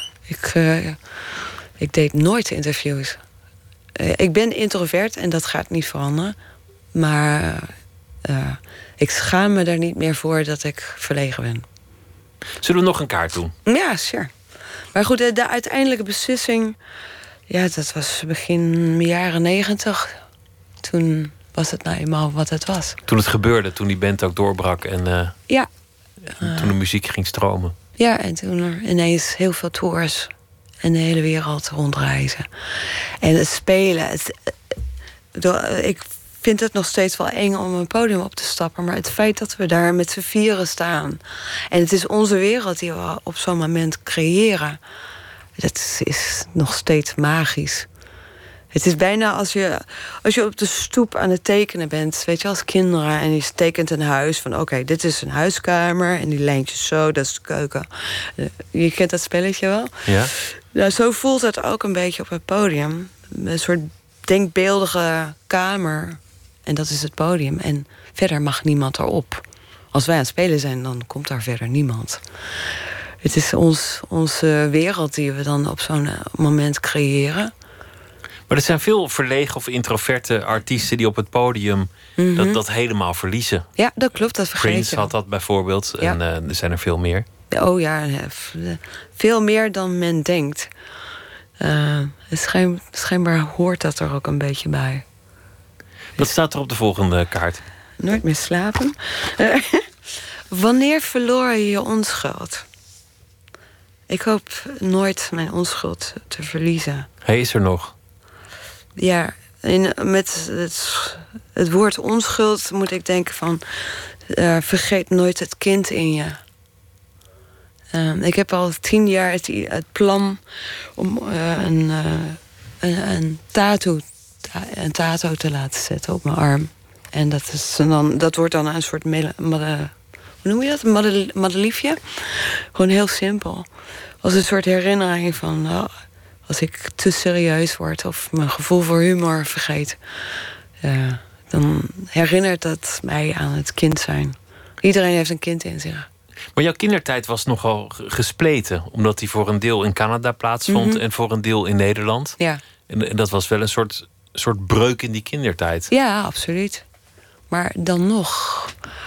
Ik deed nooit interviews. Ik ben introvert en dat gaat niet veranderen. Maar ik schaam me er niet meer voor dat ik verlegen ben. Zullen we nog een kaart doen? Ja, sure. Maar goed, de uiteindelijke beslissing... Ja, dat was begin jaren 90. Toen was het nou eenmaal wat het was. Toen het gebeurde, toen die band ook doorbrak en toen de muziek ging stromen. Ja, en toen er ineens heel veel tours en de hele wereld rondreizen. En het spelen. Ik vind het nog steeds wel eng om een podium op te stappen. Maar het feit dat we daar met z'n vieren staan. En het is onze wereld die we op zo'n moment creëren. Dat is nog steeds magisch. Het is bijna als je op de stoep aan het tekenen bent, weet je, als kinderen, en je tekent een huis van oké, dit is een huiskamer en die lijntjes zo, dat is de keuken. Je kent dat spelletje wel? Ja. Nou, zo voelt het ook een beetje op het podium. Een soort denkbeeldige kamer. En dat is het podium. En verder mag niemand erop. Als wij aan het spelen zijn, dan komt daar verder niemand. Het is onze wereld die we dan op zo'n moment creëren. Maar er zijn veel verlegen of introverte artiesten die op het podium dat helemaal verliezen. Ja, dat klopt, dat vergeet Prince had dat bijvoorbeeld. Ja. En er zijn er veel meer. Oh ja, veel meer dan men denkt. Schijnbaar hoort dat er ook een beetje bij. Wat staat er op de volgende kaart? Nooit meer slapen. Wanneer verloor je je onschuld? Ik hoop nooit mijn onschuld te verliezen. Hij is er nog. Ja, met het woord onschuld moet ik denken van... vergeet nooit het kind in je. Ik heb al 10 jaar het plan om een tattoo te laten zetten op mijn arm. En dat wordt dan een soort... hoe noem je dat? Madeliefje? Gewoon heel simpel. Als een soort herinnering van... als ik te serieus word of mijn gevoel voor humor vergeet... dan herinnert dat mij aan het kind zijn. Iedereen heeft een kind in zich. Maar jouw kindertijd was nogal gespleten. Omdat die voor een deel in Canada plaatsvond en voor een deel in Nederland. Ja. En dat was wel een soort breuk in die kindertijd. Ja, absoluut. Maar dan nog...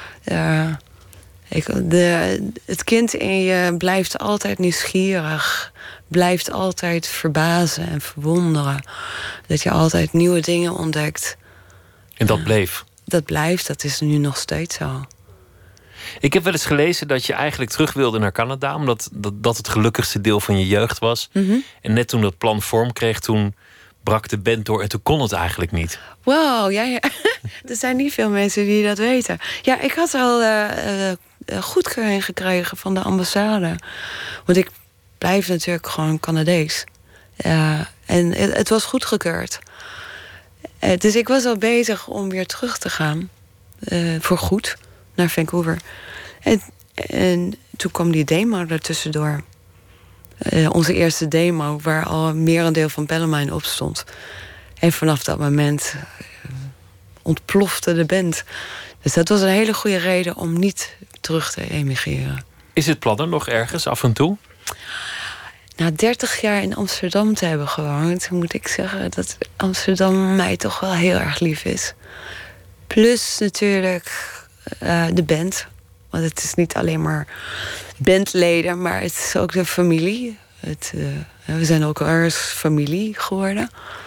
het kind in je blijft altijd nieuwsgierig. Blijft altijd verbazen en verwonderen. Dat je altijd nieuwe dingen ontdekt. En dat bleef? Dat blijft, dat is nu nog steeds zo. Ik heb wel eens gelezen dat je eigenlijk terug wilde naar Canada, omdat dat het gelukkigste deel van je jeugd was. Mm-hmm. En net toen dat plan vorm kreeg, toen brak de band door en toen kon het eigenlijk niet. Wow, ja. Er zijn niet veel mensen die dat weten. Ja, ik had al goedkeuring gekregen van de ambassade. Want ik blijf natuurlijk gewoon Canadees. En het was goedgekeurd. Dus ik was al bezig om weer terug te gaan. Voor goed, naar Vancouver. En toen kwam die demo ertussendoor. Onze eerste demo, waar al een merendeel van Bellarmine op stond. En vanaf dat moment ontplofte de band. Dus dat was een hele goede reden om niet terug te emigreren. Is het plan er nog ergens af en toe? Na 30 jaar in Amsterdam te hebben gewoond, moet ik zeggen dat Amsterdam mij toch wel heel erg lief is. Plus natuurlijk de band. Want het is niet alleen maar bandleden, maar het is ook de familie. We zijn ook ergens familie geworden.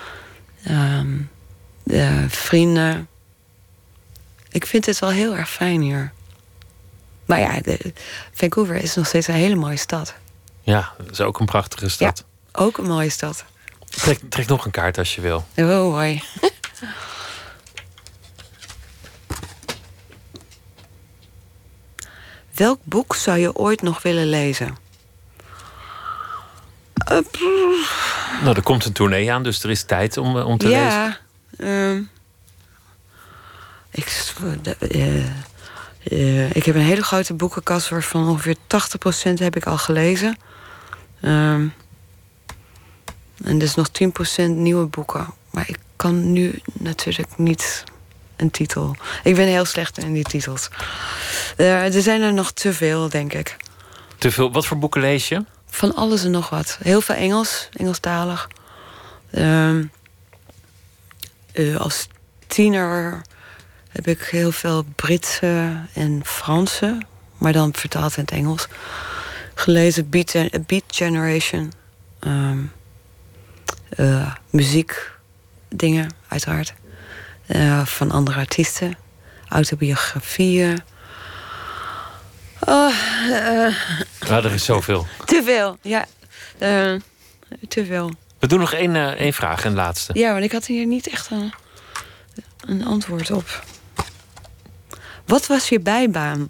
De vrienden. Ik vind het wel heel erg fijn hier. Maar ja, Vancouver is nog steeds een hele mooie stad. Ja, dat is ook een prachtige stad. Ja, ook een mooie stad. Trek nog een kaart als je wil. Oh, mooi. Welk boek zou je ooit nog willen lezen? Nou, er komt een tournee aan, dus er is tijd om te lezen. Ik heb een hele grote boekenkast waarvan ongeveer 80% heb ik al gelezen. En dus nog 10% nieuwe boeken. Maar ik kan nu natuurlijk niet een titel. Ik ben heel slecht in die titels. Er zijn er nog te veel, denk ik. Te veel? Wat voor boeken lees je? Van alles en nog wat. Heel veel Engelstalig. Als tiener heb ik heel veel Britse en Franse, maar dan vertaald in het Engels, gelezen. Beat Generation. Muziekdingen, uiteraard. Van andere artiesten. Autobiografieën. Er is zoveel. Te veel, ja. Te veel. We doen nog één vraag, een laatste. Ja, want ik had hier niet echt een antwoord op. Wat was je bijbaan?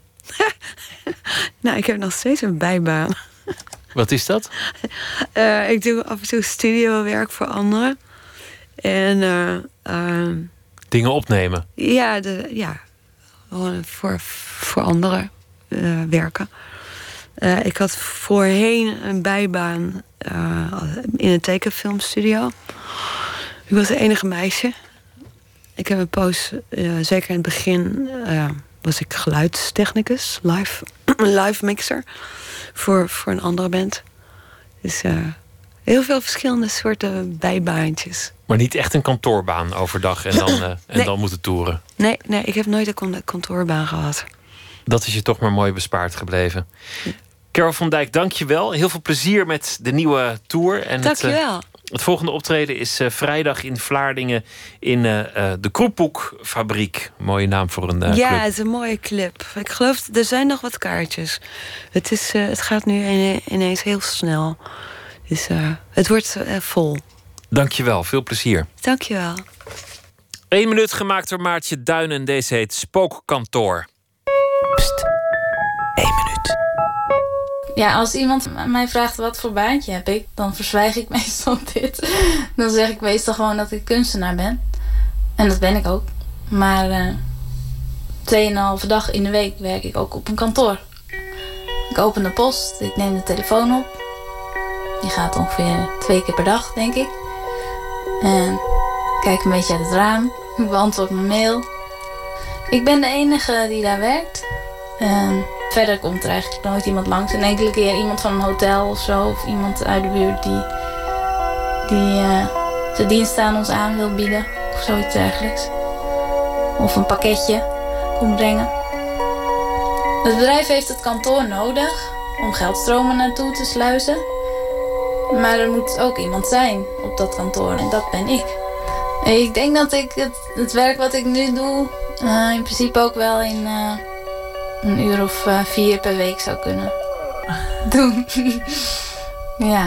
Nou, ik heb nog steeds een bijbaan. Wat is dat? Ik doe af en toe studiowerk voor anderen. En dingen opnemen? Ja, gewoon voor anderen werken. Ik had voorheen een bijbaan in een tekenfilmstudio. Ik was de enige meisje. Ik heb een poos, zeker in het begin, was ik geluidstechnicus, live mixer voor een andere band. Dus heel veel verschillende soorten bijbaantjes. Maar niet echt een kantoorbaan overdag en dan, nee. Dan moeten toeren? Nee, ik heb nooit een kantoorbaan gehad. Dat is je toch maar mooi bespaard gebleven. Carol van Dijk, dank je wel. Heel veel plezier met de nieuwe tour. En dank je wel. Het volgende optreden is vrijdag in Vlaardingen in de Kroephoekfabriek. Mooie naam voor een club. Ja, het is een mooie club. Ik geloof, er zijn nog wat kaartjes. Het gaat nu ineens heel snel. Dus het wordt vol. Dank je wel, veel plezier. Dank je wel. 1 minuut gemaakt door Maartje Duin en deze heet Spookkantoor. Pst, 1 minuut. Ja, als iemand mij vraagt wat voor baantje heb ik, dan verzwijg ik meestal dit. Dan zeg ik meestal gewoon dat ik kunstenaar ben. En dat ben ik ook. Maar 2,5 dag in de week werk ik ook op een kantoor. Ik open de post, ik neem de telefoon op. Die gaat ongeveer 2 keer per dag, denk ik. En kijk een beetje uit het raam. Ik beantwoord mijn mail. Ik ben de enige die daar werkt. Verder komt er eigenlijk nooit iemand langs. Een enkele keer iemand van een hotel of zo. Of iemand uit de buurt die zijn dienst aan ons aan wil bieden. Of zoiets dergelijks. Of een pakketje komt brengen. Het bedrijf heeft het kantoor nodig om geldstromen naartoe te sluizen. Maar er moet ook iemand zijn op dat kantoor. En dat ben ik. Ik denk dat ik het werk wat ik nu doe in principe ook wel in een uur of 4 per week zou kunnen doen. Ja.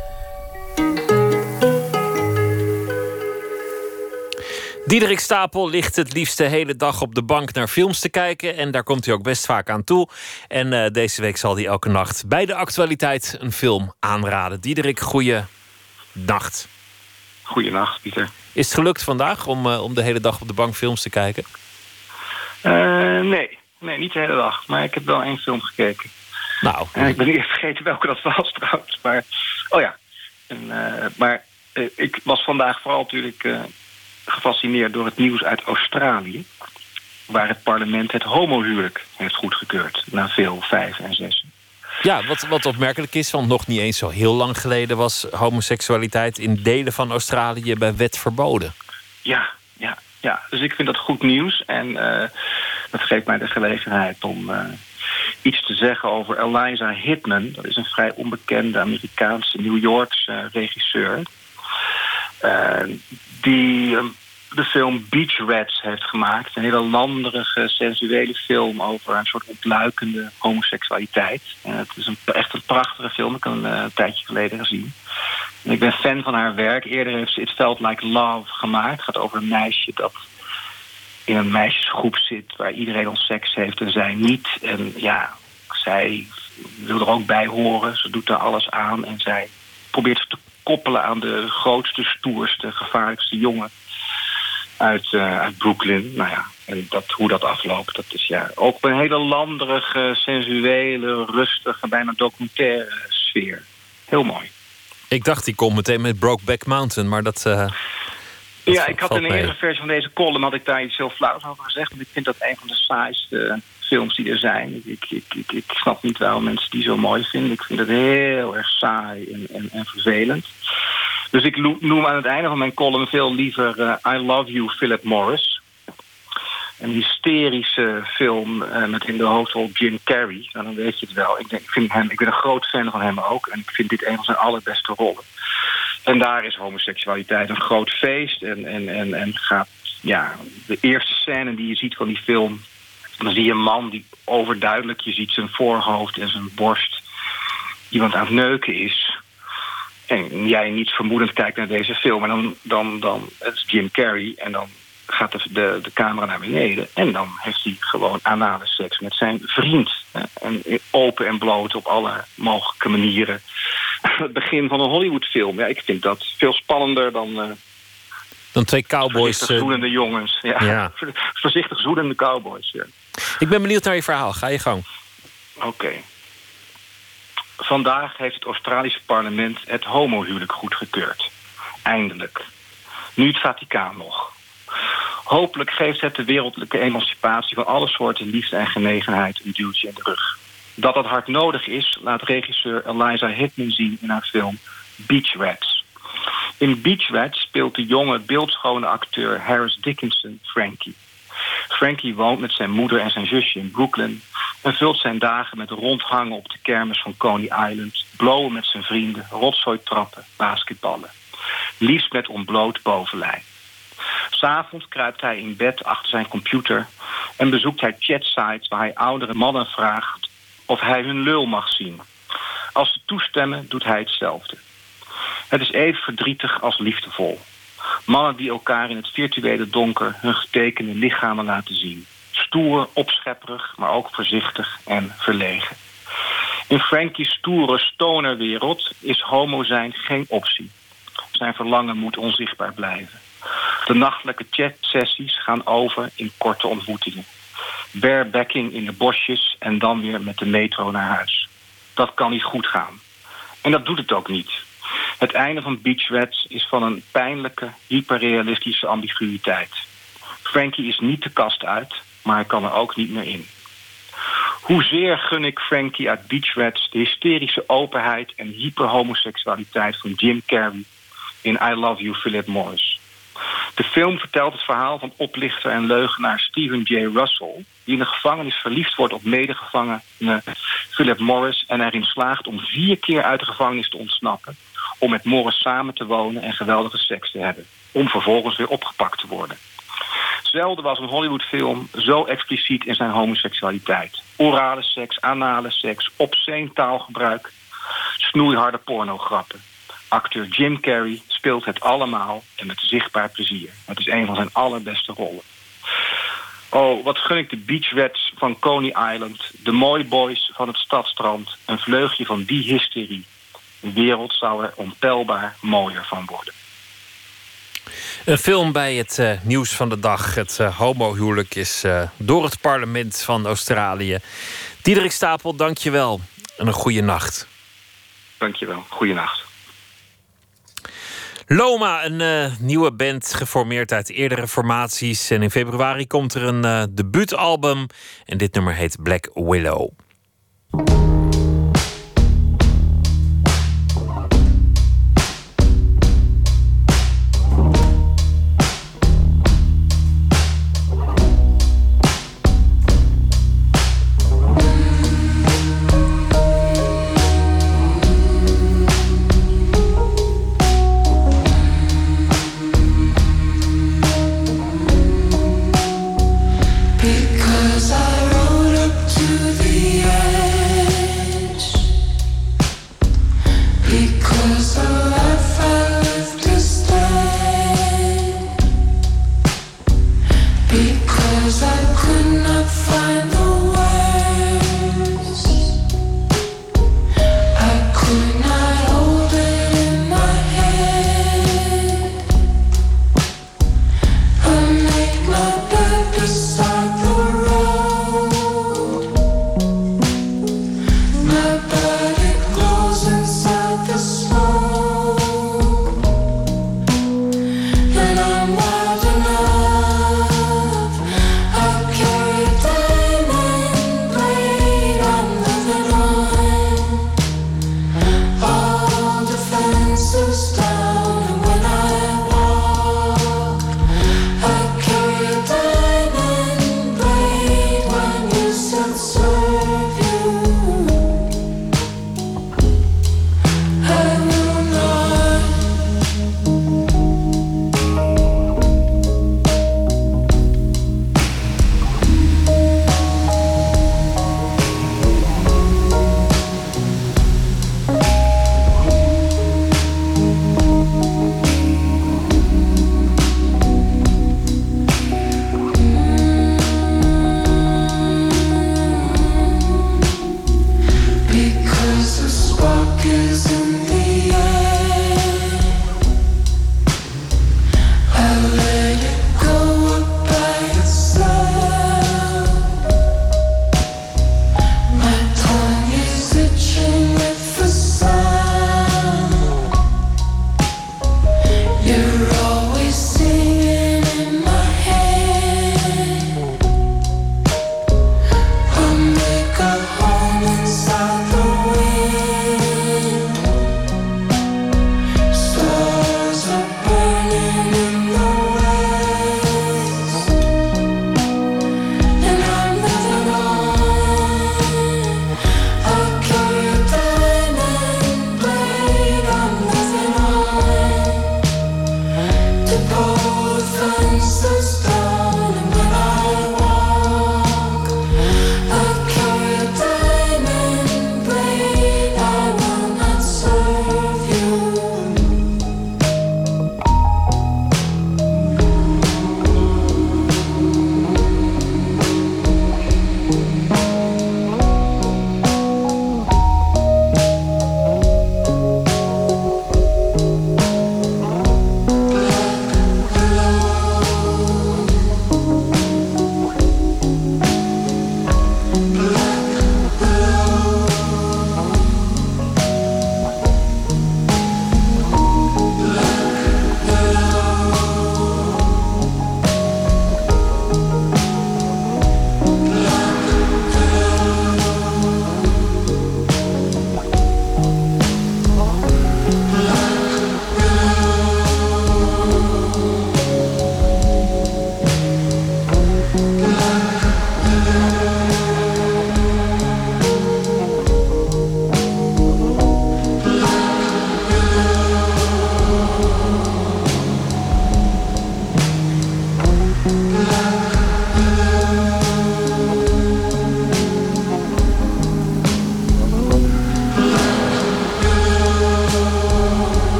Diederik Stapel ligt het liefst de hele dag op de bank naar films te kijken. En daar komt hij ook best vaak aan toe. En deze week zal hij elke nacht bij de actualiteit een film aanraden. Diederik, goeie nacht. Goeienacht, Pieter. Is het gelukt vandaag om de hele dag op de bank films te kijken? Nee, niet de hele dag. Maar ik heb wel 1 film gekeken. Nou. En ik ben niet vergeten welke dat was trouwens. Maar, oh ja. Ik was vandaag vooral natuurlijk gefascineerd door het nieuws uit Australië. Waar het parlement het homohuwelijk heeft goedgekeurd. Na veel 5 en 6. Ja, wat opmerkelijk is, want nog niet eens zo heel lang geleden was homoseksualiteit in delen van Australië bij wet verboden. Ja. Dus ik vind dat goed nieuws. En dat geeft mij de gelegenheid om iets te zeggen over Eliza Hittman. Dat is een vrij onbekende Amerikaanse New Yorkse regisseur. Die de film Beach Rats heeft gemaakt. Een hele landerige, sensuele film over een soort ontluikende homoseksualiteit. En het is echt een prachtige film. Ik heb een tijdje geleden gezien. En ik ben fan van haar werk. Eerder heeft ze It Felt Like Love gemaakt. Het gaat over een meisje dat in een meisjesgroep zit waar iedereen al seks heeft en zij niet. En ja, zij wil er ook bij horen. Ze doet er alles aan en zij probeert zich te koppelen aan de grootste, stoerste, gevaarlijkste jongen uit Brooklyn. Nou ja, en hoe dat afloopt, dat is ja ook een hele landerige, sensuele, rustige, bijna documentaire sfeer. Heel mooi. Ik dacht, die komt meteen met Brokeback Mountain, maar dat ik had in een eerdere versie van deze column had ik daar iets heel flauws over gezegd. Want ik vind dat een van de saaiste films die er zijn. Ik snap niet waarom mensen die zo mooi vinden. Ik vind het heel erg saai en vervelend. Dus ik noem aan het einde van mijn column veel liever I Love You, Philip Morris. Een hysterische film met in de hoofdrol Jim Carrey. Nou, dan weet je het wel. Ik ben een groot fan van hem ook. En ik vind dit een van zijn allerbeste rollen. En daar is homoseksualiteit een groot feest. En gaat, ja, de eerste scène die je ziet van die film, dan zie je een man die overduidelijk, je ziet zijn voorhoofd en zijn borst, iemand aan het neuken is. En jij niets vermoedend kijkt naar deze film. En dan het is Jim Carrey. En dan gaat de camera naar beneden. En dan heeft hij gewoon anale seks met zijn vriend. En open en bloot op alle mogelijke manieren. Het begin van een Hollywoodfilm. Ja, ik vind dat veel spannender dan 2 cowboys. Voorzichtig zoenende jongens. Ja. Voorzichtig zoenende cowboys. Ja. Ik ben benieuwd naar je verhaal. Ga je gang. Oké. Vandaag heeft het Australische parlement het homohuwelijk goedgekeurd. Eindelijk. Nu het Vaticaan nog. Hopelijk geeft het de wereldlijke emancipatie van alle soorten liefde en genegenheid een duwtje in de rug. Dat dat hard nodig is, laat regisseur Eliza Hittman zien in haar film Beach Rats. In Beach Rats speelt de jonge, beeldschone acteur Harris Dickinson Frankie. Frankie woont met zijn moeder en zijn zusje in Brooklyn en vult zijn dagen met rondhangen op de kermis van Coney Island, blowen met zijn vrienden, rotzooitrappen, basketballen. Liefst met ontbloot bovenlijn. 'S Avonds kruipt hij in bed achter zijn computer en bezoekt hij chatsites waar hij oudere mannen vraagt of hij hun lul mag zien. Als ze toestemmen, doet hij hetzelfde. Het is even verdrietig als liefdevol. Mannen die elkaar in het virtuele donker hun getekende lichamen laten zien. Stoer, opschepperig, maar ook voorzichtig en verlegen. In Frankie's stoere stonerwereld is homo zijn geen optie. Zijn verlangen moet onzichtbaar blijven. De nachtelijke chatsessies gaan over in korte ontmoetingen. Barebacking in de bosjes en dan weer met de metro naar huis. Dat kan niet goed gaan. En dat doet het ook niet. Het einde van Beach Rats is van een pijnlijke, hyperrealistische ambiguïteit. Frankie is niet de kast uit, maar hij kan er ook niet meer in. Hoezeer gun ik Frankie uit Beach Rats de hysterische openheid en hyperhomoseksualiteit van Jim Carrey in I Love You, Philip Morris. De film vertelt het verhaal van oplichter en leugenaar Stephen J. Russell, die in de gevangenis verliefd wordt op medegevangene Philip Morris en erin slaagt om 4 keer uit de gevangenis te ontsnappen, om met Morris samen te wonen en geweldige seks te hebben, om vervolgens weer opgepakt te worden. Zelden was een Hollywoodfilm zo expliciet in zijn homoseksualiteit. orale seks, anale seks, obscene taalgebruik, snoeiharde pornograppen. Acteur Jim Carrey speelt het allemaal en met zichtbaar plezier. Het is een van zijn allerbeste rollen. Oh, wat gun ik de Beach Rats van Coney Island, de Mooi Boys van het Stadstrand, een vleugje van die hysterie. De wereld zou er onpeilbaar mooier van worden. Een film bij het nieuws van de dag. Het homohuwelijk is door het parlement van Australië. Diederik Stapel, dank je wel. En een goede nacht. Dank je wel. Goeienacht. Loma, een nieuwe band geformeerd uit eerdere formaties. En in februari komt er een debuutalbum. En dit nummer heet Black Willow. Because I rode up to the beside the road.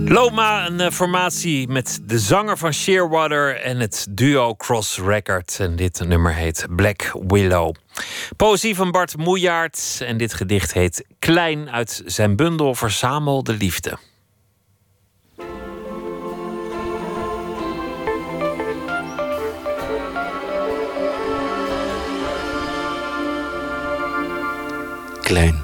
Loma, een formatie met de zanger van Shearwater en het duo Cross Record. En dit nummer heet Black Willow. Poëzie van Bart Moejaert en dit gedicht heet Klein uit zijn bundel Verzamel de Liefde. Klein.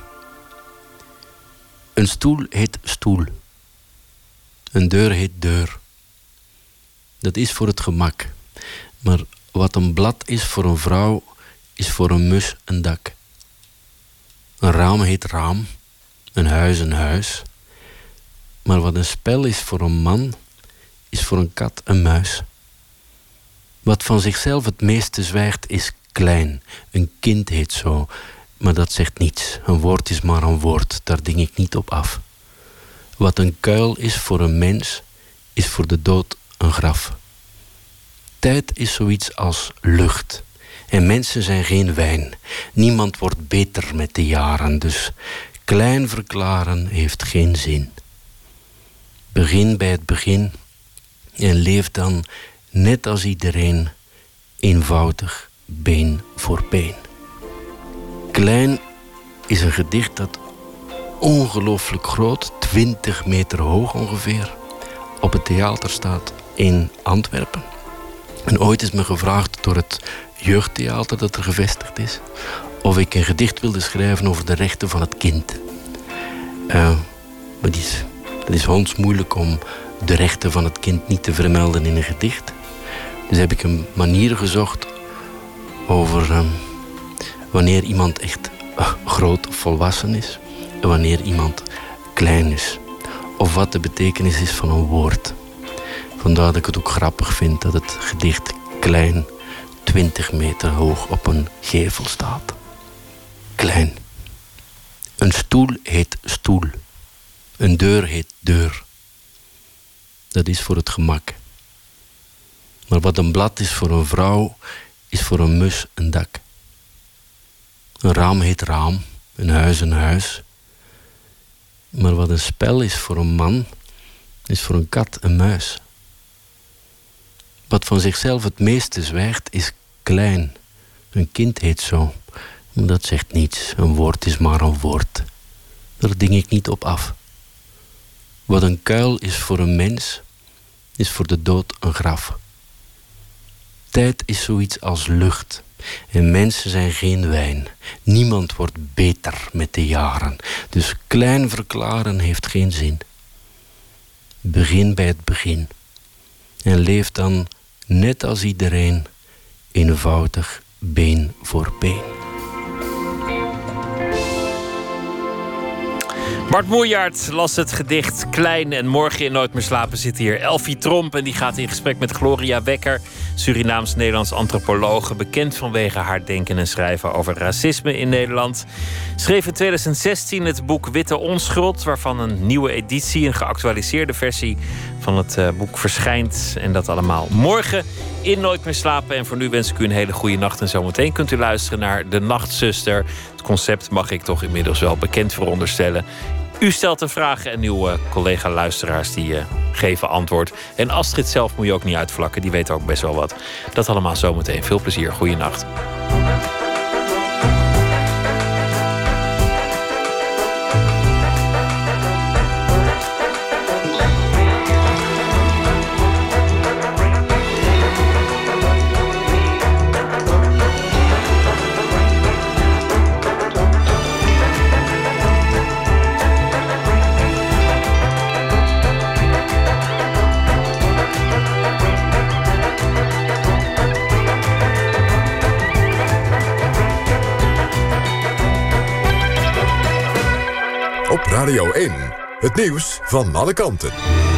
Een stoel heet stoel. Een deur heet deur. Dat is voor het gemak. Maar wat een blad is voor een vrouw, is voor een mus een dak. Een raam heet raam. Een huis. Maar wat een spel is voor een man, is voor een kat een muis. Wat van zichzelf het meeste zwijgt, is klein. Een kind heet zo. Maar dat zegt niets. Een woord is maar een woord. Daar ding ik niet op af. Wat een kuil is voor een mens, is voor de dood een graf. Tijd is zoiets als lucht. En mensen zijn geen wijn. Niemand wordt beter met de jaren. Dus klein verklaren heeft geen zin. Begin bij het begin. En leef dan, net als iedereen, eenvoudig, been voor been. Klein is een gedicht dat ongelooflijk groot, 20 meter hoog ongeveer, op het theater staat in Antwerpen. En ooit is me gevraagd door het jeugdtheater dat er gevestigd is, of ik een gedicht wilde schrijven over de rechten van het kind. Maar het is hondsmoeilijk om de rechten van het kind niet te vermelden in een gedicht. Dus heb ik een manier gezocht over wanneer iemand echt groot of volwassen is en wanneer iemand klein is. Of wat de betekenis is van een woord. Vandaar dat ik het ook grappig vind dat het gedicht klein 20 meter hoog op een gevel staat. Klein. Een stoel heet stoel. Een deur heet deur. Dat is voor het gemak. Maar wat een blad is voor een vrouw, is voor een mus een dak. Een raam heet raam, een huis. Maar wat een spel is voor een man, is voor een kat een muis. Wat van zichzelf het meeste zwijgt, is klein. Een kind heet zo, maar dat zegt niets. Een woord is maar een woord. Daar ding ik niet op af. Wat een kuil is voor een mens, is voor de dood een graf. Tijd is zoiets als lucht. En mensen zijn geen wijn. Niemand wordt beter met de jaren. Dus klein verklaren heeft geen zin. Begin bij het begin. En leef dan, net als iedereen, eenvoudig been voor been. Bart Moejaert las het gedicht Klein en morgen in Nooit meer slapen zit hier Elfie Tromp. En die gaat in gesprek met Gloria Wekker, Surinaams-Nederlands antropologe, bekend vanwege haar denken en schrijven over racisme in Nederland. Schreef in 2016 het boek Witte Onschuld, waarvan een nieuwe editie, een geactualiseerde versie van het boek verschijnt. En dat allemaal morgen in Nooit meer slapen. En voor nu wens ik u een hele goede nacht. En zometeen kunt u luisteren naar De Nachtzuster. Het concept mag ik toch inmiddels wel bekend veronderstellen. U stelt een vraag en uw collega-luisteraars die geven antwoord. En Astrid zelf moet je ook niet uitvlakken. Die weet ook best wel wat. Dat allemaal zometeen. Veel plezier. Goeienacht. Radio 1, het nieuws van alle kanten.